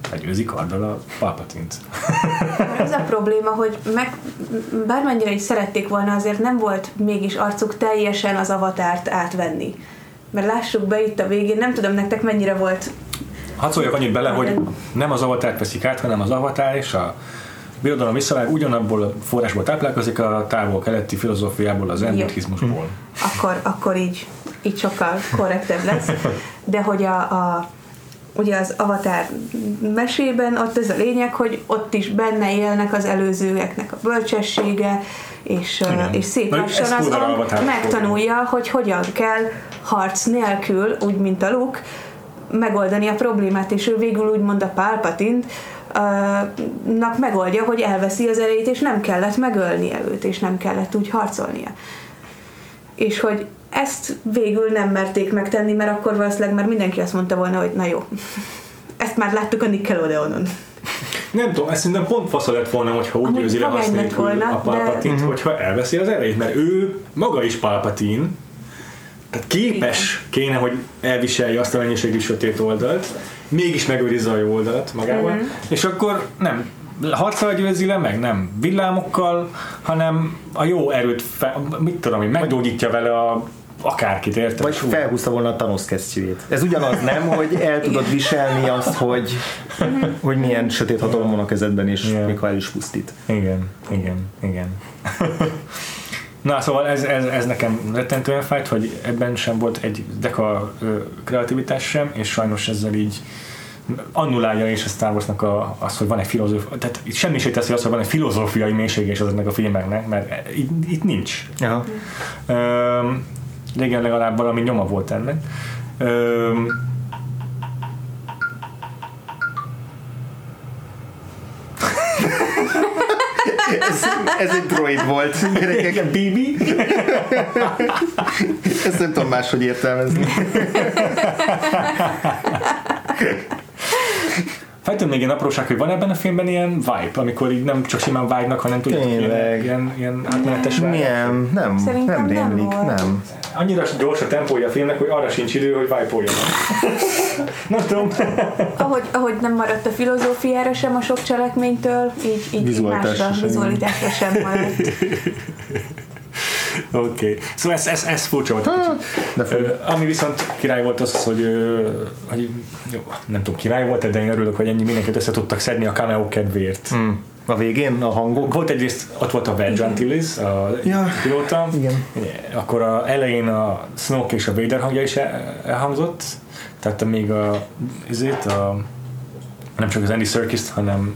legyőzi karddal a Palpatine-t. Az a probléma, hogy bármennyire is szerették volna, azért nem volt mégis arcuk teljesen az avatárt átvenni. Mert lássuk be itt a végén, nem tudom nektek mennyire volt. Hadd szóljak annyit bele, hogy nem az avatárt veszik át, hanem az avatár és a birodalom visszavág ugyanabból a forrásból táplálkozik, a távol-keleti filozófiából, az zen-buddhizmusból. Akkor így sokkal korrektebb lesz. De hogy ugye az Avatar mesében ott ez a lényeg, hogy ott is benne élnek az előzőeknek a bölcsessége, és szép lassan az megtanulja, hogy hogyan kell harc nélkül, úgy mint a Luke, megoldani a problémát, és ő végül úgymond a Palpatine-nak megoldja, hogy elveszi az erejét, és nem kellett megölnie őt, és nem kellett úgy harcolnia. És hogy ezt végül nem merték megtenni, mert akkor valószínűleg már mindenki azt mondta volna, hogy na jó, ezt már láttuk a Nickelodeonon. Nem tudom, ezt szerintem pont fasza lett volna, hogyha úgy győzi le azt nélkül a Palpatine-t, hogyha elveszi az erejét, mert ő maga is Palpatine, tehát képes kéne, hogy elviselje azt a mennyiségű sötét oldalt, mégis megőrizze a jó oldalt magával, és akkor nem harccal győzi le, meg nem villámokkal, hanem a jó erőt, mit tudom, hogy meggyógyítja vele akárkit, érted? Vagy felhúzta volna a Thanos kesztyűjét. Ez ugyanaz, nem, hogy el tudod viselni azt, hogy milyen sötét hatalom van a kezedben, és még ha el is pusztít. Igen. Na, szóval ez nekem rettentően fájt, hogy ebben sem volt egy deka kreativitás sem, és sajnos ezzel így annulálja is a Star Warsnak az, hogy van egy filozófia, tehát itt semmi sem teszi azt, hogy van egy filozófiai mélysége is azoknak a filmeknek, mert itt nincs. Aha. Régen legalább valami nyoma volt ennek. Ez egy droid volt. Igen, Bibi. Ezt nem tudom máshogy értelmezni. Fejtünk még ilyen apróság, hogy van ebben a filmben ilyen vibe, amikor így nem csak simán vágynak, hanem tudjuk, ilyen átmenetes vibe. Nem rémlik, nem. Annyira gyors a tempója a filmnek, hogy arra sincs idő, hogy vibe-oljanak. Nem tudom. Ahogy nem maradt a filozófiára sem a sok cselekménytől, így másra, vizualitásra sem maradt. Oké. Szóval ez furcsa volt. Ami viszont király volt az, hogy jó, nem tudom, király volt, de én örülök, hogy ennyi mindenkit össze tudtak szedni a cameo kedvéért. A végén a hangok. Volt egyrészt, ott volt a Wedge Antilles, a pilóta. Igen. Akkor a elején a Snoke és a Vader hangja is elhangzott. Tehát még nem csak az Andy Serkis-t, hanem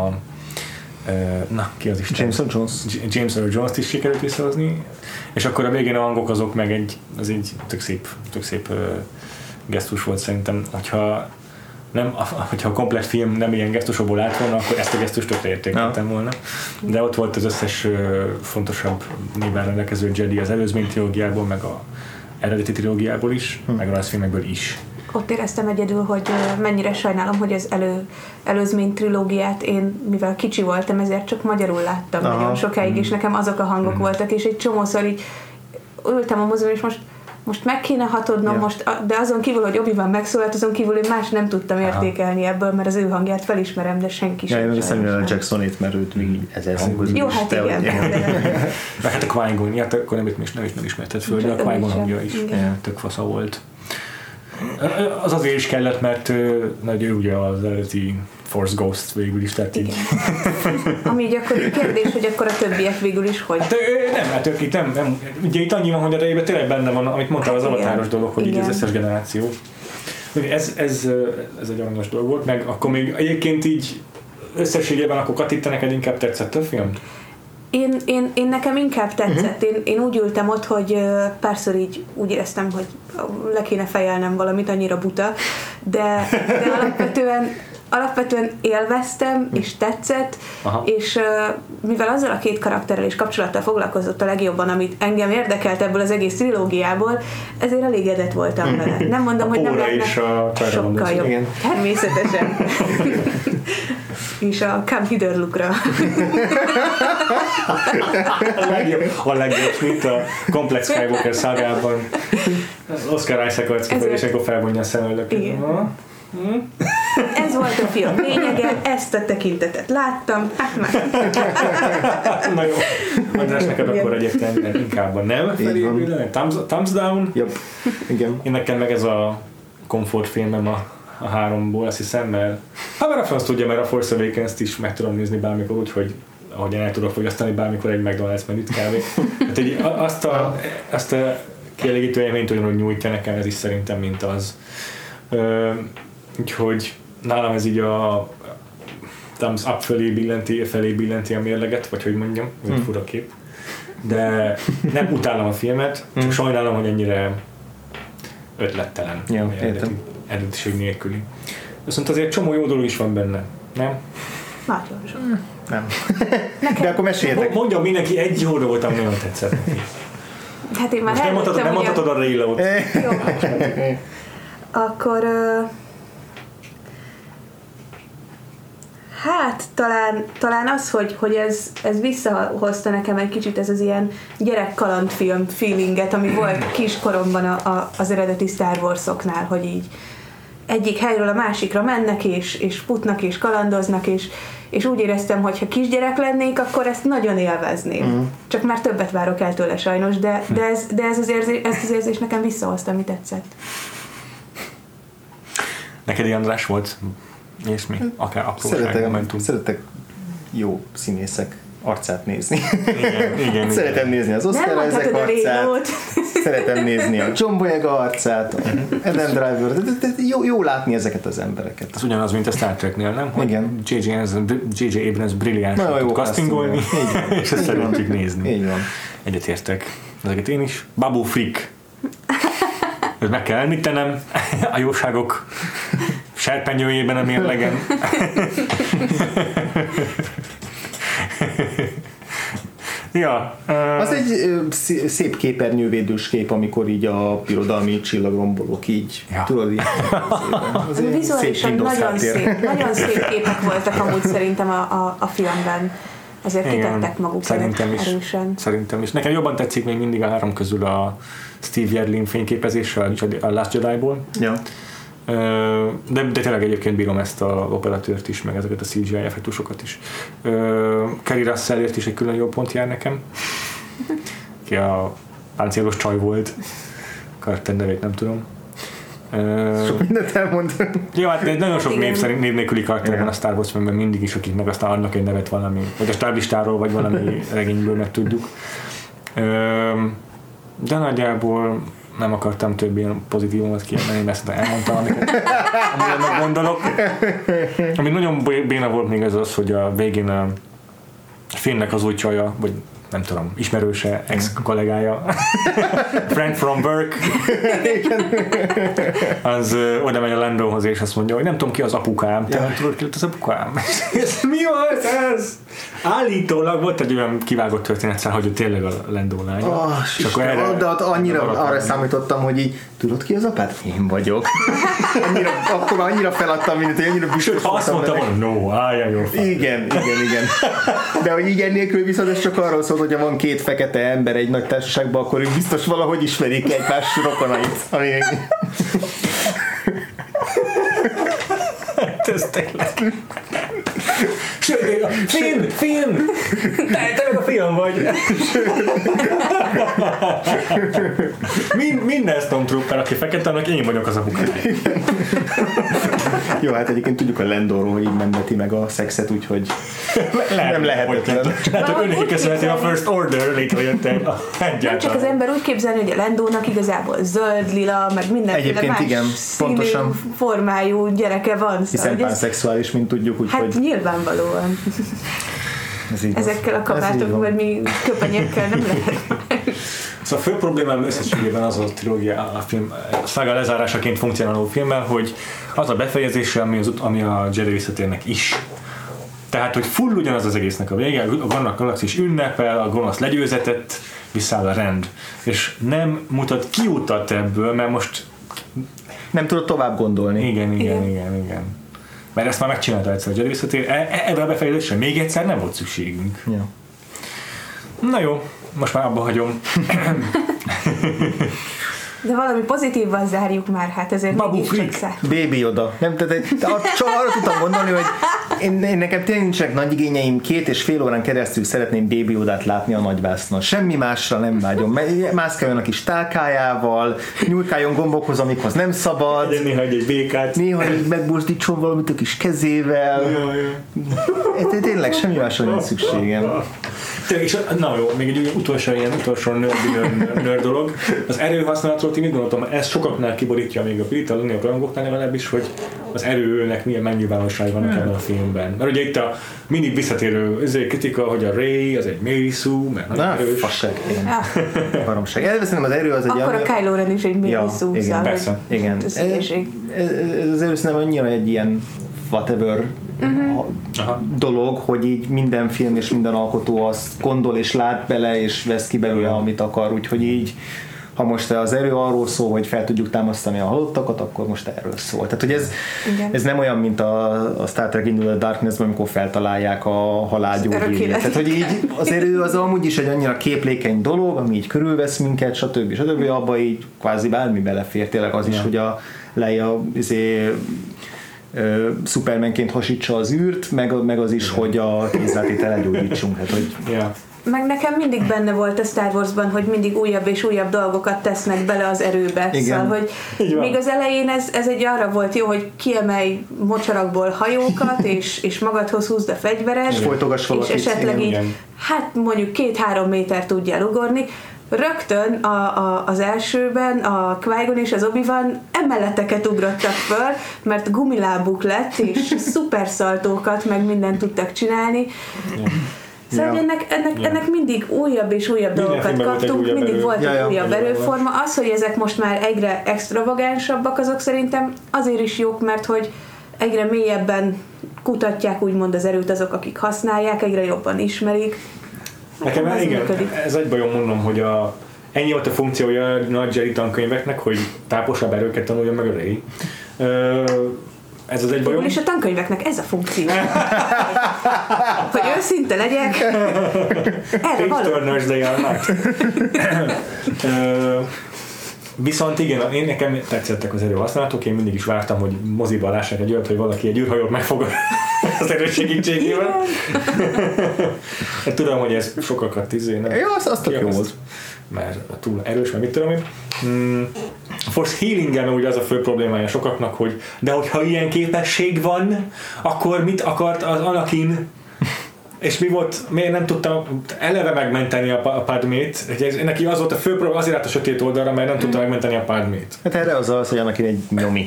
ki az Isten? James Earl Jones-t is sikerült visszahozni, és akkor a végén a hangok azok meg az egy tök szép gesztus volt szerintem, hogyha a komplet film nem ilyen gesztusokból állt volna, akkor ezt a gesztust tökre értékeltem volna. De ott volt az összes fontosabb néven rendelkező Jedi az előzmény trilógiából, meg a eredeti trilógiából is, meg a rajzfilmekből is. Ott éreztem egyedül, hogy mennyire sajnálom, hogy az előzmény trilógiát én, mivel kicsi voltam, ezért csak magyarul láttam nagyon sokáig, és nekem azok a hangok voltak, és egy csomószor így ültem a moziban, és most meg kéne hatodnom, de azon kívül, hogy Obi-Wan megszólalt, azon kívül én más nem tudtam értékelni ebből, mert az ő hangját felismerem, de senki sem. Ja, én Samuel Jacksonét, mert őt még ezer hangozni. Jó, hát igen. Meg hát a Qui-Gon, akkor nem ismerted föl, de a Qui-Gon hangja is tök fasza volt. Az azért is kellett, mert ő ugye az eredeti Force Ghost végül is, tehát így. Ami így akkor kérdés, hogy akkor a többiek végül is hogy? Hát ők itt nem. Ugye itt annyi van, hogy a rejében tényleg benne van, amit mondtál, az avatáros dolog, hogy így az összes generáció. Ez egy aranyos dolog volt, meg akkor még egyébként így összességében akkor Kati, te neked inkább tetszett a film? Én nekem inkább tetszett. Én úgy ültem ott, hogy párszor így úgy éreztem, hogy le kéne fejelnem valamit, annyira buta, de alapvetően élveztem, és tetszett, és mivel azzal a két karakterrel és kapcsolattal foglalkozott a legjobban, amit engem érdekelt ebből az egész trilógiából, ezért elégedett voltam vele. Nem mondom, hogy nem lehetne sokkal jobb. Igen. Természetesen. És a Come Hither Luke-ra. A legjobb, mint a komplex Skywalker szágában. Oscar Isaac arckifejezés, akkor felvonja a szemöldöket. Ez volt a film lényege, ezt a tekintetet láttam, hát már. Na jó, András, neked akkor egyébként inkább a nem felépülő, thumbs down. Yep. Igen. Én nekem meg ez a komfortfilmem a háromból, azt hiszem, mert a franc tudja, mert a Force Awakens-t is meg tudom nézni bármikor, úgyhogy ahogyan el tudok fogyasztani bármikor egy McDonald's menüt kávé. Hát, így azt a kielégítő élményt ugyanúgy nyújtja nekem, ez is szerintem, mint az. Úgyhogy nálam ez így a thumbs up felé billenti a mérleget, vagy hogy mondjam, ez fura kép. De nem utálom a filmet, csak sajnálom, hogy ennyire ötlettelen. Ja, eredetiség nélküli. Viszont azért csomó jó dolog is van benne, nem? Nagyon sok. Nem. De akkor meséljetek. Mondjam mindenki egy jó dolgot, ami nagyon tetszett neki. Hát én már nem mondhatod a Raylo-t. Jó. Akkor hát talán az, hogy ez visszahozta nekem egy kicsit ez az ilyen gyerekkalandfilm feelinget, ami volt kiskoromban az eredeti Star Wars-oknál, hogy így egyik helyről a másikra mennek, és futnak, és kalandoznak, és úgy éreztem, hogy ha kisgyerek lennék, akkor ezt nagyon élvezném. Csak már többet várok el tőle sajnos, de ezt az érzést nekem visszahozta, ami tetszett. Neked András volt ilyesmi? Akár apróság momentum? Szeretek jó színészek arcát nézni. Igen. Szeretem nézni az Oscar Isaac arcát. Szeretem nézni a John Boyega arcát, Adam Driver. Jó látni ezeket az embereket. Ez ugyanaz, mint a Star Treknél, nem? Igen. J.J. Abrams brilliánsan tud castingolni, és ezt szeretjük nézni. Így van. Egyetértek. Ezeket én is. Babu Frick. Ez meg kell említenem. A jóságok serpenyőjében a mérlegen. Ja. Az egy szép képernyővédős kép, amikor így a birodalmi csillagrombolók így, tudod így. Vizuálisan nagyon szép képek voltak amúgy szerintem a filmben. Azért kitettek magukat erősen. Szerintem is. Nekem jobban tetszik még mindig a három közül a Steve Yerlin fényképezése a Last Jedi-ból. Ja. De tényleg egyébként bírom ezt a operatőrt is, meg ezeket a CGI effektusokat is. Kerry Russellért is egy külön jó pont jár nekem, ki a páncélos csaj volt, karakter nevét nem tudom. Sok mindent elmondtam. Jó, hát nagyon sok név nélküli karakter van a Star Wars filmben mindig is, akiknek aztán adnak egy nevet valami, vagy a stáblistáról, vagy valami regényből meg tudjuk. De nagyjából nem akartam több ilyen pozitívumot kiemelni, mert elmondtam, amiket gondolok. Ami nagyon béna volt még az, hogy a végén a filmnek az új csaja, vagy nem tudom, ismerőse, ex-kollégája, friend from work, az oda megy a Landohoz, és azt mondja, hogy nem tudom ki az apukám. Te tudod ki az apukám? Mi volt ez? Állítólag volt egy olyan kivágott történet, hogy ő tényleg a Lando lánya. És akkor de arra számítottam, hogy így, tudod ki az apád? Én vagyok. Akkor már annyira feladtam mindent, hogy annyira büszke voltam. Azt mondtam, hogy no, állja jó. Igen. De hogy így ennélkül viszont ez csak arról szól, hogyha van két fekete ember egy nagy társaságban, akkor ők biztos valahogy ismerik egymás rokonait. Ez tényleg. Film! Te meg a film vagy! Minden Stormtrooper, aki fekete, annak én vagyok az apukája. Jó, hát egyébként tudjuk a Landorról, hogy így nem veti meg a szexet, úgyhogy nem lehetetlen. Hát hogy neki köszönheti a First Order létrejött egyáltalán. Nem csak az ember úgy képzelni, hogy a Landónak igazából zöld, lila, meg mindenféle más színű, formájú gyereke van. Hiszen panszexuális, mint tudjuk, úgyhogy... Hát nyilvánvalóan. Ezekkel a kabátok, vagy mi köpenyekkel nem lehet. Szóval a fő problémám összességében az a trilógia, a film, a szága lezárásaként funkcionáló filmmel, hogy az a befejezése, ami a Jedi visszatérnek is. Tehát, hogy full ugyanaz az egésznek a vége, a galaxis ünnepel, a gonosz legyőzetett, visszáll a rend. És nem mutat kiutat ebből, mert most... Nem tudod tovább gondolni. Igen. Mert ezt már megcsinálta egyszer a Jedi visszatér. Ebben a befejezésre még egyszer nem volt szükségünk. Ja. Na jó, most már abba hagyom. De valami pozitívval zárjuk már, hát ezért mégiscsak szár. Baby Yoda. Nem, csak arra tudtam gondolni, hogy én nekem tényleg nincsenek nagy igényeim, 2,5 órán keresztül szeretném Baby Yodát látni a nagyvásznon. Semmi másra nem vágyom. Mászkáljon a kis tálkájával, nyújkáljon gombokhoz, amikhoz nem szabad. Néha egy békát. Néha így megbuzdítson valamit a kis kezével. Tényleg semmi másra nincs szükségem. És, na jó, még egy utolsó nerd dolog. Az erőhasználatról ti mit gondoltam, ez sokaknál kiborítja még a brit, a rajongóknál legalábbis, hogy az erőnek milyen megnyilvánulásai vannak ebben a filmben. Mert ugye itt a mindig visszatérő kritika, hogy a Rey az egy Mary Sue, mert nagyon erős. Fasság, igen. Baromság. Elveszem, az erő az egy... Akkor a Kylo Ren is egy Mary Sue. Igen, persze. Igen. Ez erő szerintem annyira egy ilyen whatever dolog, hogy így minden film és minden alkotó azt gondol és lát bele és vesz ki belőle, amit akar, úgyhogy így ha most az erő arról szól, hogy fel tudjuk támasztani a halottakat, akkor most erről szól. Tehát, hogy ez nem olyan, mint a Star Trek Into the Darkness-ben, amikor feltalálják a halálgyógyírt. Tehát, hogy így az erő az amúgy is egy annyira képlékeny dolog, ami így körülvesz minket, stb. Abba így kvázi bármi belefér. Tényleg az is, hogy a Leia Supermanként hasítsa az űrt, meg az is, hogy a kézlátétel gyógyítsunk. Hát, hogy meg nekem mindig benne volt a Star Warsban, hogy mindig újabb és újabb dolgokat tesznek bele az erőbe. Igen. Szóval, hogy még az elején ez egy arra volt jó, hogy kiemelj mocsarakból hajókat, és magadhoz húzd a fegyvered, és esetleg így, hát mondjuk 2-3 méter tudjál ugorni. Rögtön az elsőben a Qui-Gon és az Obi-Wan emeleteket ugrottak föl, mert gumilábuk lett, és szuperszaltókat, meg mindent tudtak csinálni. Szóval ennek mindig újabb és újabb dolgokat kaptunk, mindig volt egy újabb erőforma. Az, hogy ezek most már egyre extravagánsabbak, azok szerintem azért is jók, mert hogy egyre mélyebben kutatják úgymond az erőt azok, akik használják, egyre jobban ismerik. Nekem igen, ez egy bajom mondom, hogy ennyi volt a funkciója a nagy Jedi tankönyveknek, hogy táposabb erőket tanuljon meg a Rey. Ez az egy bajom. És a tankönyveknek ez a funkció. Hogy őszinte legyek. Erre való. Turners they are not. Viszont igen, nekem tetszettek az erőhasználatok, én mindig is vártam, hogy moziban lássák egy olyat, hogy valaki egy űrhajót megfogad az erő segítségével. Tudom, hogy ez sokakat nem. Jó, az tök jó volt. Mert túl erős, mert mit tudom én. A Force Healing-en ugye az a fő problémája sokaknak, hogy de hogyha ilyen képesség van, akkor mit akart az Anakin? És mi volt, miért nem tudtam eleve megmenteni a Padmét? Neki az volt a fő probléma, azért állt a sötét oldalra, mert nem tudta megmenteni a Padmét. Hát erre az, hogy annak egy nyomi.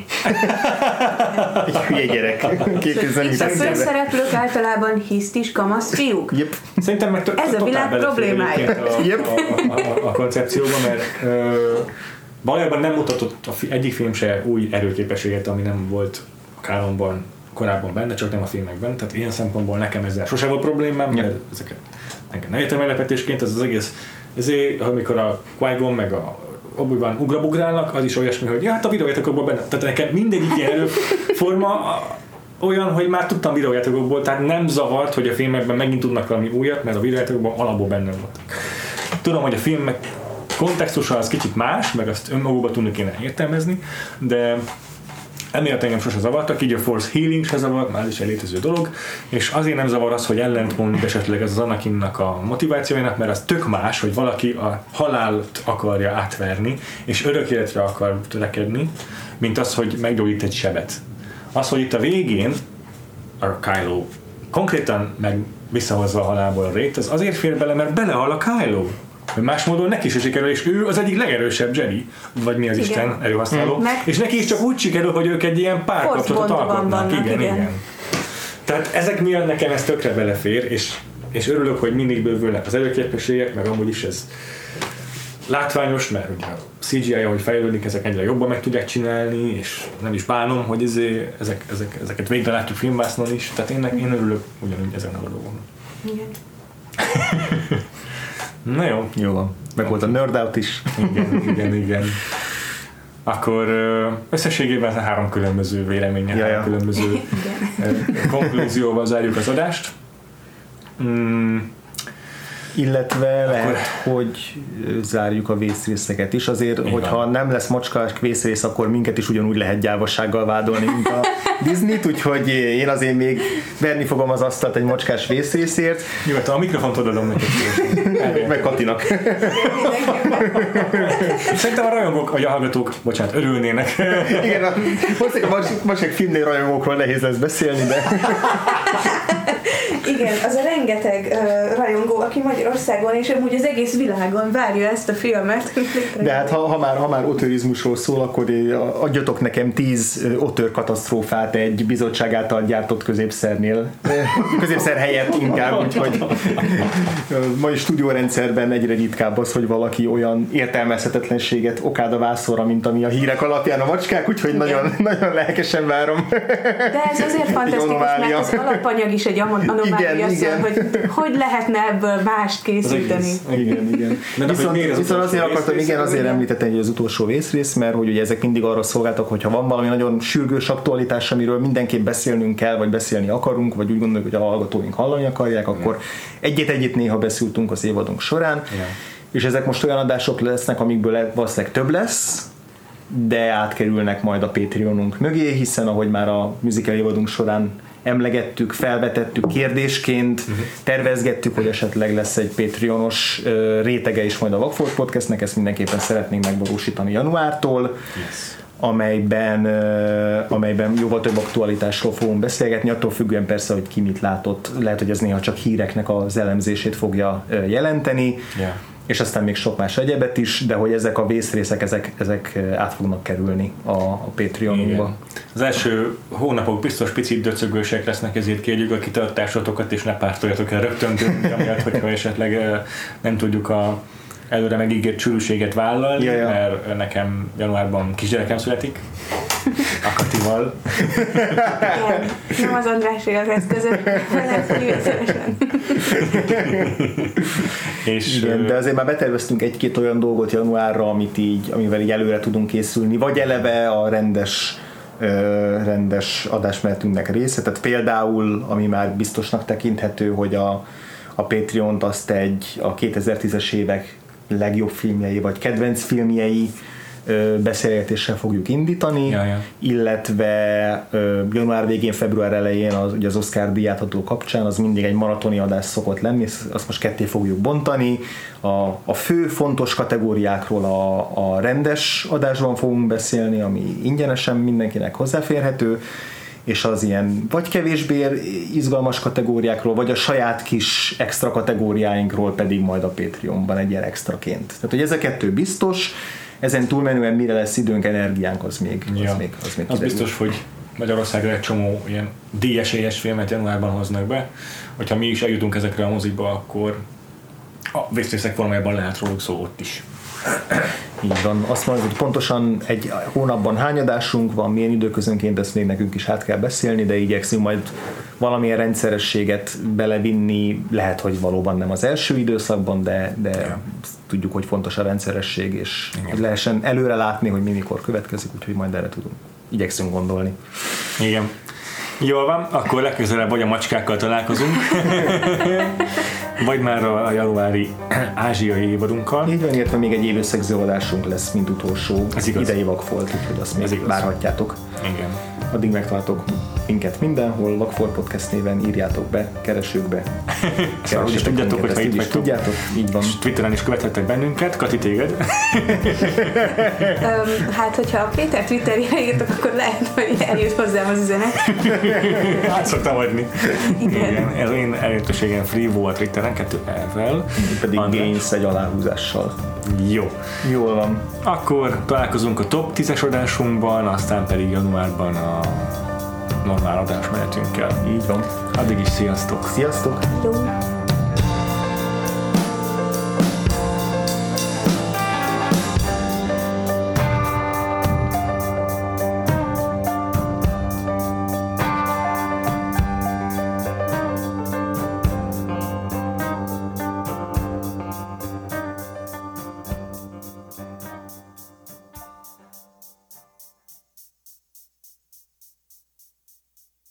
Egy hülye gyerek. A főszereplők általában hisztis kamasz fiúk. Yep. Szerintem meg ez a világ problémája. A koncepcióban, mert valójában nem mutatott egyik film se új erőképességet, ami nem volt a kánonban korábban benne, csak nem a filmekben, tehát ilyen szempontból nekem ezzel sose volt problémám, mert ezeket nekem nem értem meglepetésként, ez az egész, ezért, amikor a Qui-Gon meg a Obi-Wan ugrabugrálnak, az is olyasmi, hogy ja, hát a videójátékokból benne, tehát nekem mindegyik ilyen erőforma olyan, hogy már tudtam videójátékokból, tehát nem zavart, hogy a filmekben megint tudnak valami újat, mert a videójátékokban alapból benne voltak. Tudom, hogy a filmek kontextusa az kicsit más, meg azt önmagukban tudni kéne értelmezni, de emiatt engem sose zavartak, így a Force Healing se zavart, már is egy létező dolog, és azért nem zavar az, hogy ellentmond esetleg ez az Anakinnak a motivációjának, mert az tök más, hogy valaki a halált akarja átverni, és örök életre akar törekedni, mint az, hogy meggyógyít egy sebet. Az, hogy itt a végén a Kylo konkrétan meg visszahozza a halálból a Reyt, az azért fér bele, mert belehal a Kylo. Más módon neki is sikerül, és ő az egyik legerősebb Jedi, vagy mi az igen. Isten erőhasználó, és neki is csak úgy sikerül, hogy ők egy ilyen párkapcsolatot alkotnak. Igen. Tehát ezek miatt nekem ez tökre belefér, és örülök, hogy mindig bővülnek az erőképességek, meg amúgy is ez látványos, mert ugye a CGI-ja, hogy fejlődik, ezek egyre jobban meg tudják csinálni, és nem is bánom, hogy ezeket végre látjuk filmvásznon is, tehát én örülök ugyanúgy ezen a dolgon. Igen. Na jó. Jó van. Meg volt a Nerd Out is. Igen. Akkor összességében 3 különböző véleménye, 3 különböző konklúzióval zárjuk az adást. Illetve lehet, hogy zárjuk a vészrészeket is. Azért, hogyha nem lesz macskás vészrész, akkor minket is ugyanúgy lehet gyávasággal vádolni, mint a Disney-t, úgyhogy én azért még verni fogom az asztalt egy macskás vészrészért. Nyugodtan, a mikrofont odadom neked. Meg Katinak. Szerintem a rajongók, vagy a hallgatók, bocsánat, örülnének. Igen, a macskák filmnél rajongókról nehéz lesz beszélni, de... Igen, az a rengeteg rajongó, aki Magyarországon és amúgy az egész világon várja ezt a filmet. De hát ha már autórizmusról szól, akkor adjatok nekem 10 autókatasztrófát egy bizottság által gyártott középszernél. Középszer helyett inkább, úgyhogy mai stúdiórendszerben egyre ritkább az, hogy valaki olyan értelmezhetetlenséget okád a vászorra, mint ami a hírek alapján a macskák, úgyhogy nagyon, nagyon lelkesen várom. De ez azért fantasztikus, mert az alapanyag is egy anomália. Igen. Hogy lehetne ebből mást készíteni. Igen. Viszont azért akartam, azért említettem, hogy az utolsó vészrész, mert hogy ugye ezek mindig arra szolgáltak, hogyha van valami nagyon sürgős aktualitás, amiről mindenképp beszélnünk kell, vagy beszélni akarunk, vagy úgy gondoljuk, hogy a hallgatóink hallani akarják, akkor egyet néha beszéltünk az évadunk során, és ezek most olyan adások lesznek, amikből valószínűleg több lesz, de átkerülnek majd a Patreonunk mögé, hiszen ahogy már a musical évadunk során emlegettük, felvetettük kérdésként, tervezgettük, hogy esetleg lesz egy Patreonos rétege is majd a Vagfolt Podcastnek, ezt mindenképpen szeretnénk megvalósítani januártól, amelyben jóval több aktualitásról fogunk beszélgetni, attól függően persze, hogy ki mit látott, lehet, hogy ez néha csak híreknek az elemzését fogja jelenteni, és aztán még sok más egyebet is, de hogy ezek a vészrészek, ezek át fognak kerülni a Patreonunkba. Az első hónapok biztos picit döcögősek lesznek, ezért kérjük a kitartásotokat, és ne pártoljatok el rögtön tőlünk, amiatt, hogyha esetleg nem tudjuk a előre megígért csűrűséget vállalni, mert nekem januárban kisgyerekem születik. A Katival. Nem az András élvezkezett, hanem Igen, de azért már beterveztünk egy-két olyan dolgot januárra, amivel így előre tudunk készülni, vagy eleve a rendes adásmenetünknek része. Tehát például, ami már biztosnak tekinthető, hogy a Patreont azt a 2010-es évek legjobb filmjei, vagy kedvenc filmjei beszélgetéssel fogjuk indítani, illetve január végén, február elején ugye az Oscar díjátadó kapcsán az mindig egy maratoni adás szokott lenni, azt most ketté fogjuk bontani. A fő fontos kategóriákról a rendes adásban fogunk beszélni, ami ingyenesen mindenkinek hozzáférhető, és az ilyen vagy kevésbé izgalmas kategóriákról, vagy a saját kis extra kategóriáinkról pedig majd a Patreonban egy ilyen extraként. Tehát, hogy ez a kettő biztos, ezen túlmenően mire lesz időnk, energiánk, az még az biztos, hogy Magyarországra egy csomó ilyen díjesélyes filmet januárban hoznak be. Hogyha mi is eljutunk ezekre a mozikba, akkor a vészrészek formájában lehet róluk szó ott is. Így van. Azt mondjuk, hogy pontosan egy hónapban hány adásunk van, milyen időközönként, ezt még nekünk is át kell beszélni, de igyekszünk majd valamilyen rendszerességet belevinni, lehet, hogy valóban nem az első időszakban, de tudjuk, hogy fontos a rendszeresség, és hogy lehessen előre látni, hogy mi mikor következik, úgyhogy majd erre igyekszünk gondolni. Igen. Jól van, akkor legközelebb vagy a macskákkal találkozunk, vagy már a januári ázsiai évadunkkal. Így van, illetve még egy élőszegző adásunk lesz, mint utolsó idei Vagfolt, úgyhogy azt még várhatjátok. Igen. Addig megtaláltok minket mindenhol, Vagfolt Podcast néven, írjátok be, keresőkbe. És tudjátok, hogy itt vagytok. Tudjátok, így van. És Twitteren is követhettek bennünket. Kati, téged? Hát, hogyha a Péter Twitterjére írtok, akkor lehet, hogy eljut hozzám az üzenet. Hát szoktam adni. Igen. Ez én elérhetőségem free volt Twitteren, 2 R-vel. Pedig Gains egy aláhúzással. Jó. Jól van. Akkor találkozunk a top 10-es adásunkban, aztán pedig januárban a normál adásmenetünkkel. Így van. Addig is sziasztok! Sziasztok! Jó.